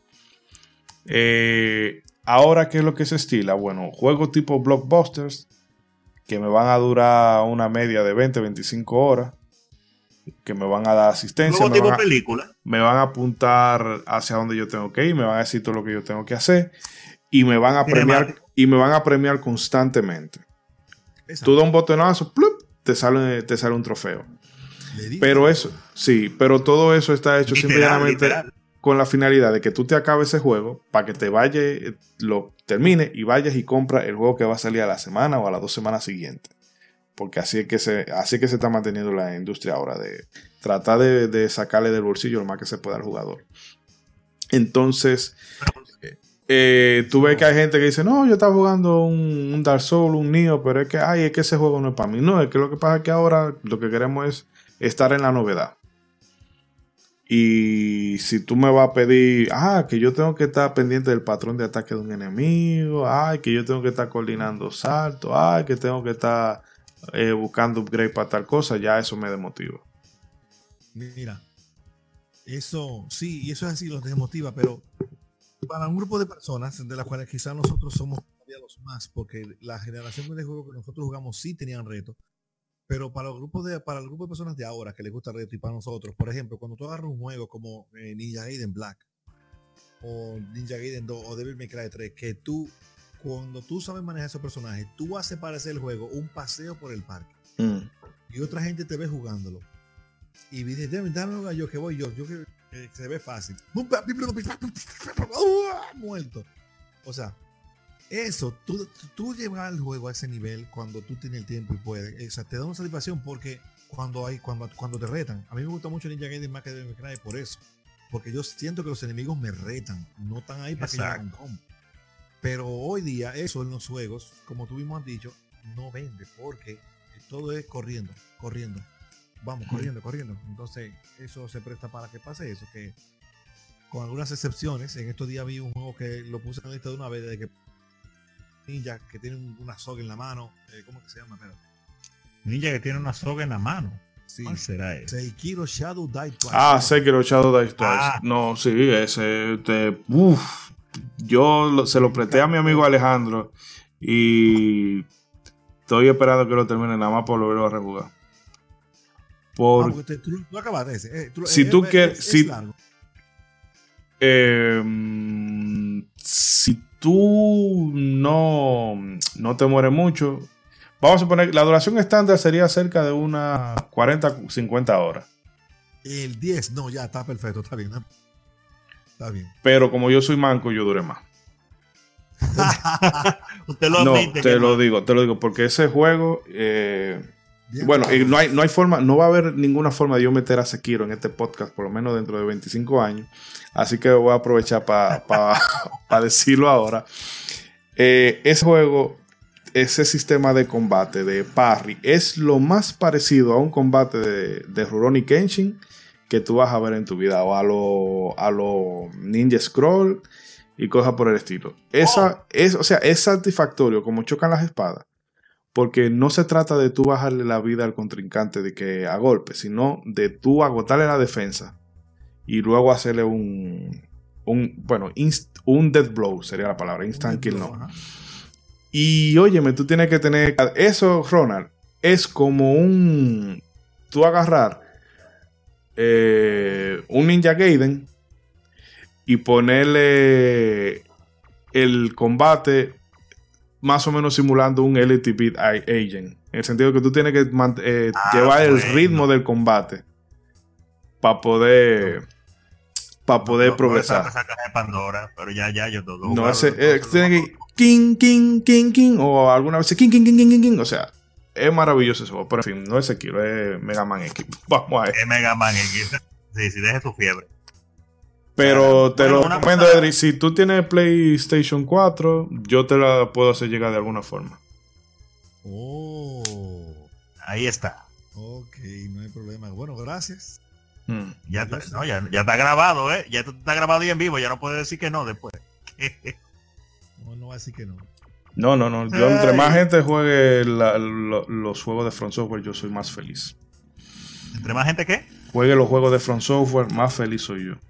Eh, ahora, ¿qué es lo que se estila? Bueno, juegos tipo blockbusters que me van a durar una media de veinte, veinticinco horas, que me van a dar asistencia, Luego me tipo van a, película. me van a apuntar hacia donde yo tengo que ir, me van a decir todo lo que yo tengo que hacer y me van a premiar Cinemático. y me van a premiar constantemente. Exacto. Tú das un botonazo, ¡plup! te sale te sale un trofeo. Le di- Pero eso, sí, pero todo eso está hecho Literal, simplemente literal. con la finalidad de que tú te acabes ese juego para que te vayas, lo termine y vayas y compras el juego que va a salir a la semana o a las dos semanas siguientes. Porque así es que se, así es que se está manteniendo la industria ahora, de tratar de, de sacarle del bolsillo lo más que se pueda al jugador. Entonces, eh, tú ves que hay gente que dice, no, yo estaba jugando un, un Dark Souls, un Nioh, pero es que, ay, es que ese juego no es para mí. No, es que lo que pasa es que ahora lo que queremos es estar en la novedad. Y si tú me vas a pedir, ah, que yo tengo que estar pendiente del patrón de ataque de un enemigo, ay, que yo tengo que estar coordinando saltos, ay, que tengo que estar eh, buscando upgrade para tal cosa, ya eso me desmotiva. Mira, eso sí, y eso es así, los desmotiva, pero para un grupo de personas, de las cuales quizás nosotros somos todavía los más, porque la generación de juegos que nosotros jugamos sí tenían retos, pero para el grupo de, para el grupo de personas de ahora que les gusta el reto y para nosotros, por ejemplo, cuando tú agarras un juego como eh, Ninja Gaiden Black o Ninja Gaiden dos o Devil May Cry tres, que tú, cuando tú sabes manejar esos personajes, tú haces parecer el juego un paseo por el parque. Mm. Y otra gente te ve jugándolo. Y dice, dame, dame yo que voy yo, yo que eh, se ve fácil. Muerto. O sea, eso, tú, tú llevar el juego a ese nivel cuando tú tienes el tiempo y puedes. O sea, te da una satisfacción porque cuando hay, cuando, cuando te retan. A mí me gusta mucho Ninja Gaiden más que Devil May Cry por eso. Porque yo siento que los enemigos me retan. No están ahí para que yo haga un combo. Pero hoy día, eso en los juegos, como tú mismo has dicho, no vende porque todo es corriendo, corriendo. Vamos, corriendo, corriendo. Entonces, eso se presta para que pase eso. Que con algunas excepciones, en estos días vi un juego que lo puse en la lista de una vez, de que Ninja que tiene un- una soga en la mano. Eh, ¿Cómo que se llama? Espérate. Ninja que tiene una soga en la mano. Sí. ¿Cuál será ese? Seikiro Shadow Die Twice. Ah, Sekiro Shadow Die Twice. Ah. No, sí, ese, te, uf, yo lo- se lo presté a mi amigo Alejandro y estoy esperando que lo termine nada más por volverlo a rejugar. Ah, Por, porque te- tú, tú acabaste ese. Eh, tú- Si eh, tú eh, quieres- es- si- es largo. eh, mm, si tú no, no te mueres mucho, vamos a suponer que la duración estándar sería cerca de unas cuarenta, cincuenta horas. El diez, no, ya está perfecto, está bien. ¿no? Está bien. Pero como yo soy manco, yo duré más. Usted lo No, admite. te que lo no. digo, te lo digo, porque ese juego, eh, Bien, bueno, claro. y no hay, no hay forma, no va a haber ninguna forma de yo meter a Sekiro en este podcast, por lo menos dentro de veinticinco años. Así que voy a aprovechar para pa, pa decirlo ahora. Eh, ese juego, ese sistema de combate de parry, es lo más parecido a un combate de, de Rurouni Kenshin que tú vas a ver en tu vida, o a lo, a lo Ninja Scroll y cosas por el estilo. Esa, es, o sea, es satisfactorio como chocan las espadas. Porque no se trata de tú bajarle la vida al contrincante de que a golpe, sino de tú agotarle la defensa y luego hacerle un, un bueno, inst, un death blow sería la palabra, instant kill no. Ajá. Y óyeme, tú tienes que tener eso, Ronald, es como un tú agarrar eh, un Ninja Gaiden y ponerle el combate más o menos simulando un Elite Beat Agent. En el sentido que tú tienes que eh, ah, llevar el bueno. ritmo del combate para poder para poder no, progresar. No, no de Pandora, pero ya, ya, yo todo. No, ese, eh, tiene que king, king, king, king, o alguna vez king, king, king, king, king, king. O sea, es maravilloso ese juego. Pero en fin, no es Sekiro, es Mega Man X. Vamos a ver. Es Mega Man X. Sí, sí, deje tu fiebre. Pero o sea, te bueno, lo recomiendo, cosa... Edri. Si tú tienes PlayStation cuatro, yo te la puedo hacer llegar de alguna forma. Oh, ahí está. Ok, no hay problema. Bueno, gracias. Hmm. Ya, está, no, ya, ya está grabado, ¿eh? Ya está grabado y en vivo. Ya no puedes decir que no después. No, no va a decir que no. No, no, no. Yo, entre más gente juegue la, lo, los juegos de From Software, yo soy más feliz. ¿Entre más gente qué? Juegue los juegos de From Software, más feliz soy yo.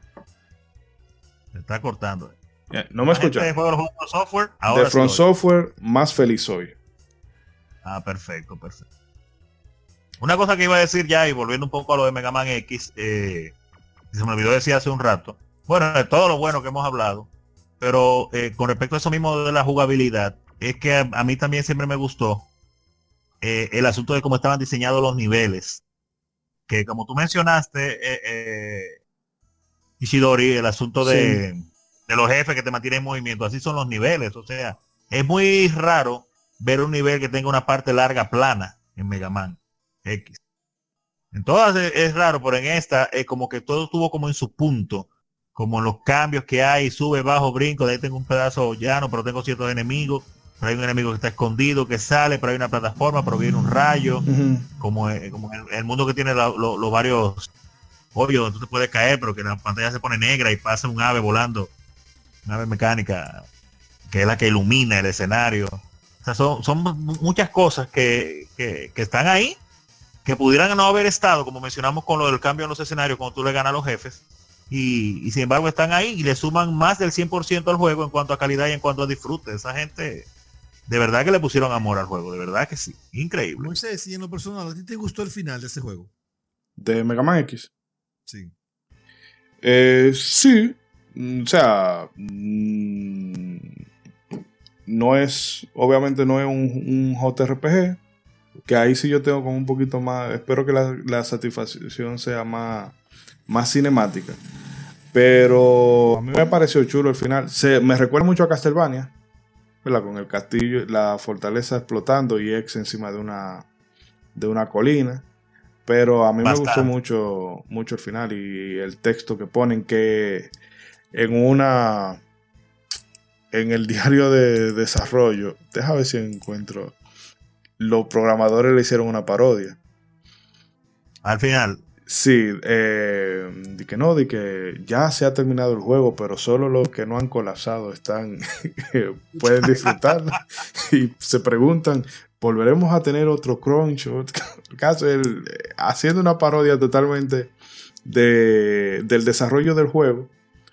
Se está cortando. Yeah, no me escuchas. De juego, juego de software, ahora de From Software, más feliz soy. Ah, perfecto, perfecto. Una cosa que iba a decir ya, y volviendo un poco a lo de Mega Man X, eh, se me olvidó decir hace un rato. Bueno, de todo lo bueno que hemos hablado, pero eh, con respecto a eso mismo de la jugabilidad, es que a, a mí también siempre me gustó eh, el asunto de cómo estaban diseñados los niveles. Que como tú mencionaste, eh, eh, Ishidori, el asunto de, sí. de los jefes que te mantienen en movimiento, así son los niveles. O sea, es muy raro ver un nivel que tenga una parte larga plana en Mega Man X. En todas es, es raro, pero en esta es como que todo estuvo como en su punto, como en los cambios que hay, sube, bajo, brinco, de ahí tengo un pedazo llano, pero tengo ciertos enemigos, pero hay un enemigo que está escondido, que sale, pero hay una plataforma, pero viene un rayo, uh-huh. como, como el, el mundo que tiene los lo, lo varios hoyos donde tú te puedes caer, pero que la pantalla se pone negra y pasa un ave volando, una ave mecánica, que es la que ilumina el escenario. O sea, son, son muchas cosas que, que, que están ahí, que pudieran no haber estado, como mencionamos con lo del cambio en los escenarios, cuando tú le ganas a los jefes, y, y sin embargo están ahí y le suman más del cien por ciento al juego en cuanto a calidad y en cuanto a disfrute. Esa gente, de verdad que le pusieron amor al juego, de verdad que sí, increíble. Moisés, y en lo personal, ¿a ti te gustó el final de ese juego? ¿De Mega Man X? Sí. Eh, sí, o sea, mmm, no es, obviamente no es un, un J R P G, que ahí sí yo tengo como un poquito más, espero que la, la satisfacción sea más, más cinemática, pero a mí me pareció chulo el final. Se, me recuerda mucho a Castlevania, ¿verdad? Con el castillo, la fortaleza explotando y X encima de una, de una colina. Pero a mí Bastante. me gustó mucho, mucho el final y el texto que ponen, que en una en el diario de desarrollo, déjame ver si encuentro, los programadores le hicieron una parodia. Al final. Sí, eh, de que no, de que ya se ha terminado el juego, pero solo los que no han colapsado están pueden disfrutarlo. Y se preguntan, ¿volveremos a tener otro crunch? El caso es el, haciendo una parodia totalmente de, del desarrollo del juego,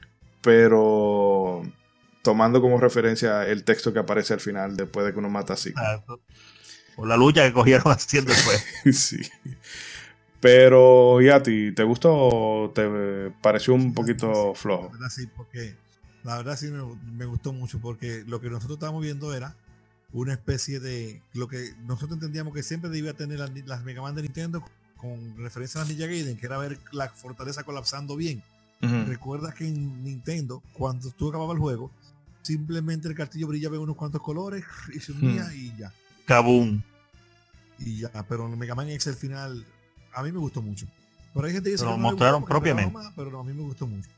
pero tomando como referencia el texto que aparece al final después de que uno mata a Sigma. Por la lucha que cogieron haciendo el juego. Sí. Pero, ¿y a ti? ¿Te gustó o te pareció un poquito flojo? La verdad sí, porque la verdad sí me, me gustó mucho, porque lo que nosotros estábamos viendo era una especie de lo que nosotros entendíamos que siempre debía tener las, las Mega Man de Nintendo con referencia a las Ninja Gaiden, que era ver la fortaleza colapsando bien. Uh-huh. Recuerda que en Nintendo, cuando tú acababas el juego, simplemente el castillo brillaba en unos cuantos colores y se unía uh-huh. y ya. Kaboom. Y ya, pero en Mega Man X al final a mí me gustó mucho. Pero hay gente que dice lo que no mostraron propiamente. Más, pero a mí me gustó mucho.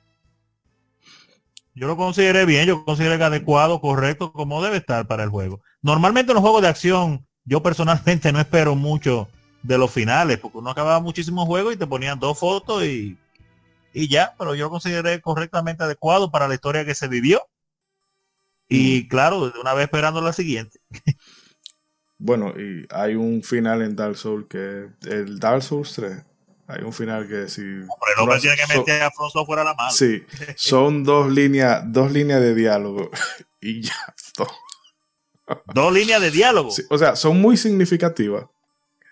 Yo lo consideré bien, yo consideré adecuado, correcto, como debe estar para el juego. Normalmente en los juegos de acción, yo personalmente no espero mucho de los finales, porque uno acababa muchísimos juegos y te ponían dos fotos y, y ya, pero yo lo consideré correctamente adecuado para la historia que se vivió. Y mm. claro, de una vez esperando la siguiente. Bueno, y hay un final en Dark Souls que el Dark Souls tres. Hay un final que si... Hombre, el hombre tiene que meter so, a From Software a la mano. Sí, son dos líneas dos líneas de diálogo y ya todo. ¿Dos líneas de diálogo? Sí, o sea, son muy significativas.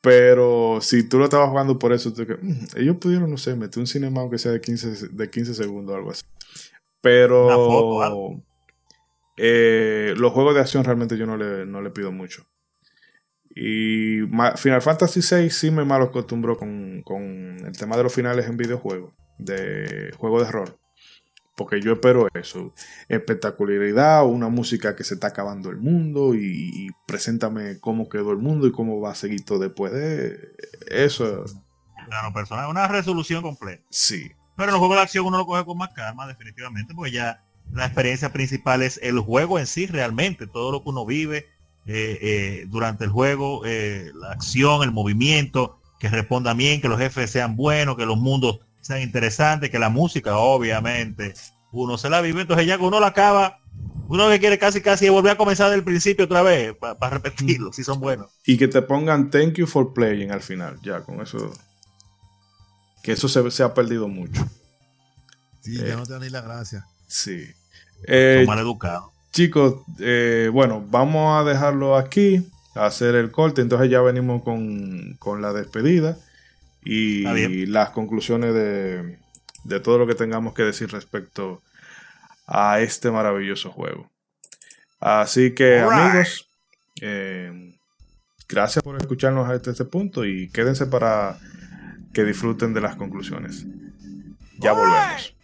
Pero si tú lo estabas jugando por eso, tú que, mm, ellos pudieron, no sé, meter un cinema aunque sea de quince, de quince segundos o algo así. Pero Una foto, algo. Eh, los juegos de acción realmente yo no le, no le pido mucho. Y ma, Final Fantasy seis sí me mal acostumbró con, con el tema de los finales en videojuegos, de juegos de rol. Porque yo espero eso, espectacularidad, una música que se está acabando el mundo y, y preséntame cómo quedó el mundo y cómo va a seguir todo después de eso. Claro, personal, una resolución completa. Sí. Pero en los juegos de acción uno lo coge con más calma, definitivamente, porque ya la experiencia principal es el juego en sí realmente, todo lo que uno vive eh, eh, durante el juego, eh, la acción, el movimiento, que responda bien, que los jefes sean buenos, que los mundos sean interesantes, que la música obviamente uno se la vive, entonces ya que uno la acaba, uno que quiere casi casi volver a comenzar del principio otra vez para pa repetirlo, si son buenos. Y que te pongan thank you for playing al final, ya con eso, que eso se, se ha perdido mucho. Sí, eh, ya no te da ni la gracia. Sí. Eh, Son mal educados. Chicos, eh, bueno, vamos a dejarlo aquí, a hacer el corte, entonces ya venimos con, con la despedida y las conclusiones de, de todo lo que tengamos que decir respecto a este maravilloso juego. Así que, right. amigos, eh, gracias por escucharnos hasta este punto y quédense para que disfruten de las conclusiones. Ya volvemos.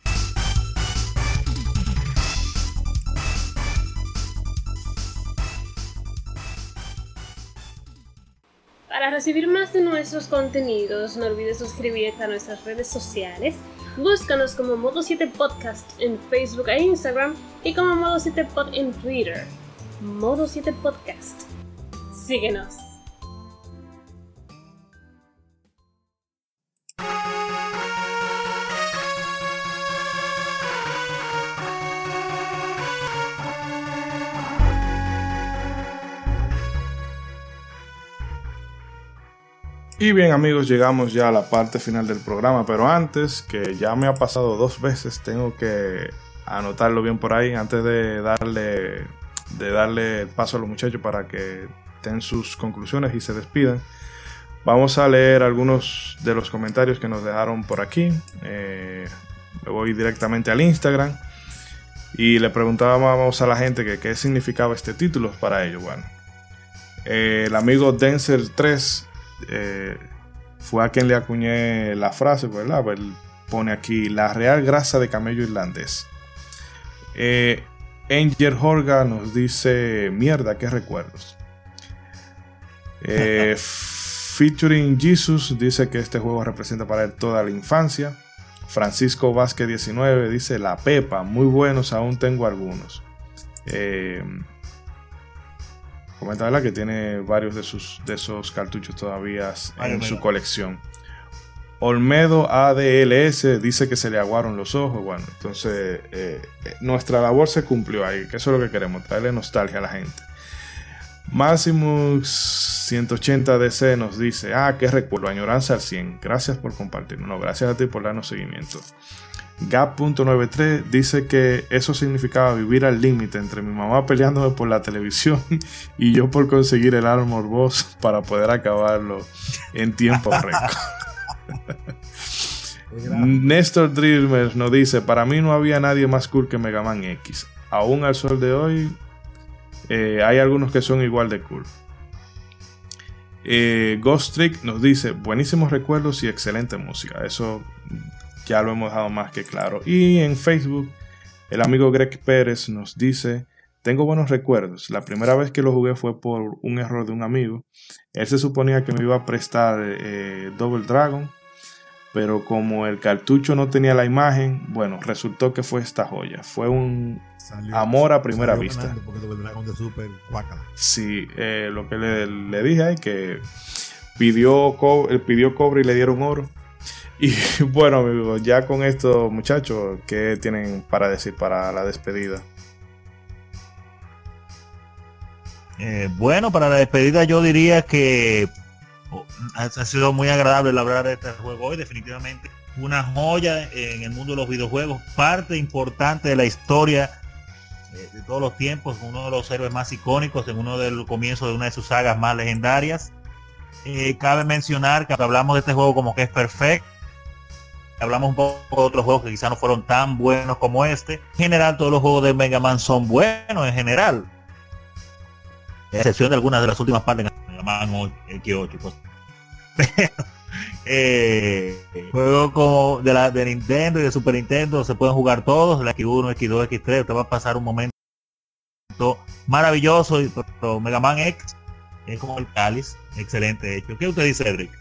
Para recibir más de nuestros contenidos, no olvides suscribirte a nuestras redes sociales. Búscanos como Modo siete Podcast en Facebook e Instagram y como Modo siete Pod en Twitter. Modo siete Podcast. Síguenos. Y bien amigos, llegamos ya a la parte final del programa, pero antes, que ya me ha pasado dos veces, tengo que anotarlo bien por ahí antes de darle, de darle paso a los muchachos para que den sus conclusiones y se despidan. Vamos a leer algunos de los comentarios que nos dejaron por aquí. Eh, me voy directamente al Instagram y le preguntábamos a la gente que qué significaba este título para ellos. Bueno, eh, el amigo Denzel tres Eh, fue a quien le acuñé la frase, ¿verdad? Pues él pone aquí la real grasa de camello irlandés. eh, Angel Horga nos dice mierda, qué recuerdos. eh, Featuring Jesus dice que este juego representa para él toda la infancia. Francisco Vázquez diecinueve dice la pepa, muy buenos, aún tengo algunos. eh, Comenta, ¿verdad?, que tiene varios de, sus, de esos cartuchos todavía en Ay, su mira. colección. Olmedo A D L S dice que se le aguaron los ojos. Bueno, entonces eh, nuestra labor se cumplió ahí, que eso es lo que queremos, traerle nostalgia a la gente. Maximus ciento ochenta D C nos dice, ah, qué recuerdo, añoranza al cien. Gracias por compartirnos. No, gracias a ti por darnos seguimiento. Gap punto noventa y tres dice que eso significaba vivir al límite entre mi mamá peleándome por la televisión y yo por conseguir el Armor Boss para poder acabarlo en tiempo récord. Néstor Dreamer nos dice, para mí no había nadie más cool que Mega Man X. Aún al sol de hoy eh, hay algunos que son igual de cool. eh, Ghost Trick nos dice, buenísimos recuerdos y excelente música. Eso ya lo hemos dejado más que claro. Y en Facebook, el amigo Greg Pérez nos dice, tengo buenos recuerdos. La primera vez que lo jugué fue por un error de un amigo. Él se suponía que me iba a prestar eh, Double Dragon, pero como el cartucho no tenía la imagen, bueno, resultó que fue esta joya. Fue un salió, amor a primera vista. Porque Double Dragon de Super guácala. Sí, eh, lo que le, le dije ahí, que pidió, co él pidió cobre y le dieron oro. Y bueno, amigos, ya con esto, muchachos, ¿qué tienen para decir para la despedida? Eh, bueno, para la despedida yo diría que oh, ha, ha sido muy agradable hablar de este juego hoy. Definitivamente una joya en el mundo de los videojuegos, parte importante de la historia eh, de todos los tiempos, uno de los héroes más icónicos en uno del comienzo de una de sus sagas más legendarias. Eh, cabe mencionar que hablamos de este juego como que es perfecto. Hablamos un poco de otros juegos que quizás no fueron tan buenos como este. En general, todos los juegos de Mega Man son buenos en general. A excepción de algunas de las últimas partes de Mega Man X ocho. Pues. Pero, eh, juegos como de la de Nintendo y de Super Nintendo se pueden jugar todos. La X uno, X dos, X tres. Usted va a pasar un momento maravilloso. Y pero Mega Man X es como el cáliz. Excelente hecho. ¿Qué usted dice, Cedric?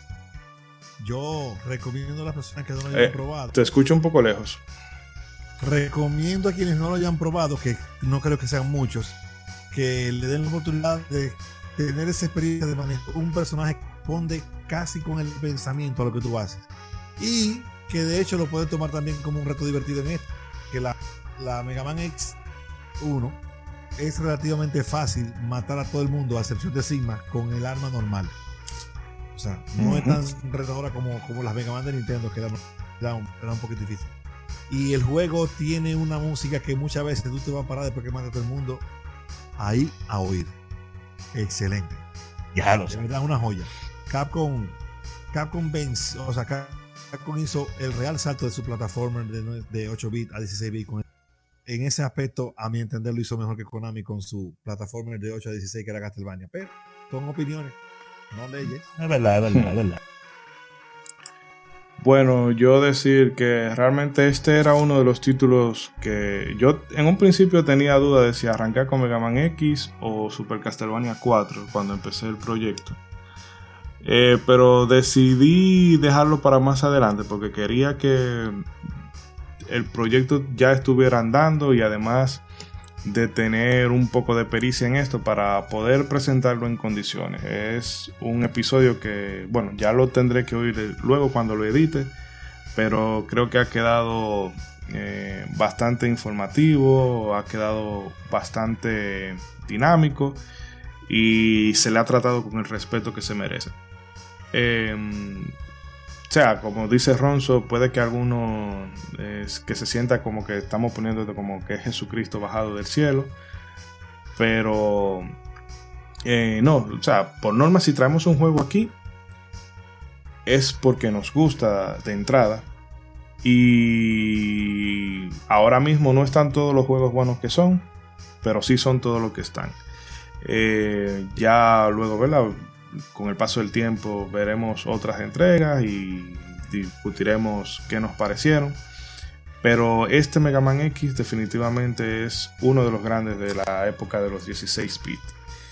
Yo recomiendo a las personas que no lo hayan eh, probado. Te escucho un poco lejos. Recomiendo a quienes no lo hayan probado, que no creo que sean muchos, que le den la oportunidad de tener esa experiencia de manejo un personaje que responde casi con el pensamiento a lo que tú haces. Y que de hecho lo puedes tomar también como un reto divertido en esto. Que la, la Mega Man X uno es relativamente fácil matar a todo el mundo, a excepción de Sigma, con el arma normal. O sea, no uh-huh. es tan retadora como, como las Mega Man de Nintendo, que era, era, un, era un poquito difícil. Y el juego tiene una música que muchas veces tú te vas a parar después que mate a todo el mundo ahí a oír. Excelente. Ya lo sé. De verdad, una joya. Capcom, Capcom Benz, o sea, Capcom hizo el real salto de su plataforma de, de ocho bits a dieciséis bits. Con en ese aspecto, a mi entender, lo hizo mejor que Konami con su plataforma de ocho a dieciséis, que era Castlevania. Pero son opiniones, no leyes. Es verdad, es verdad, es verdad. Bueno, yo decir que realmente este era uno de los títulos que yo en un principio tenía duda de si arrancar con Mega Man X o Super Castlevania cuatro cuando empecé el proyecto. Eh, pero decidí dejarlo para más adelante porque quería que el proyecto ya estuviera andando y además de tener un poco de pericia en esto para poder presentarlo en condiciones. Es un episodio que, bueno, ya lo tendré que oír luego cuando lo edite, pero creo que ha quedado eh, bastante informativo, ha quedado bastante dinámico y se le ha tratado con el respeto que se merece. Eh, O sea, como dice Ronzo, puede que alguno eh, que se sienta como que estamos poniendo como que es Jesucristo bajado del cielo. Pero eh, no, o sea, por norma si traemos un juego aquí es porque nos gusta de entrada. Y ahora mismo no están todos los juegos buenos que son, pero sí son todos los que están. Eh, ya luego, ¿verdad? Con el paso del tiempo veremos otras entregas y discutiremos qué nos parecieron. Pero este Mega Man X definitivamente es uno de los grandes de la época de los dieciséis bits.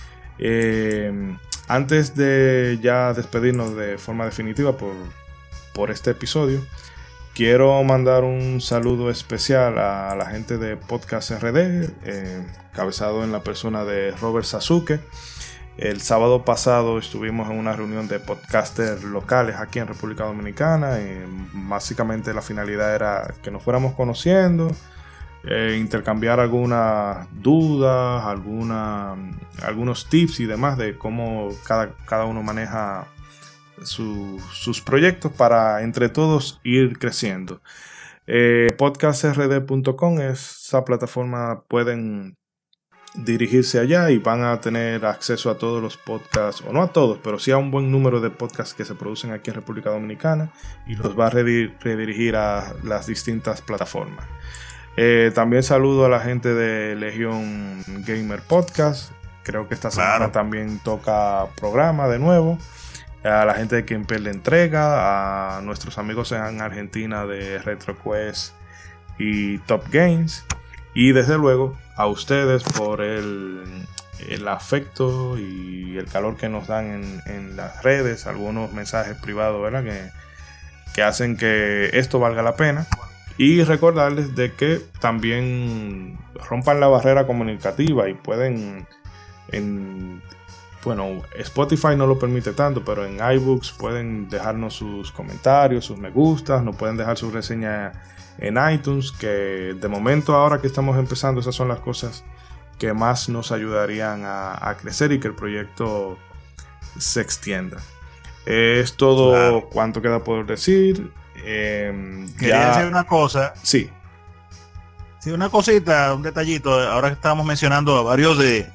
Eh, antes de ya despedirnos de forma definitiva por, por este episodio, quiero mandar un saludo especial a la gente de Podcast R D, eh, cabezado en la persona de Robert Sasuke. El sábado pasado estuvimos en una reunión de podcasters locales aquí en República Dominicana. Y básicamente la finalidad era que nos fuéramos conociendo, eh, intercambiar algunas dudas, alguna, algunos tips y demás de cómo cada, cada uno maneja su, sus proyectos para entre todos ir creciendo. Eh, podcast r d punto com es esa plataforma, pueden dirigirse allá y van a tener acceso a todos los podcasts, o no a todos, pero sí a un buen número de podcasts que se producen aquí en República Dominicana y los va a redirigir a las distintas plataformas. Eh, también saludo a la gente de Legion Gamer Podcast, creo que esta semana claro. también toca programa de nuevo. A la gente de quien le entrega, a nuestros amigos en Argentina de RetroQuest y Top Games. Y desde luego a ustedes por el, el afecto y el calor que nos dan en, en las redes, algunos mensajes privados, ¿verdad? Que, que hacen que esto valga la pena. Y recordarles de que también rompan la barrera comunicativa y pueden, en, bueno, Spotify no lo permite tanto, pero en iBooks pueden dejarnos sus comentarios, sus me gustas, nos pueden dejar su reseña en iTunes, que de momento ahora que estamos empezando esas son las cosas que más nos ayudarían a, a crecer y que el proyecto se extienda. Es todo claro. Cuanto queda por decir. Eh, Quería ya... decir una cosa. Sí. Sí, una cosita, un detallito. Ahora que estábamos mencionando a varios de,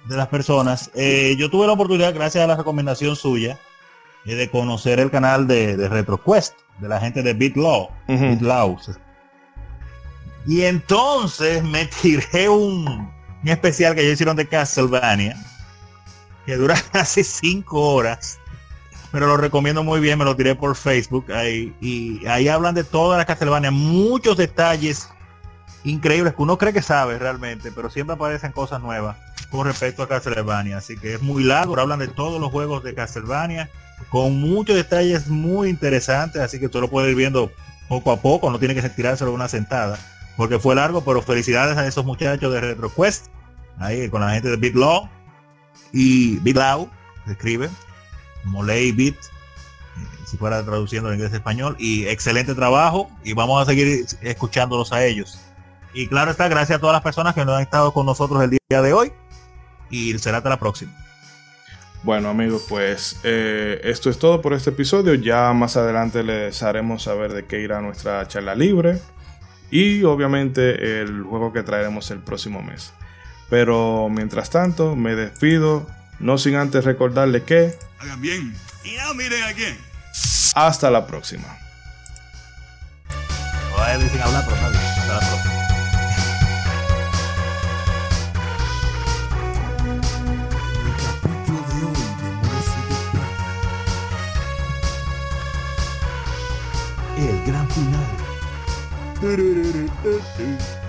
de las personas. Eh, yo tuve la oportunidad, gracias a la recomendación suya, eh, de conocer el canal de, de RetroQuest, de la gente de BitLaw. Uh-huh. BitLaw. Y entonces me tiré un, un especial que ellos hicieron de Castlevania, que dura casi cinco horas, pero lo recomiendo muy bien, me lo tiré por Facebook, ahí, y ahí hablan de toda la Castlevania, muchos detalles increíbles que uno cree que sabe realmente, pero siempre aparecen cosas nuevas con respecto a Castlevania, así que es muy largo, pero hablan de todos los juegos de Castlevania, con muchos detalles muy interesantes, así que usted lo puede ir viendo poco a poco, no tiene que tirárselo una sentada, porque fue largo, pero felicidades a esos muchachos de RetroQuest, ahí con la gente de BitLaw, y BitLaw, se escribe, como Ley Bit, eh, si fuera traduciendo en inglés a español, y excelente trabajo, y vamos a seguir escuchándolos a ellos. Y claro está, gracias a todas las personas que nos han estado con nosotros el día de hoy. Y será hasta la próxima. Bueno amigos, pues eh, esto es todo por este episodio. Ya más adelante les haremos saber de qué irá nuestra charla libre. Y obviamente el juego que traeremos el próximo mes. Pero mientras tanto me despido. No sin antes recordarles que... hagan bien y no miren a quién. Hasta la próxima. Oye, dicen hablar, pero hasta la próxima. El gran final.